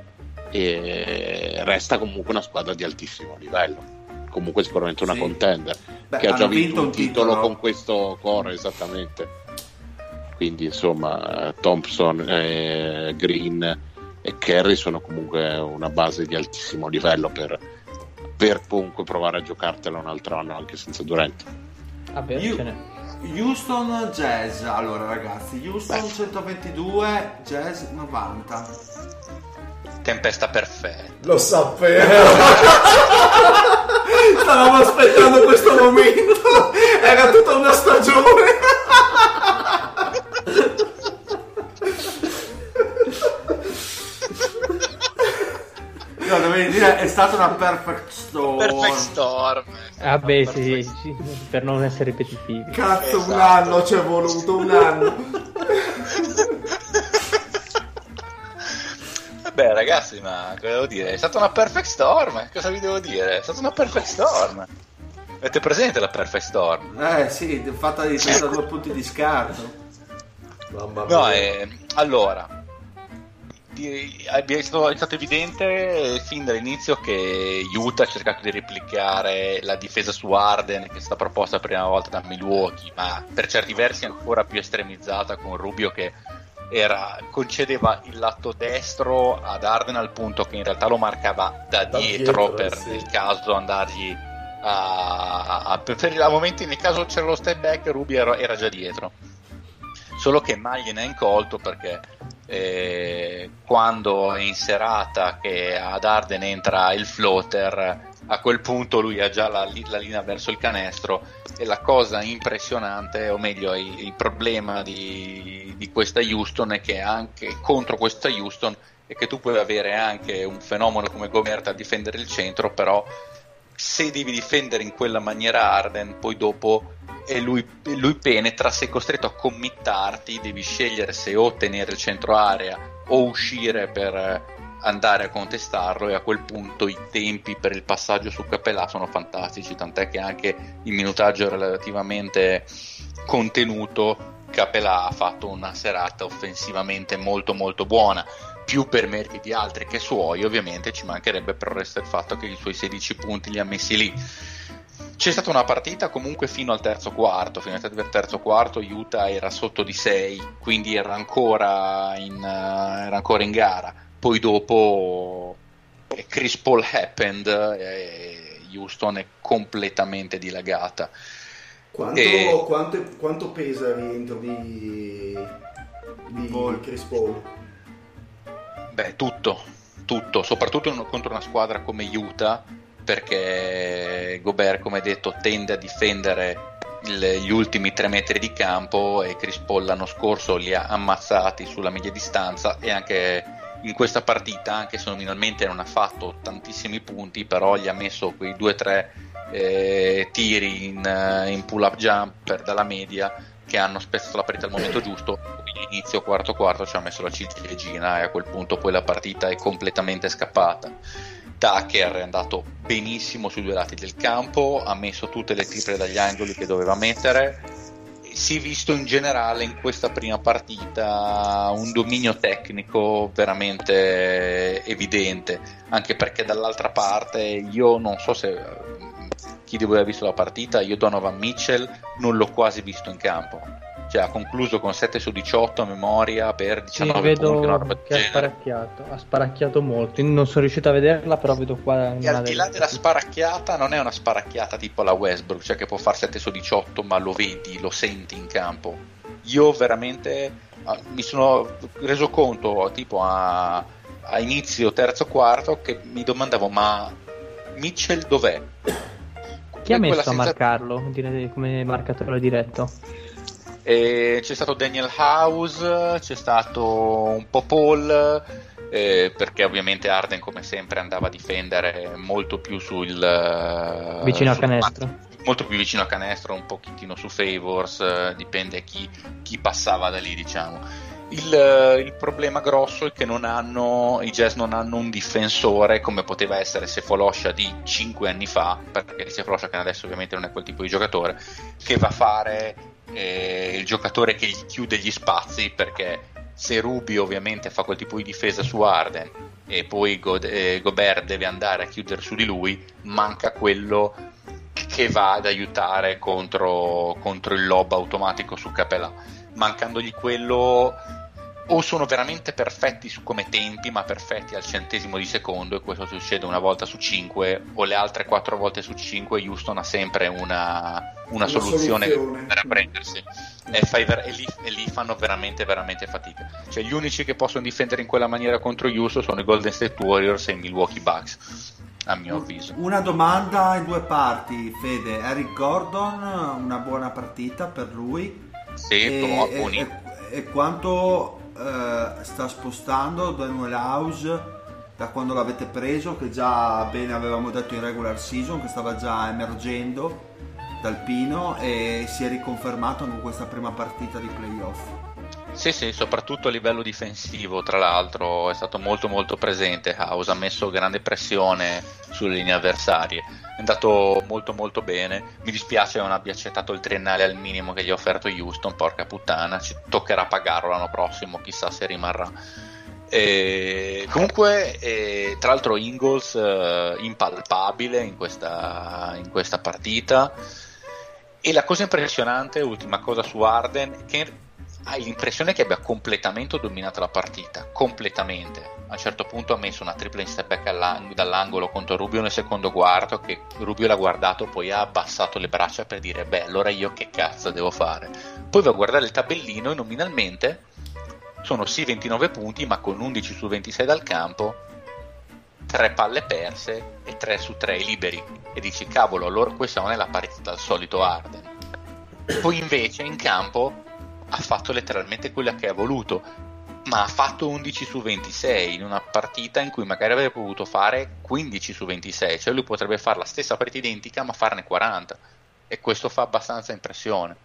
e resta comunque una squadra di altissimo livello, comunque sicuramente una Sì. contender. Beh, che ha già hanno vinto un titolo, titolo con questo core, esattamente. Quindi insomma Thompson, eh, Green e Curry sono comunque una base di altissimo livello per, per comunque provare a giocartela un altro anno anche senza Durant. Vabbè, Io- ce n'è. Houston Jazz, allora ragazzi, Houston Beh. centoventidue, Jazz novanta. Tempesta perfetta. Lo sapevo. Stavamo aspettando questo momento, era tutta una stagione. No, dovevi dire, è stata una perfect storm. Perfect storm. Vabbè, sì, Perfect- sì, per non essere ripetitivi. Cazzo, un Esatto. anno ci è voluto, un anno. Beh ragazzi, ma cosa devo dire? È stata una perfect storm. Cosa vi devo dire? È stata una perfect storm. Avete presente la perfect storm? Eh sì, fatta di trentadue punti di scarto. Mamma mia. No, eh, allora di, è, stato, è stato evidente fin dall'inizio che Utah ha cercato di replicare la difesa su Harden che è stata proposta la prima volta da Milwaukee, ma per certi versi ancora più estremizzata, con Rubio che era, concedeva il lato destro ad Harden al punto che in realtà lo marcava da, da dietro, dietro per sì. nel caso andargli a, a per a momenti nel caso c'era lo step back Rubio era, era già dietro, solo che mai gliene ha incolto perché eh, quando è in serata che ad Harden entra il floater, a quel punto lui ha già la, la linea verso il canestro. E la cosa impressionante, o meglio il, il problema di, di questa Houston è che anche contro questa Houston è che tu puoi avere anche un fenomeno come Gobert a difendere il centro, però se devi difendere in quella maniera Harden, poi dopo e lui, lui penetra, sei costretto a committarti, devi scegliere se o tenere il centro area o uscire per andare a contestarlo, e a quel punto i tempi per il passaggio su Capelà sono fantastici, tant'è che anche in minutaggio relativamente contenuto Capelà ha fatto una serata offensivamente molto molto buona, più per meriti di altri che suoi, ovviamente, ci mancherebbe, però resta il fatto che i suoi sedici punti li ha messi lì. C'è stata una partita comunque fino al terzo quarto, fino al terzo quarto Utah era sotto di sei, quindi era ancora in, uh, era ancora in gara. Poi dopo Chris Paul happened e Houston è completamente dilagata. Quanto, e... quanto, quanto pesa il rientro di, di Chris Paul? Beh, tutto, tutto, soprattutto contro una squadra come Utah, perché Gobert, come detto, tende a difendere il, gli ultimi tre metri di campo, e Chris Paul l'anno scorso li ha ammazzati sulla media distanza, e anche in questa partita, anche se nominalmente non ha fatto tantissimi punti, però gli ha messo quei due o tre eh, tiri in, in pull up jumper dalla media che hanno spezzato la partita al momento giusto. Quindi inizio quarto quarto ci ha messo la ciliegina, e a quel punto poi la partita è completamente scappata. Tucker è andato benissimo sui due lati del campo, ha messo tutte le triple dagli angoli che doveva mettere. Si è visto in generale in questa prima partita un dominio tecnico veramente evidente, anche perché dall'altra parte io non so se chi di voi ha visto la partita, io Donovan Mitchell non l'ho quasi visto in campo, cioè ha concluso con sette su diciotto a memoria per diciannove sì, punti, vedo che ha sparacchiato, ha sparacchiato molto. Io non sono riuscito a vederla, però vedo qua e al di là della sparacchiata, non è una sparacchiata tipo la Westbrook, cioè che può fare sette su diciotto, ma lo vedi, lo senti in campo. Io veramente mi sono reso conto tipo a, a inizio terzo quarto che mi domandavo, ma Mitchell dov'è? Chi ha messo a marcarlo come marcatore diretto? E c'è stato Daniel House, c'è stato un po' Paul, eh, perché ovviamente Harden come sempre andava a difendere molto più sul vicino sul, a canestro, molto più vicino a canestro, un pochettino su Favors, eh, dipende chi, chi passava da lì, diciamo. Il, il problema grosso è che non hanno, i Jazz non hanno un difensore come poteva essere Sefolosha di cinque anni fa, perché Sefolosha, che adesso ovviamente non è quel tipo di giocatore, che va a fare eh, il giocatore che gli chiude gli spazi, perché se Rubio ovviamente fa quel tipo di difesa su Harden e poi Go- eh, Gobert deve andare a chiudere su di lui, manca quello che va ad aiutare contro, contro il lob automatico su Capelà. Mancandogli quello, o sono veramente perfetti su come tempi, ma perfetti al centesimo di secondo, e questo succede una volta su cinque, o le altre quattro volte su cinque Houston ha sempre una, una, una soluzione, soluzione per prendersi, e, fai ver- e, lì, e lì fanno veramente veramente fatica. Cioè gli unici che possono difendere in quella maniera contro Houston sono i Golden State Warriors e i Milwaukee Bucks, a mio avviso. Una domanda in due parti, Fede. Eric Gordon, una buona partita per lui? Sì, e, e, e quanto eh, sta spostando Daniel House da quando l'avete preso, che già bene avevamo detto in regular season che stava già emergendo dal pino, e si è riconfermato anche questa prima partita di playoff? Sì, sì, soprattutto a livello difensivo, tra l'altro è stato molto molto presente. House ha messo grande pressione sulle linee avversarie, è andato molto molto bene. Mi dispiace che non abbia accettato il triennale al minimo che gli ha offerto Houston, porca puttana, ci toccherà pagarlo l'anno prossimo, chissà se rimarrà. E comunque, eh, tra l'altro, Ingles eh, impalpabile in questa, in questa partita. E la cosa impressionante, ultima cosa su Harden, è che hai l'impressione che abbia completamente dominato la partita, completamente. A un certo punto ha messo una tripla in step back dall'angolo contro Rubio nel secondo quarto, che Rubio l'ha guardato, poi ha abbassato le braccia per dire beh, allora io che cazzo devo fare? Poi va a guardare il tabellino e nominalmente sono sì ventinove punti, ma con undici su ventisei dal campo, tre palle perse e tre su tre liberi, e dici cavolo, allora questa non è la parità del solito Harden. Poi invece in campo ha fatto letteralmente quella che ha voluto, ma ha fatto undici su ventisei in una partita in cui magari avrebbe potuto fare quindici su ventisei, cioè lui potrebbe fare la stessa partita identica ma farne quaranta, e questo fa abbastanza impressione.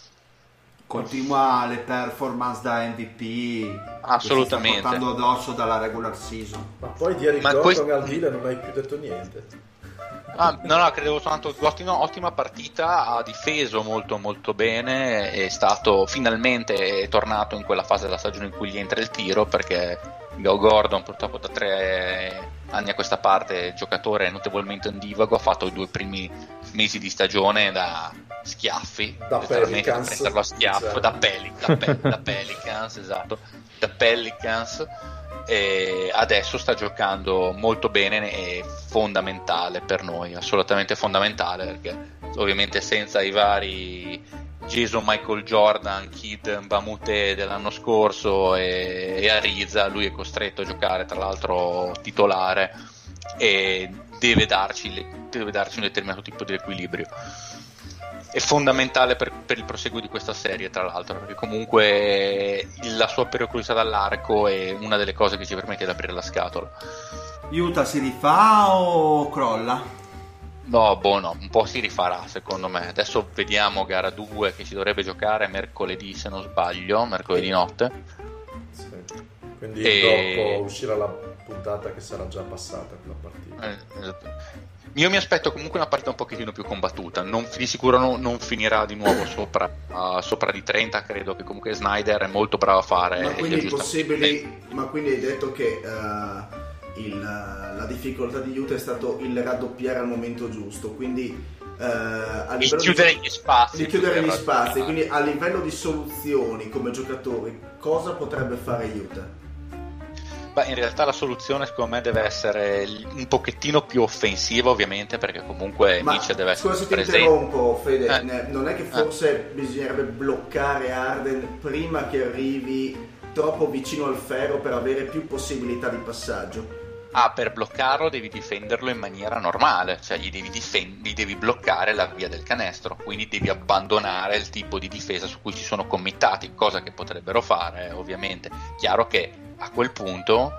Continua le performance da M V P, assolutamente, che si sta portando addosso dalla regular season. Ma poi di Eric Ma Gordon questo... al deal non hai più detto niente. Ah, no, no, credevo soltanto ottima, ottima partita, ha difeso molto molto bene, è stato finalmente è tornato in quella fase della stagione in cui gli entra il tiro, perché Gordon purtroppo da tre anni a questa parte giocatore notevolmente ondivago, ha fatto i due primi mesi di stagione da schiaffi, da Pelicans, prenderlo a schiaffo, esatto. da, Peli, da, Pe- da Pelicans, esatto, da Pelicans. E adesso sta giocando molto bene, è fondamentale per noi, assolutamente fondamentale, perché ovviamente senza i vari Jason Michael Jordan, Kid Mbamute dell'anno scorso e, e Ariza, lui è costretto a giocare tra l'altro titolare e deve darci, deve darci un determinato tipo di equilibrio. È fondamentale per, per il proseguo di questa serie, tra l'altro, perché comunque la sua pericolosità dall'arco è una delle cose che ci permette di aprire la scatola. Utah si rifà o crolla? No, boh, no, un po' si rifarà secondo me. Adesso vediamo gara due che si dovrebbe giocare mercoledì, se non sbaglio, mercoledì notte. Sì. Quindi e... dopo uscirà la puntata che sarà già passata quella partita. Eh, esatto. Io mi aspetto comunque una partita un pochettino più combattuta, non, di sicuro non, non finirà di nuovo sopra, uh, sopra di trenta, credo che comunque Snyder è molto bravo a fare. Ma quindi, possibili, ma quindi hai detto che uh, il, la difficoltà di Utah è stato il raddoppiare al momento giusto, quindi uh, a di livello chiudere di, gli spazi. di chiudere gli spazi, quindi a livello di soluzioni come giocatori, cosa potrebbe fare Utah? Beh, in realtà la soluzione secondo me deve essere un pochettino più offensiva, ovviamente, perché comunque Ma Mitchell deve essere scusa se ti presente. interrompo, Fede, Eh. non è che forse eh. bisognerebbe bloccare Harden prima che arrivi troppo vicino al ferro per avere più possibilità di passaggio? Ah, per bloccarlo devi difenderlo in maniera normale, cioè gli devi, difen- gli devi bloccare la via del canestro, quindi devi abbandonare il tipo di difesa su cui si sono committati, cosa che potrebbero fare, ovviamente. Chiaro che a quel punto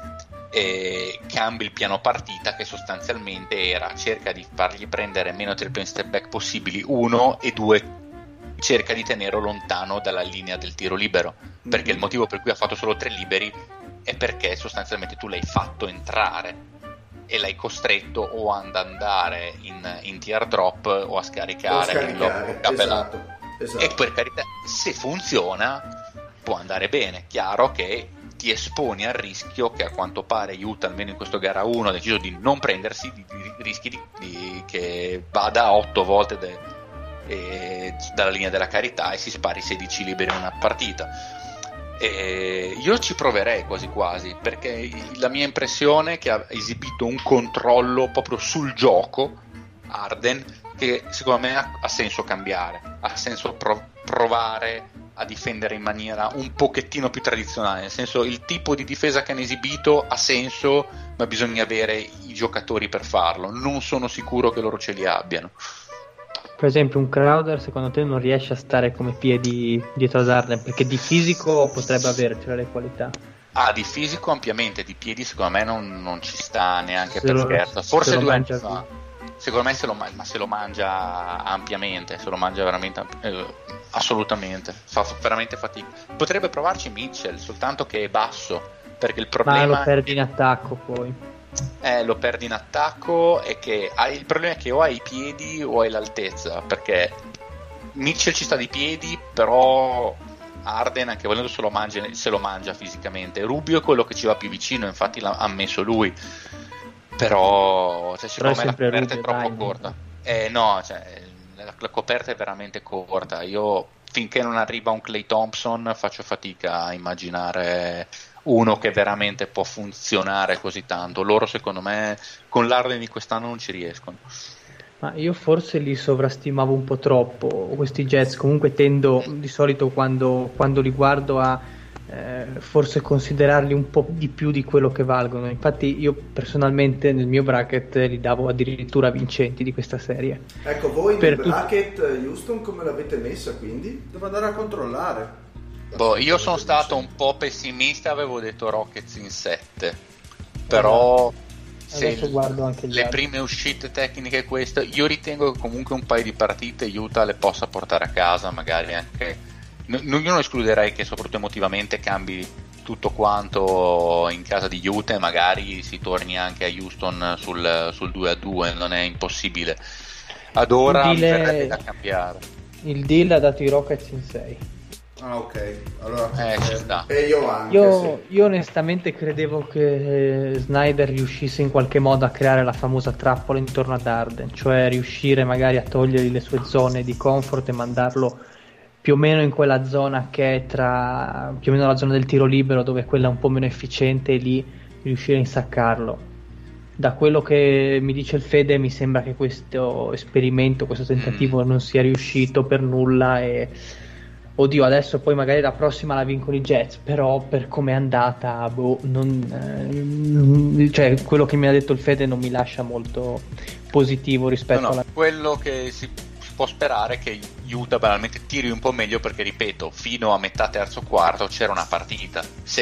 eh, cambi il piano partita, che sostanzialmente era cerca di fargli prendere meno triple in step back possibili, uno, e due, cerca di tenerlo lontano dalla linea del tiro libero, perché il motivo per cui ha fatto solo tre liberi è perché sostanzialmente tu l'hai fatto entrare e l'hai costretto o ad andare in, in tear drop o a scaricare, o scaricare esatto, esatto. E per carità, se funziona può andare bene. Chiaro che ti esponi al rischio che a quanto pare Utah, almeno in questo gara uno, ha deciso di non prendersi, di, di rischi di, di, che vada otto volte de, eh, dalla linea della carità e si spari sedici liberi in una partita. E io ci proverei quasi quasi, perché la mia impressione è che ha esibito un controllo proprio sul gioco Harden che secondo me ha, ha senso cambiare, ha senso pro- provare a difendere in maniera un pochettino più tradizionale, nel senso il tipo di difesa che hanno esibito ha senso, ma bisogna avere i giocatori per farlo, non sono sicuro che loro ce li abbiano. Per esempio un Crowder secondo te non riesce a stare come piedi dietro ad Harden, perché di fisico potrebbe avercela le qualità. Ah, di fisico ampiamente, di piedi secondo me non, non ci sta neanche se per lo, scherzo, forse due anni fa. Via. Secondo me se lo, ma se lo mangia ampiamente, se lo mangia veramente eh, assolutamente, fa veramente fatica. Potrebbe provarci Mitchell, soltanto che è basso, perché il problema ma lo perdi in attacco poi. Eh, lo perdi in attacco e che hai, il problema è che o hai i piedi o hai l'altezza, perché Mitchell ci sta di piedi, però Harden anche volendo se lo mangia, se lo mangia fisicamente. Rubio è quello che ci va più vicino, infatti l'ha ammesso lui, però cioè, secondo me la coperta Rubio, è troppo dai, corta eh, no, cioè, la, la coperta è veramente corta. Io finché non arriva un Klay Thompson faccio fatica a immaginare uno che veramente può funzionare così tanto. Loro secondo me con l'Harden di quest'anno non ci riescono. Ma io forse li sovrastimavo un po' troppo questi Jazz, comunque tendo di solito quando, quando li guardo a eh, forse considerarli un po' di più di quello che valgono. Infatti io personalmente nel mio bracket li davo addirittura vincenti di questa serie. Ecco, voi per nel bracket tut- Houston come l'avete messa quindi? Devo andare a controllare. Boh, io sono stato un po' pessimista, avevo detto Rockets in sette, però se adesso guardo anche le altri. prime uscite tecniche queste, io ritengo che comunque un paio di partite Utah le possa portare a casa, magari anche n- non escluderei che soprattutto emotivamente cambi tutto quanto in casa di Utah e magari si torni anche a Houston sul, sul due a due, non è impossibile. Ad ora mi verrebbe da cambiare. Il deal ha dato i Rockets in sei. Ah, ok, allora eh, ci sta. E io anche io, sì. io onestamente credevo che Snyder riuscisse in qualche modo a creare la famosa trappola intorno ad Harden, cioè riuscire magari a togliergli le sue zone di comfort e mandarlo più o meno in quella zona che è tra più o meno la zona del tiro libero, dove è quella un po' meno efficiente, e lì riuscire a insaccarlo. Da quello che mi dice il Fede mi sembra che questo esperimento, questo tentativo non sia riuscito per nulla e oddio, adesso poi magari la prossima la vincono i Jets, però per come è andata, boh, non, eh, cioè quello che mi ha detto il Fede non mi lascia molto positivo rispetto no, no, alla... quello che si, si può sperare è che Utah banalmente tiri un po' meglio, perché ripeto, fino a metà terzo quarto c'era una partita.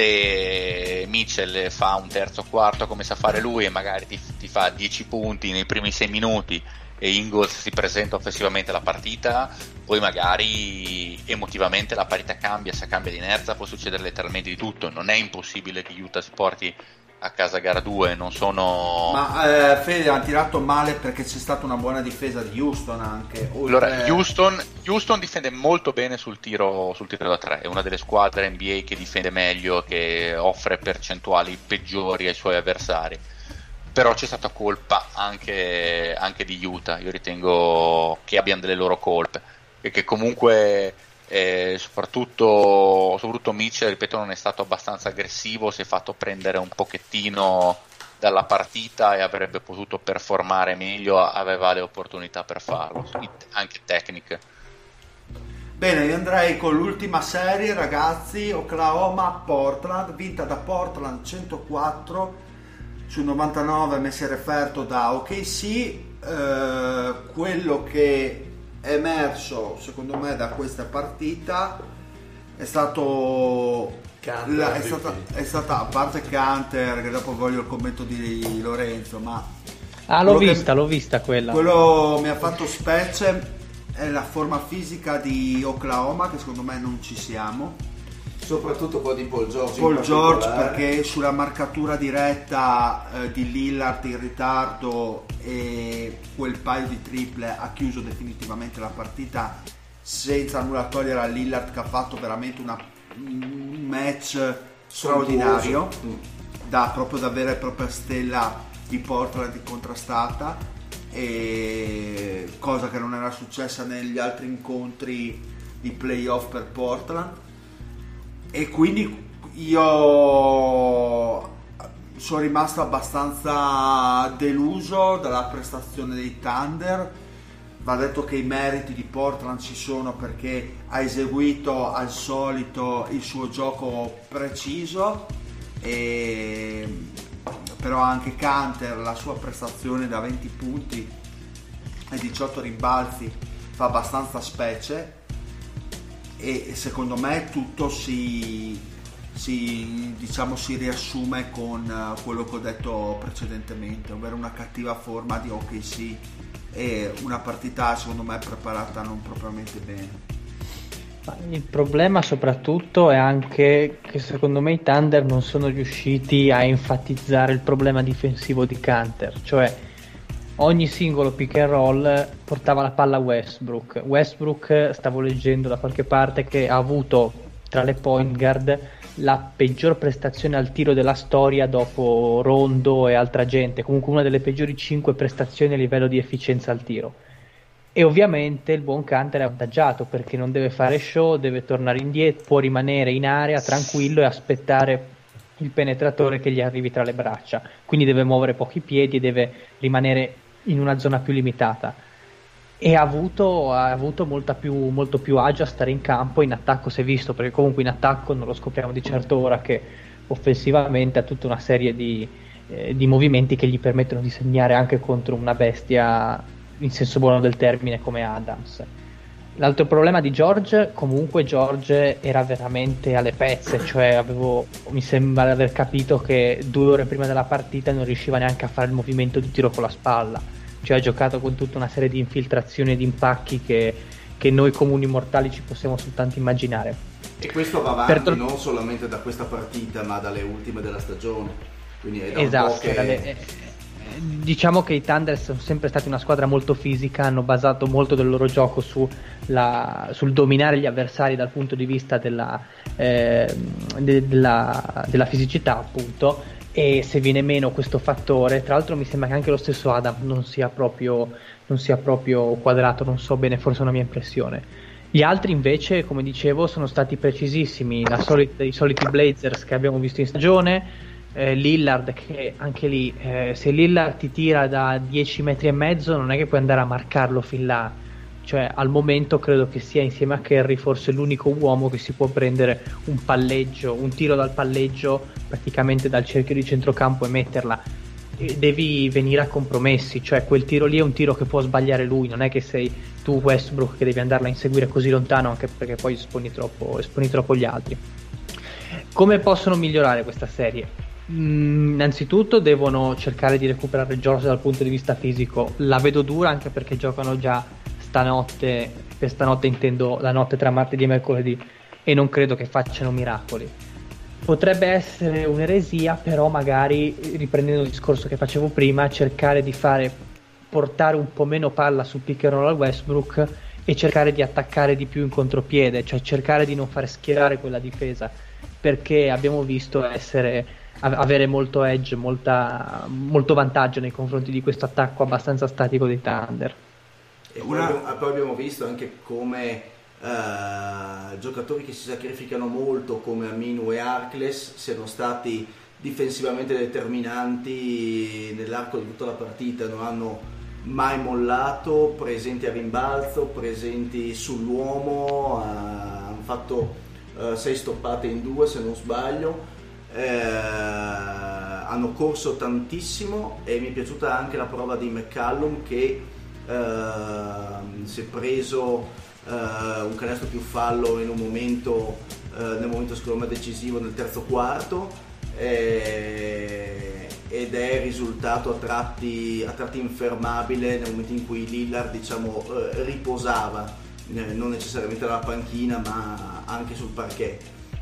Se Mitchell fa un terzo quarto come sa fare lui e magari ti, ti fa dieci punti nei primi sei minuti e Ingles si presenta offensivamente alla partita, poi magari emotivamente la parità cambia, se cambia di inerzia può succedere letteralmente di tutto. Non è impossibile che Utah si porti a casa gara due, non sono... Ma eh, Fede ha tirato male perché c'è stata una buona difesa di Houston anche. Oltre... Allora, Houston, Houston difende molto bene sul tiro, sul tiro da tre, è una delle squadre N B A che difende meglio, che offre percentuali peggiori ai suoi avversari. Però c'è stata colpa anche, anche di Utah, io ritengo che abbiano delle loro colpe e che comunque eh, soprattutto, soprattutto Mitchell, ripeto, non è stato abbastanza aggressivo, si è fatto prendere un pochettino dalla partita e avrebbe potuto performare meglio, aveva le opportunità per farlo, anche tecniche. Bene, io andrei con l'ultima serie, ragazzi. Oklahoma-Portland, vinta da Portland centoquattro su novantanove, messe a referto da O K C. Eh, quello che è emerso secondo me da questa partita è stato la, è, stata, è stata, a parte Canter, che dopo voglio il commento di Lorenzo, ma ah l'ho vista, che, l'ho vista quella. Quello mi ha fatto specie è la forma fisica di Oklahoma, che secondo me non ci siamo. Soprattutto poi di Paul George. Paul George, perché sulla marcatura diretta eh, di Lillard in ritardo e quel paio di triple ha chiuso definitivamente la partita, senza nulla togliere a Lillard, che ha fatto veramente una, un match straordinario, da proprio da vera e propria stella di Portland incontrastata, e cosa che non era successa negli altri incontri di playoff per Portland. E quindi io sono rimasto abbastanza deluso dalla prestazione dei Thunder. Va detto che i meriti di Portland ci sono, perché ha eseguito al solito il suo gioco preciso, e però anche Canter, la sua prestazione da venti punti e diciotto rimbalzi fa abbastanza specie. E secondo me tutto si, si, diciamo, si riassume con quello che ho detto precedentemente, ovvero una cattiva forma di O K C e una partita secondo me preparata non propriamente bene. Il problema soprattutto è anche che secondo me i Thunder non sono riusciti a enfatizzare il problema difensivo di Canter, cioè ogni singolo pick and roll portava la palla a Westbrook. Westbrook, stavo leggendo da qualche parte, che ha avuto tra le point guard la peggior prestazione al tiro della storia dopo Rondo e altra gente, comunque una delle peggiori cinque prestazioni a livello di efficienza al tiro. E ovviamente il buon Kanter è avvantaggiato perché non deve fare show, deve tornare indietro, può rimanere in area tranquillo e aspettare il penetratore che gli arrivi tra le braccia, quindi deve muovere pochi piedi e deve rimanere in una zona più limitata. E ha avuto, ha avuto molta più, molto più agio a stare in campo. In attacco si è visto, perché comunque in attacco non lo scopriamo di certo ora che offensivamente ha tutta una serie di, eh, di movimenti che gli permettono di segnare anche contro una bestia in senso buono del termine come Adams. L'altro problema di George, comunque George era veramente alle pezze, cioè avevo, mi sembra di aver capito che due ore prima della partita non riusciva neanche a fare il movimento di tiro con la spalla, cioè ha giocato con tutta una serie di infiltrazioni e di impacchi che, che noi comuni mortali ci possiamo soltanto immaginare. E questo va avanti per... non solamente da questa partita ma dalle ultime della stagione, quindi è da esatto, un po' che... dalle... Diciamo che i Thunder sono sempre stati una squadra molto fisica, hanno basato molto del loro gioco su la, sul dominare gli avversari dal punto di vista della, eh, de, della, della fisicità, appunto, e se viene meno questo fattore, tra l'altro mi sembra che anche lo stesso Adam non sia proprio, non sia proprio quadrato, non so bene, forse è una mia impressione. Gli altri invece, come dicevo, sono stati precisissimi, la solita, i soliti Blazers che abbiamo visto in stagione. Eh, Lillard, che anche lì eh, se Lillard ti tira da dieci metri e mezzo non è che puoi andare a marcarlo fin là, cioè al momento credo che sia insieme a Curry forse l'unico uomo che si può prendere un palleggio, un tiro dal palleggio praticamente dal cerchio di centrocampo e metterla, e devi venire a compromessi, cioè quel tiro lì è un tiro che può sbagliare lui, non è che sei tu Westbrook che devi andarla a inseguire così lontano, anche perché poi esponi troppo, esponi troppo gli altri. Come possono migliorare questa serie? Mm, innanzitutto devono cercare di recuperare George dal punto di vista fisico. La vedo dura anche perché giocano già stanotte, per stanotte intendo la notte tra martedì e mercoledì, e non credo che facciano miracoli. Potrebbe essere un'eresia, però magari, riprendendo il discorso che facevo prima, cercare di fare portare un po' meno palla sul pick and roll al Westbrook e cercare di attaccare di più in contropiede, cioè cercare di non fare schierare quella difesa, perché abbiamo visto essere avere molto edge, molta, molto vantaggio nei confronti di questo attacco abbastanza statico dei Thunder. E poi, Una... abbiamo, poi abbiamo visto anche come uh, giocatori che si sacrificano molto come Aminu e Harkless siano stati difensivamente determinanti nell'arco di tutta la partita, non hanno mai mollato, presenti a rimbalzo, presenti sull'uomo, uh, hanno fatto uh, sei stoppate in due se non sbaglio. Eh, hanno corso tantissimo e mi è piaciuta anche la prova di McCallum che eh, si è preso eh, un canestro più fallo in un momento eh, nel momento secondo me decisivo nel terzo quarto eh, ed è risultato a tratti, a tratti infermabile nel momento in cui Lillard diciamo eh, riposava eh, non necessariamente dalla panchina ma anche sul parquet.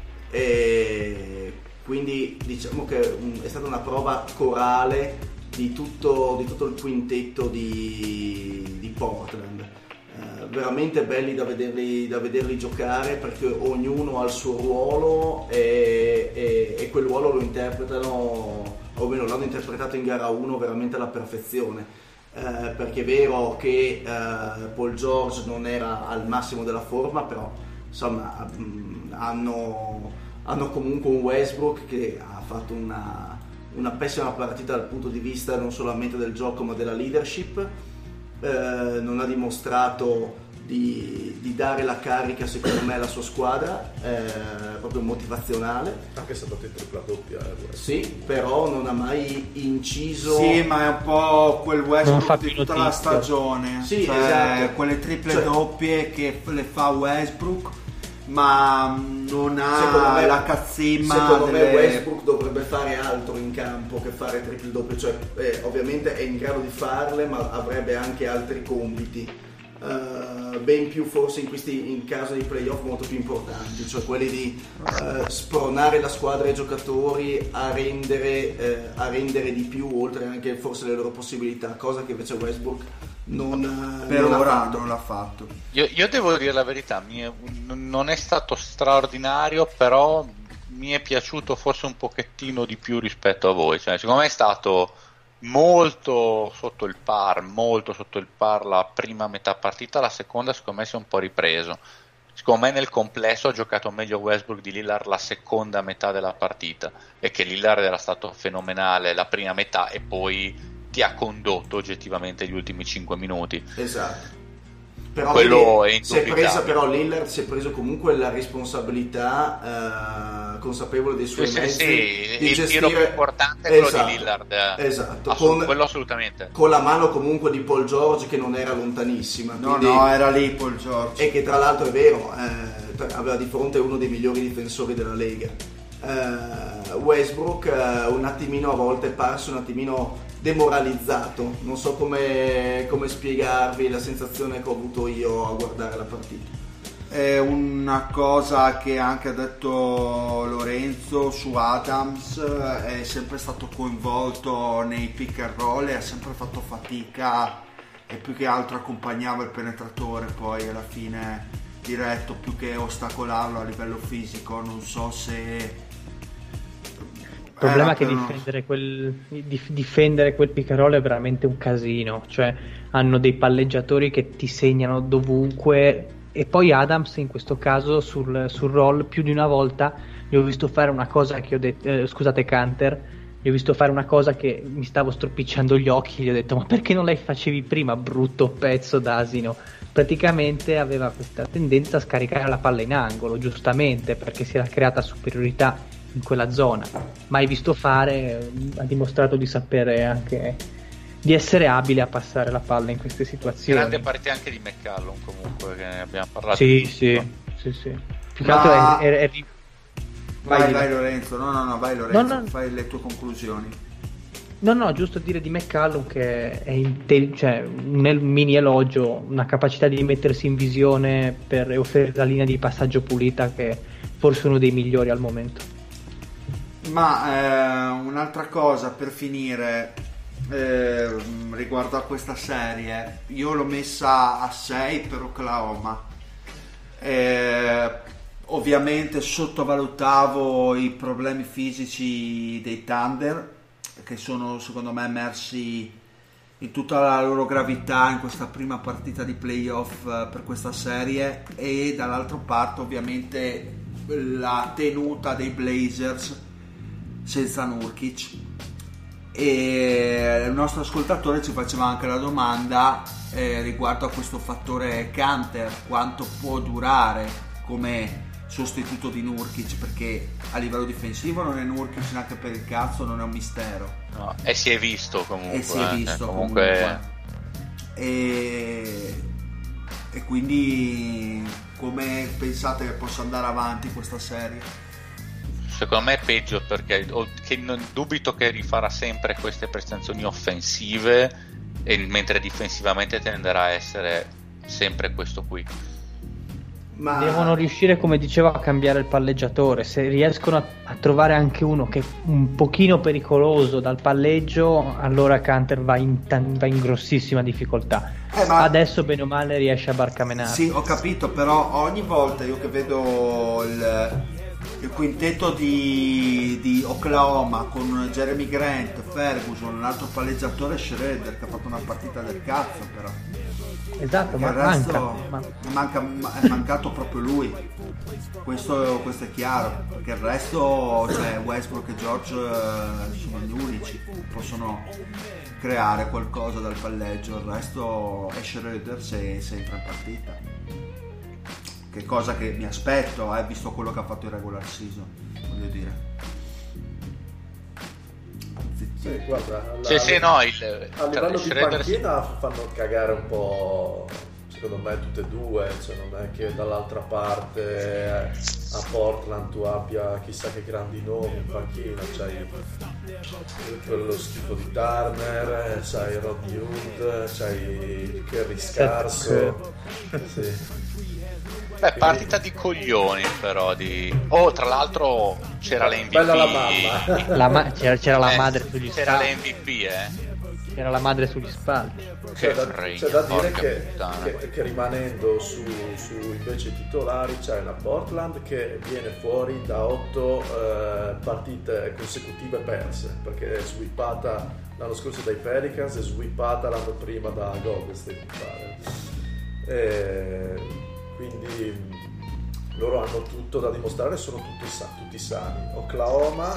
E quindi diciamo che è stata una prova corale di tutto, di tutto il quintetto di, di Portland, eh, veramente belli da vederli, da vederli giocare perché ognuno ha il suo ruolo e, e, e quel ruolo lo interpretano, o meno l'hanno interpretato in gara uno veramente alla perfezione, eh, perché è vero che eh, Paul George non era al massimo della forma, però insomma mh, hanno hanno comunque un Westbrook che ha fatto una, una pessima partita dal punto di vista non solamente del gioco ma della leadership, eh, non ha dimostrato di, di dare la carica secondo me alla sua squadra, eh, proprio motivazionale, anche se ha fatto il tripla doppia eh, sì, però non ha mai inciso. Sì, ma è un po' quel Westbrook di tutta la stagione, sì, cioè esatto. Quelle triple cioè, doppie che le fa Westbrook ma non ha me, la cazzimma. Secondo delle... me Westbrook dovrebbe fare altro in campo che fare triple doppie, cioè eh, ovviamente è in grado di farle ma avrebbe anche altri compiti uh, ben più forse in questi in caso di playoff molto più importanti, cioè quelli di uh, spronare la squadra e i giocatori a rendere, uh, a rendere di più oltre anche forse le loro possibilità, cosa che invece Westbrook non, per non ora ha fatto. non l'ha fatto. Io, io devo dire la verità, mi è- non è stato straordinario, però mi è piaciuto forse un pochettino di più rispetto a voi. Cioè, secondo me è stato molto sotto il par, molto sotto il par la prima metà partita, la seconda secondo me si è un po' ripreso. Secondo me nel complesso ha giocato meglio Westbrook di Lillard la seconda metà della partita, e che Lillard era stato fenomenale la prima metà e poi ti ha condotto oggettivamente gli ultimi cinque minuti. Esatto. Però Quello vedi, è si è indubitabile. presa però Lillard si è preso comunque la responsabilità, eh, consapevole dei suoi Sì, sì, mezzi, sì, di il gestire... tiro più importante è quello Esatto, di Lillard, eh. esatto, Assolut- con, quello assolutamente. con la mano comunque di Paul George che non era lontanissima, No, quindi- no, era lì Paul George. e che tra l'altro è vero, eh, tra- aveva di fronte uno dei migliori difensori della Lega. Eh, Westbrook eh, un attimino a volte è parso un attimino demoralizzato, non so come, come spiegarvi la sensazione che ho avuto io a guardare la partita. È una cosa che anche ha detto Lorenzo su Adams, è sempre stato coinvolto nei pick and roll e ha sempre fatto fatica, e più che altro accompagnava il penetratore poi alla fine diretto, più che ostacolarlo a livello fisico. Non so se Il problema Eh, è che però- difendere quel, dif- difendere quel pick and roll è veramente un casino, cioè hanno dei palleggiatori che ti segnano dovunque, e poi Adams in questo caso sul, sul roll più di una volta gli ho visto fare una cosa che ho detto, eh, scusate Canter, gli ho visto fare una cosa che mi stavo stropicciando gli occhi, gli ho detto ma perché non la facevi prima, brutto pezzo d'asino. Praticamente aveva questa tendenza a scaricare la palla in angolo, giustamente perché si era creata superiorità in quella zona, mai visto fare, ha dimostrato di sapere anche di essere abile a passare la palla in queste situazioni. Grande partita anche di McCallum comunque, che ne abbiamo parlato. Sì, sì, sì, sì. Più che Ma- altro è, è- è- vai, vai, vai vai. Lorenzo, no no no, vai Lorenzo, No, no. fai le tue conclusioni. No, no, giusto dire di McCallum che è inte- cioè, nel mini elogio, una capacità di mettersi in visione per offrire la linea di passaggio pulita che è forse uno dei migliori al momento. Ma eh, un'altra cosa per finire eh, riguardo a questa serie, io l'ho messa a sei per Oklahoma. Eh, ovviamente sottovalutavo i problemi fisici dei Thunder, che sono secondo me emersi in tutta la loro gravità in questa prima partita di playoff eh, per questa serie, e dall'altra parte ovviamente la tenuta dei Blazers senza Nurkic. E il nostro ascoltatore ci faceva anche la domanda eh, riguardo a questo fattore Kanter, quanto può durare come sostituto di Nurkic, perché a livello difensivo non è Nurkic neanche per il cazzo, non è un mistero. No, e si è visto comunque. E si è eh, visto comunque. comunque. E, e quindi come pensate che possa andare avanti questa serie? Secondo me è peggio, perché o- che non dubito che rifarà sempre queste prestazioni offensive, e mentre difensivamente tenderà a essere sempre questo qui. Ma Devono riuscire, come dicevo, a cambiare il palleggiatore. Se riescono a, a trovare anche uno che è un pochino pericoloso dal palleggio, allora Kanter va in, tan- va in grossissima difficoltà. Eh, ma- Adesso bene o male riesce a barcamenare. Sì, ho capito, però ogni volta io che vedo il, il quintetto di, di Oklahoma con Jeremy Grant, Ferguson, un altro palleggiatore, Schroeder, che ha fatto una partita del cazzo, però Esatto, ma il resto manca. ma- manca- ma- è mancato proprio lui, questo, questo è chiaro, perché il resto, cioè Westbrook e George eh, sono gli unici che possono creare qualcosa dal palleggio, il resto è Schroeder se, se entra in partita, che cosa che mi aspetto, eh, visto quello che ha fatto in regular season, voglio dire. Sì, guarda, alla- Sì, sì, no, il, a livello di Schroeder- panchina fanno cagare un po', secondo me, tutte e due, cioè non è che dall'altra parte eh, a Portland tu abbia chissà che grandi nomi in panchina, c'hai quello schifo di Turner, c'hai Rodney Hood, c'hai Curry scarso, sì. Beh, partita di coglioni però di... Oh, tra l'altro c'era l'M V P. Bella la mamma. La ma- c'era, c'era la Eh, madre sugli c'era scatti. l'M V P, eh. Era la madre sugli spalti. C'è da, regno, c'è da dire porca che, puttana. che, che rimanendo su, su invece i titolari c'è una Portland che viene fuori da otto eh, partite consecutive perse, perché è sweepata l'anno scorso dai Pelicans e sweepata l'anno prima da Golden State, mi pare. E quindi loro hanno tutto da dimostrare, sono tutti, tutti sani. Oklahoma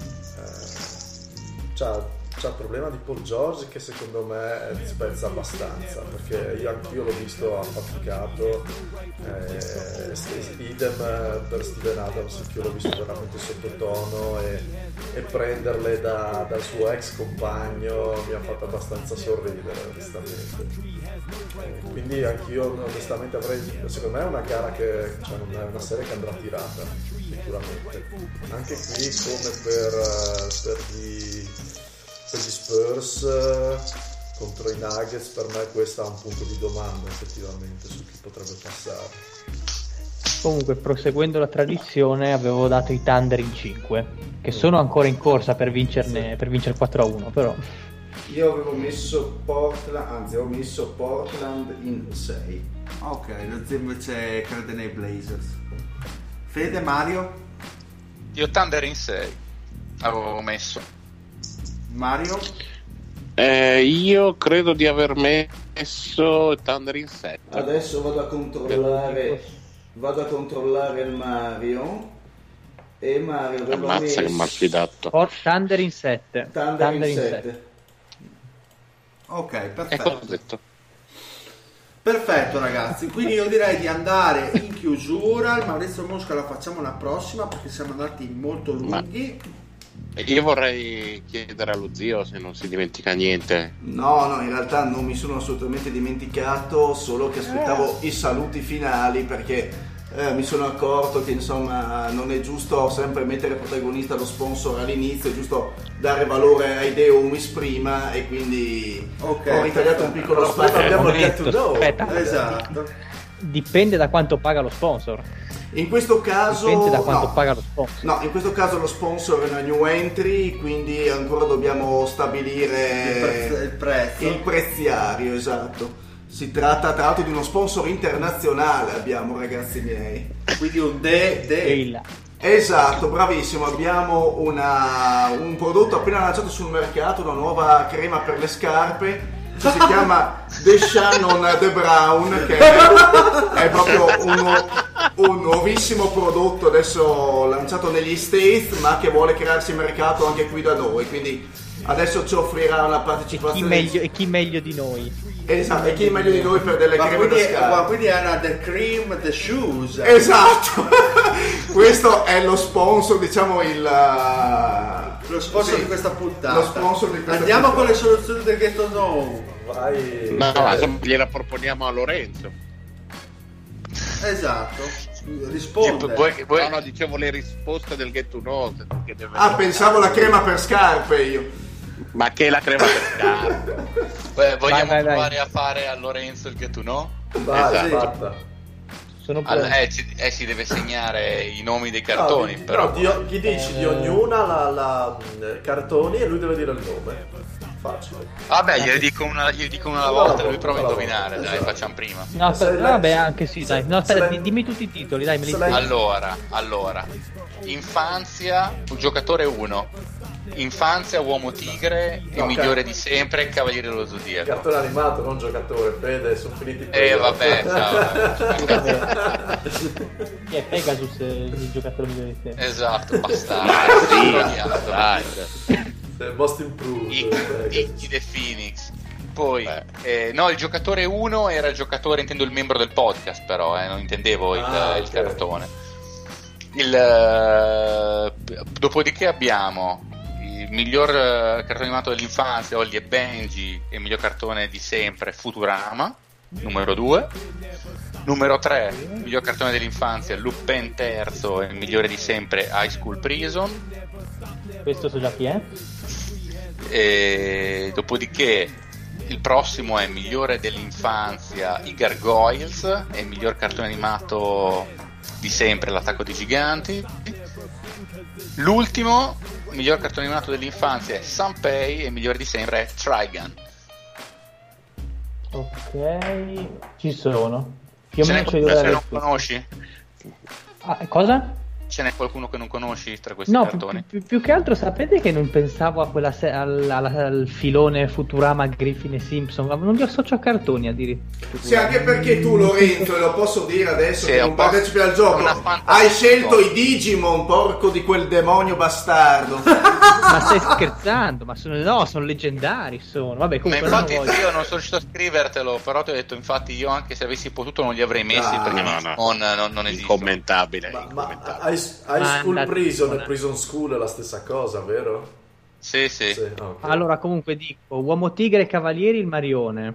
eh, c'ha c'è il problema di Paul George che secondo me spezza abbastanza, perché io anch'io l'ho visto affaticato, eh, idem per Steven Adams, che io l'ho visto veramente sottotono e, e prenderle da, dal suo ex compagno mi ha fatto abbastanza sorridere onestamente. Eh, quindi anch'io onestamente avrei, secondo me è una gara che, cioè è una serie che andrà tirata sicuramente, anche qui come per, per gli per gli Spurs eh, contro i Nuggets. Per me questo ha un punto di domanda effettivamente su chi potrebbe passare. Comunque, proseguendo la tradizione, avevo dato i Thunder in cinque, che sono ancora in corsa per vincerne, per vincere quattro a uno, però Io avevo messo Portland, anzi ho messo Portland in sei. Ok, lo zio invece crede nei Blazers. Fede, Mario? Io Thunder in sei avevo messo. Mario? Eh, io credo di aver messo Thunder in sette. Adesso vado a controllare vado a controllare il Mario e Mario aveva Ammazza messo che malfidato. Or- Thunder in sette. Thunder in sette. Ok, E cosa ho perfetto. detto? Perfetto ragazzi, quindi io direi di andare in chiusura. Il Maurizio Mosca la facciamo la prossima perché siamo andati molto lunghi. Io vorrei chiedere allo zio se non si dimentica niente. No, no, in realtà non mi sono assolutamente dimenticato, solo che aspettavo i saluti finali perché eh, mi sono accorto che insomma non è giusto sempre mettere protagonista lo sponsor all'inizio, è giusto dare valore ai Deumis prima e quindi Ok. ho ritagliato un piccolo spazio. abbiamo il Momento, get to know. aspetta. Esatto. Dipende da quanto paga lo sponsor. In questo caso Dipende da quanto no. paga lo sponsor. No, in questo caso lo sponsor è una new entry, quindi ancora dobbiamo stabilire Il, prezzo, il prezzo. il preziario, esatto. Si tratta tra l'altro di uno sponsor internazionale, abbiamo, ragazzi miei. Quindi un de, de. Il- Esatto, bravissimo, abbiamo una, un prodotto appena lanciato sul mercato, una nuova crema per le scarpe, che si chiama The Shannon The Brown, che è, è proprio un, un nuovissimo prodotto adesso lanciato negli States, ma che vuole crearsi mercato anche qui da noi, quindi adesso ci offrirà una E chi, partecipazione. meglio, e chi meglio di noi? Esatto, e chi meglio di noi per delle Ma creme quindi, da scarpe. ma quindi è una The Cream, The Shoes. Esatto, questo è lo sponsor, diciamo il Lo sponsor sì, di questa puntata. lo sponsor di questa Andiamo puntata. con le soluzioni del Ghetto No. Vai. No, no, insomma, gliela proponiamo a Lorenzo. Esatto. Risponde. Vuoi- vuoi- No, no, dicevo le risposte del Get to Know. Che deve Ah, pensavo la crema per scarpe io. Ma che la crema per scarpe? Beh, vogliamo vai, vai. provare a fare a Lorenzo il get to know? Vai, Esatto. fatta. Sono Al- pronto. eh, ci- eh, si deve segnare i nomi dei cartoni, No, però. no, di- gli dici di Eh. ognuna la, la mh, cartoni e lui deve dire il nome. Facile. Vabbè, gliene dico una, gliene dico una alla Una volta, alla lui prova a volta, indovinare, dai, esatto. facciamo prima. No, aspetta, Se lei- vabbè, anche sì, dai. No, se aspetta, lei- di- dimmi tutti i titoli, dai, me li se lei- Allora, allora, infanzia, giocatore uno. Infanzia, uomo tigre, il No, migliore car- di sempre, cavaliere dello zodiaco. Cartone animato, non giocatore. Fede, sono finiti i Eh, playoff. vabbè, ciao. Chi è Pegasus, eh, il giocatore migliore di te? Esatto, Ma bastardo. sì, Sbagliato. dai. The most improved. I- eh, I- The Phoenix. Poi, eh, no, il giocatore uno era il giocatore, intendo il membro del podcast, però, eh, non intendevo il, Ah, il ok. cartone. Il, eh, dopodiché abbiamo il miglior eh, cartone animato dell'infanzia, Holly e Benji, e il miglior cartone di sempre, Futurama, numero due. Numero tre, il miglior cartone dell'infanzia, Lupin terzo, e il migliore di sempre, High School Prison. Questo so già chi è. E dopodiché il prossimo è migliore dell'infanzia, i Gargoyles, e il miglior cartone animato di sempre, L'attacco dei giganti. L'ultimo il miglior cartone animato dell'infanzia è Sanpei e il migliore di sempre è Trigun. Ok, ci sono. Più o Ce meno n'è c'è qualcuno da che non vedere. conosci? Ah, cosa? Ce n'è qualcuno che non conosci tra questi No, più, cartoni? più- più che altro sapete che non pensavo a quella se- al, al- al filone Futurama, Griffin e Simpson, ma non li associo a cartoni addirittura. Sì, anche perché tu, Lorenzo, e lo posso dire adesso Sì, che è non un po' partecipi al gioco, una fantasia. hai scelto i Digimon, porco di quel demonio bastardo. Ma stai scherzando? Ma sono, no, sono leggendari, sono. Vabbè, Ma comunque infatti non voglio. io non sono riuscito a scrivertelo, però ti ho detto, infatti io anche se avessi potuto non li avrei messi Ah. perché No, no, non, non, non esistono. Incommentabile, Ma, ma incommentabile. high, high School Manda- Prison e Prison School è la stessa cosa, vero? Sì, sì. Sì, ok. Allora, comunque dico, Uomo Tigre e Cavalieri, il Marione.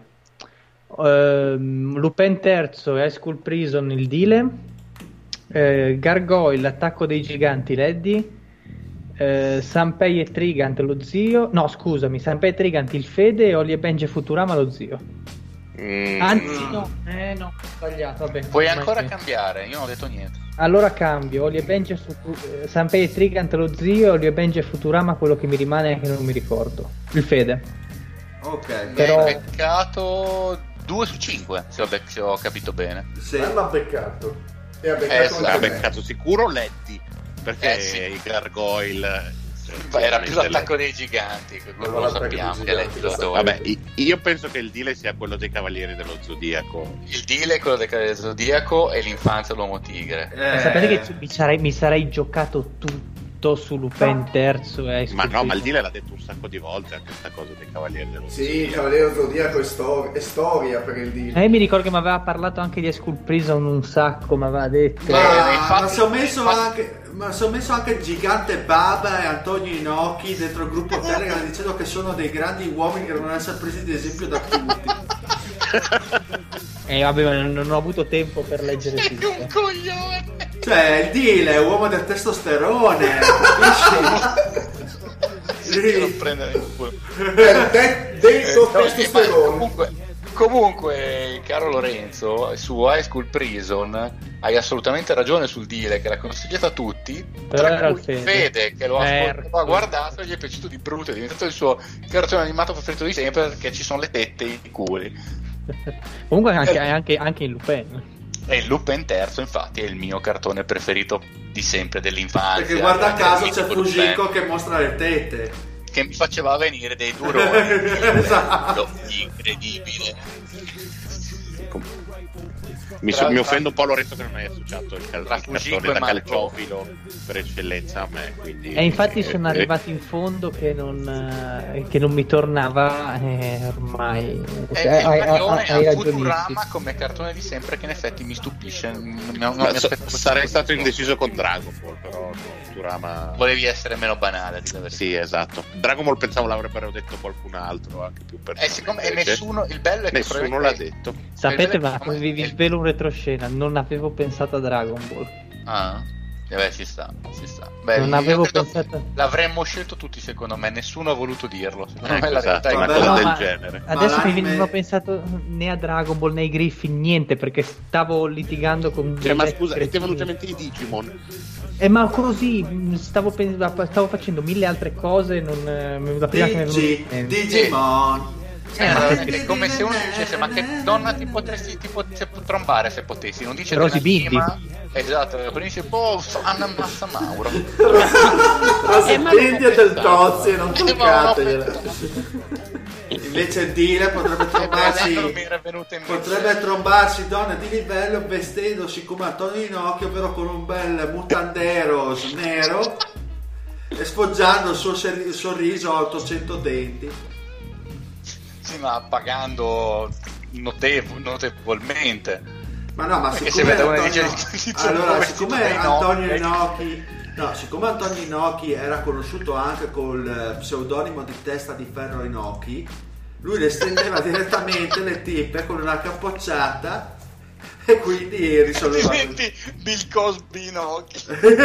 Ehm, Lupin terzo e High School Prison, il Dile. Eh, Gargoyle, l'attacco dei giganti, l'Eddie. Eh, Sanpei e Trigant, lo zio. No, scusami, Sanpei e Trigant, il Fede, e Oli e Benji e Futurama, lo zio. Mm, Anzi, no, eh no, ho sbagliato. Vabbè, Puoi ormai ancora sì. cambiare, io non ho detto niente. Allora cambio, Oli e Benji e Futu- eh, Sanpei e Trigant, lo zio, Oli e Benji e Futurama, quello che mi rimane è che non mi ricordo. Il Fede. Ok, Mi Però- hai beccato due su cinque, se ho, bec- se ho capito bene. sì. Eh, l'ha beccato. E ha Eh, beccato sì, ha anche me. beccato sicuro Letty, perché Eh, sì. i Gargoyle Beh, era più chiaramente l'attacco dei giganti, che quello No, lo l'attacco sappiamo, dei che è giganti, lo l'episodio. Vabbè, i- io penso che il deal sia quello dei Cavalieri dello Zodiaco. Il deal è quello del Cavaliere del Zodiaco e l'infanzia dell'uomo tigre. Eh, Sapete che mi sarei, mi sarei giocato tutto su Lupin terzo e High Ma School no, ma il Prison. deal l'ha detto un sacco di volte anche questa cosa dei Cavalieri dello Sì, Zodiaco. Cavaliere Zodiaco è, stor- è storia per il Digimon. Eh, mi ricordo che mi aveva parlato anche di High School Prison un sacco, mi aveva detto. Ma, Eh, infatti- ma si è messo infatti- anche ma si è messo anche il gigante Baba e Antonio Inoki dentro il gruppo Telegram dicendo che sono dei grandi uomini che devono essere presi ad esempio da tutti. Eh, vabbè, ma non, non ho avuto tempo per leggere Sei tutto. un coglione! Cioè, il deal è uomo del testosterone, capisci? Non prendere in culo. Eh, de- detto Eh, no, testosterone. comunque, comunque, caro Lorenzo, su High School Prison hai assolutamente ragione sul deal che l'ha consigliato a tutti, Però tra era cui il Fede. Fede che lo ha, Eh, ascoltato, lo ha guardato e gli è piaciuto di brutto, è diventato il suo cartone animato preferito di sempre perché ci sono le tette e i culi. Comunque anche, Eh. anche, anche in Lupin. E il Lupin terzo infatti è il mio cartone preferito di sempre dell'infanzia. Perché guarda Anche caso il c'è mitico Fujiko Lupin, che mostra le tette. che mi faceva venire dei duroni. Esatto. Incredibile. Mi, so- Tra- mi tra- offendo un po' Lorenzo che non hai associato il, cal- Tra il Fujiko cartone e da Marco. calciofilo per eccellenza a me. Quindi, E infatti eh, sono eh, arrivato in fondo che non, eh, che non mi tornava eh, ormai. È Eh, il hai, maglione hai, hai a ragionissimo. Futurama come cartone di sempre che in effetti mi stupisce. Non, non ma mi so- aspetto questo sarei tipo stato di- indeciso con Dragon Ball, però no, Futurama. Volevi essere meno banale, a dire la verità. Sì, esatto. Dragon Ball pensavo l'avrebbero detto qualcun altro, anche più per Eh, siccome e nessuno, il bello è che nessuno l'ha probabilmente- detto. Sapete, Eh, ma come- vi, vi svelo un retroscena, non avevo pensato a Dragon Ball. Ah, eh beh, ci sta, ci sta. Beh, Non io avevo credo pensato- l'avremmo scelto tutti, secondo me, nessuno ha voluto dirlo. Secondo Ecco, me la esatto, realtà è una Vabbè, quella. cosa no, del ma- genere. Adesso mi l'anime- viene- non ho pensato né a Dragon Ball né ai Griffin, niente, perché stavo litigando con Cioè, ma dei scusa, e ti è cretini. venuto in mente i Digimon? Eh, ma così mh, stavo, pen- stavo facendo mille altre cose, non, eh, mi- la prima che mi è venuta in Digi, mente. Digimon. Eh, ma è come se uno dicesse ma che donna ti potresti tipo se- trombare se potessi, non dice Rosy Bindi. ma esatto, prima dice boh, Anna Massa Mauro. Rosi Eh, ma Bindi non e del Tozzi, non Eh, ma non ho toccategliela. Invece il deal potrebbe Eh, beh, non trombarsi mi era venuto in mente. potrebbe trombarsi donne di livello vestendosi come Antonio Inoki, ovvero con un bel mutandero nero e sfoggiando il suo ser- sorriso a ottocento denti. Sì, ma pagando notevo- notevolmente. Ma no, ma Perché siccome se vede uno Antonio... dice- dice allora, un vestito siccome da Antonio Inoki- Inoki no, siccome Antonio Inoki era conosciuto anche col eh, pseudonimo di Testa di Ferro Inoki, lui le stendeva direttamente le tippe con una cappocciata e quindi risolveva Diventi Bill Cosby Inoki.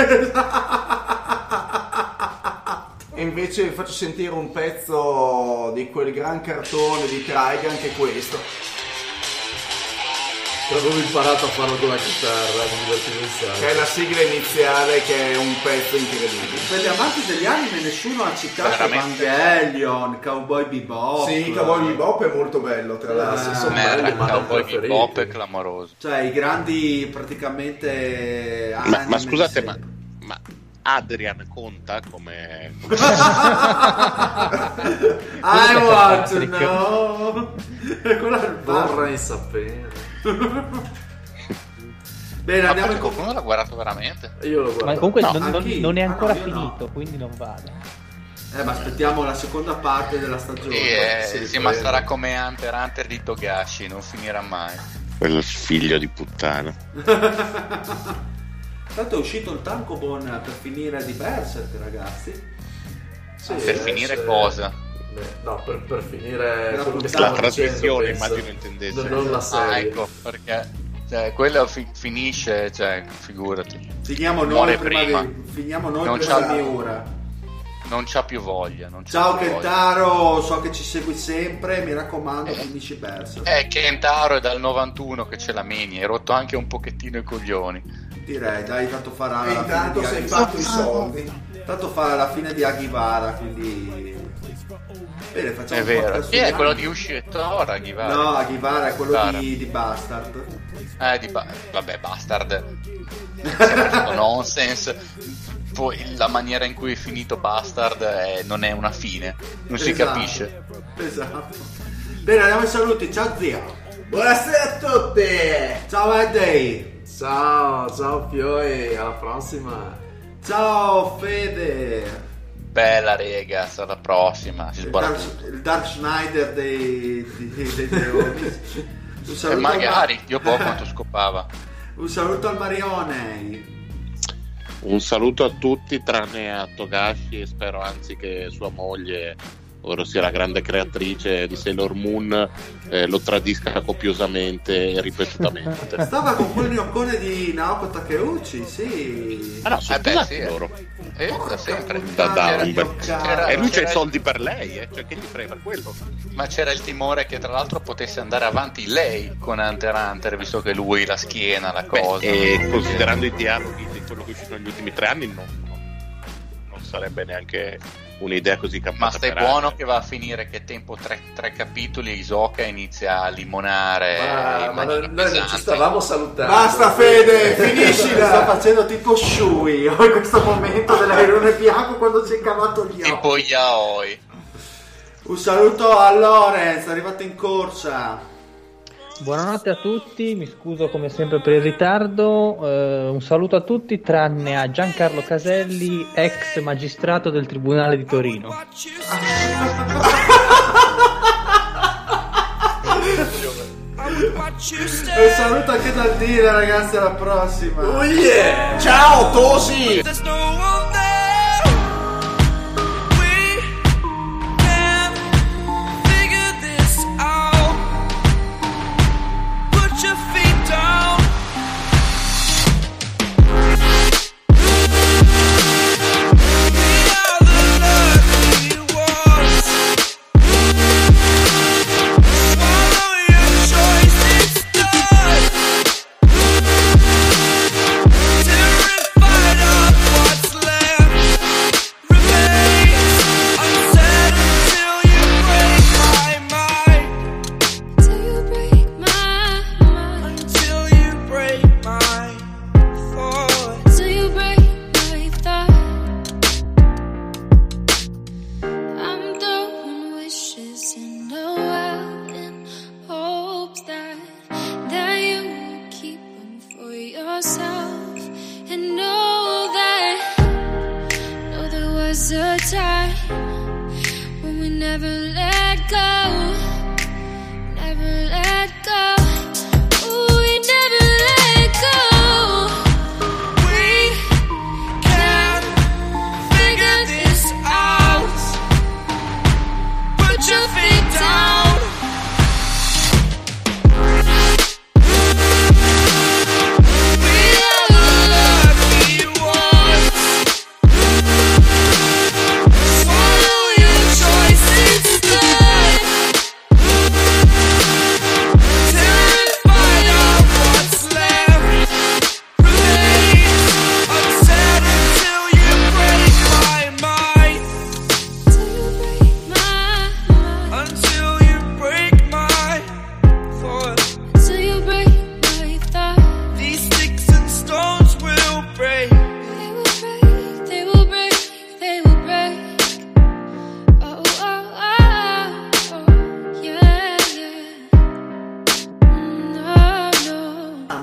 E invece vi faccio sentire un pezzo di quel gran cartone di Trigun che è questo. Avevo imparato a farlo con la chitarra, mi divertivo un sacco. Che è la sigla iniziale, che è un pezzo incredibile. Per gli amanti degli anime nessuno ha citato Veramente. Evangelion, Cowboy Bebop. Sì, Cowboy Bebop è molto bello, tra l'altro. Eh, sono Merda, belli, ma non Cowboy preferiti. Bebop è clamoroso. Cioè i grandi praticamente Ma, anime ma di scusate, ma, sempre. ma Adrian conta come... I want to Patrick. know. Quello è il bar. Vorrei sapere. Bene, Ma andiamo perché in qualcuno l'ha guardato veramente? Io lo guardo. Ma comunque No, non, non- anch'io. non è Ah, no, ancora io no. finito, quindi non vale. Eh, ma aspettiamo la seconda parte della stagione. Sì, eh, sì, sì, ma prego. sarà come Hunter x Hunter di Togashi, non finirà mai. Quel figlio di puttana. Tanto è uscito il tankobon per finire di Berserk, ragazzi. Sì, Per eh, finire se- cosa? eh, No, per, per finire La quello che puntata. stiamo La dicendo, trasmissione, penso. immagino intendesse. Non, non la Ah, serie. ecco, perché cioè, quello fi- finisce, cioè, figurati. Finiamo noi Muore prima, prima. di finiamo noi Non prima c'ha- di Miura. Non c'ha più voglia. Non c'ha Ciao più voglia. Kentaro, so che ci segui sempre, mi raccomando, Eh. finisci Berserk. Eh, Kentaro è dal novantuno che c'è la mania, hai rotto anche un pochettino i coglioni. Direi, dai, tanto farà E la intanto fine sei di fatto i Aghiwara. soldi. Tanto fa la fine di Aghiwara, quindi bene, facciamo È un vero. podcast Chi è sugli quello anime. di Ushitora, Ghivara? No, Aghiwara è quello Gara. di, di Bastard. Eh, di ba- vabbè, Bastard. Sembra tutto nonsense. Poi la maniera in cui è finito Bastard è- non è una fine, non si Esatto, capisce. Esatto. Bene, andiamo ai saluti. Ciao zio. Buonasera a tutti! Ciao Eddie. Ciao, ciao Pioi, alla prossima. Ciao Fede. Bella rega, alla prossima. Si Il sbara Dark, tutto. il Dark Schneider dei, dei, dei leoni. Un E saluto, magari, al, io po' quanto scopava. un saluto al Marione. Un saluto a tutti tranne a Togashi e spero anzi che sua moglie, ovvero sia la grande creatrice di Sailor Moon, eh, lo tradisca copiosamente e ripetutamente. Stava con quel gnocone di Naoko Takeuchi, sì. Ah no, sono Eh beh, sposati sì. loro. Eh, da sempre. Da- da C'era- un bel- c'era- E lui c'ha c'era- i soldi per lei, eh? Cioè che gli frega per quello. Ma c'era il timore che tra l'altro potesse andare avanti lei con Hunter x Hunter, visto che lui la schiena, la Beh, cosa. e considerando i dialoghi di quello che è uscito negli ultimi tre anni, non, non- non sarebbe neanche un'idea così campata. Ma stai per buono aria. che va a finire che tempo tre, tre capitoli Hisoka inizia a limonare Ma, in ma maniera noi, noi non ci pesante. stavamo salutando. Basta Fede, finiscila! Sta facendo tipo Shui in questo momento dell'airone bianco quando si è cavato gli occhi. Tipo yaoi. Un saluto a Lorenz, arrivato in corsa. Buonanotte a tutti, mi scuso come sempre per il ritardo. eh, un saluto a tutti tranne a Giancarlo Caselli, ex magistrato del Tribunale di Torino. E un saluto anche dal dire, ragazzi, alla prossima. Oh yeah! Ciao Tosi! There's no one there. We can figure this out. Put your feet down. We are the lucky ones. Swallow your choice, it's done. Terrified of what's left remains unsaid until you break my mind. Till you break my mind. Until you break my thoughts. Till you break my thought. I'm throwing wishes in the wild in hopes that that you will keep them for yourself and know that know there was a time when we never let go, never let go. Ooh, we never let go. We can figure this out. Put your feet down. We are the lucky ones. Swallow your choice, it's done.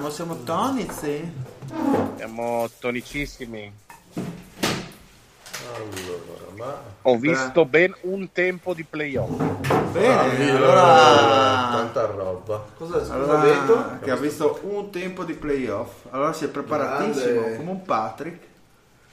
siamo? Siamo tonici? Siamo tonicissimi. Allora, ma... Ho visto ben un tempo di playoff. Bene, allora... allora... Tanta roba. Cosa, cosa allora ha detto? che ha visto un tempo di playoff. Allora si è preparatissimo, Grande. come un Patrick.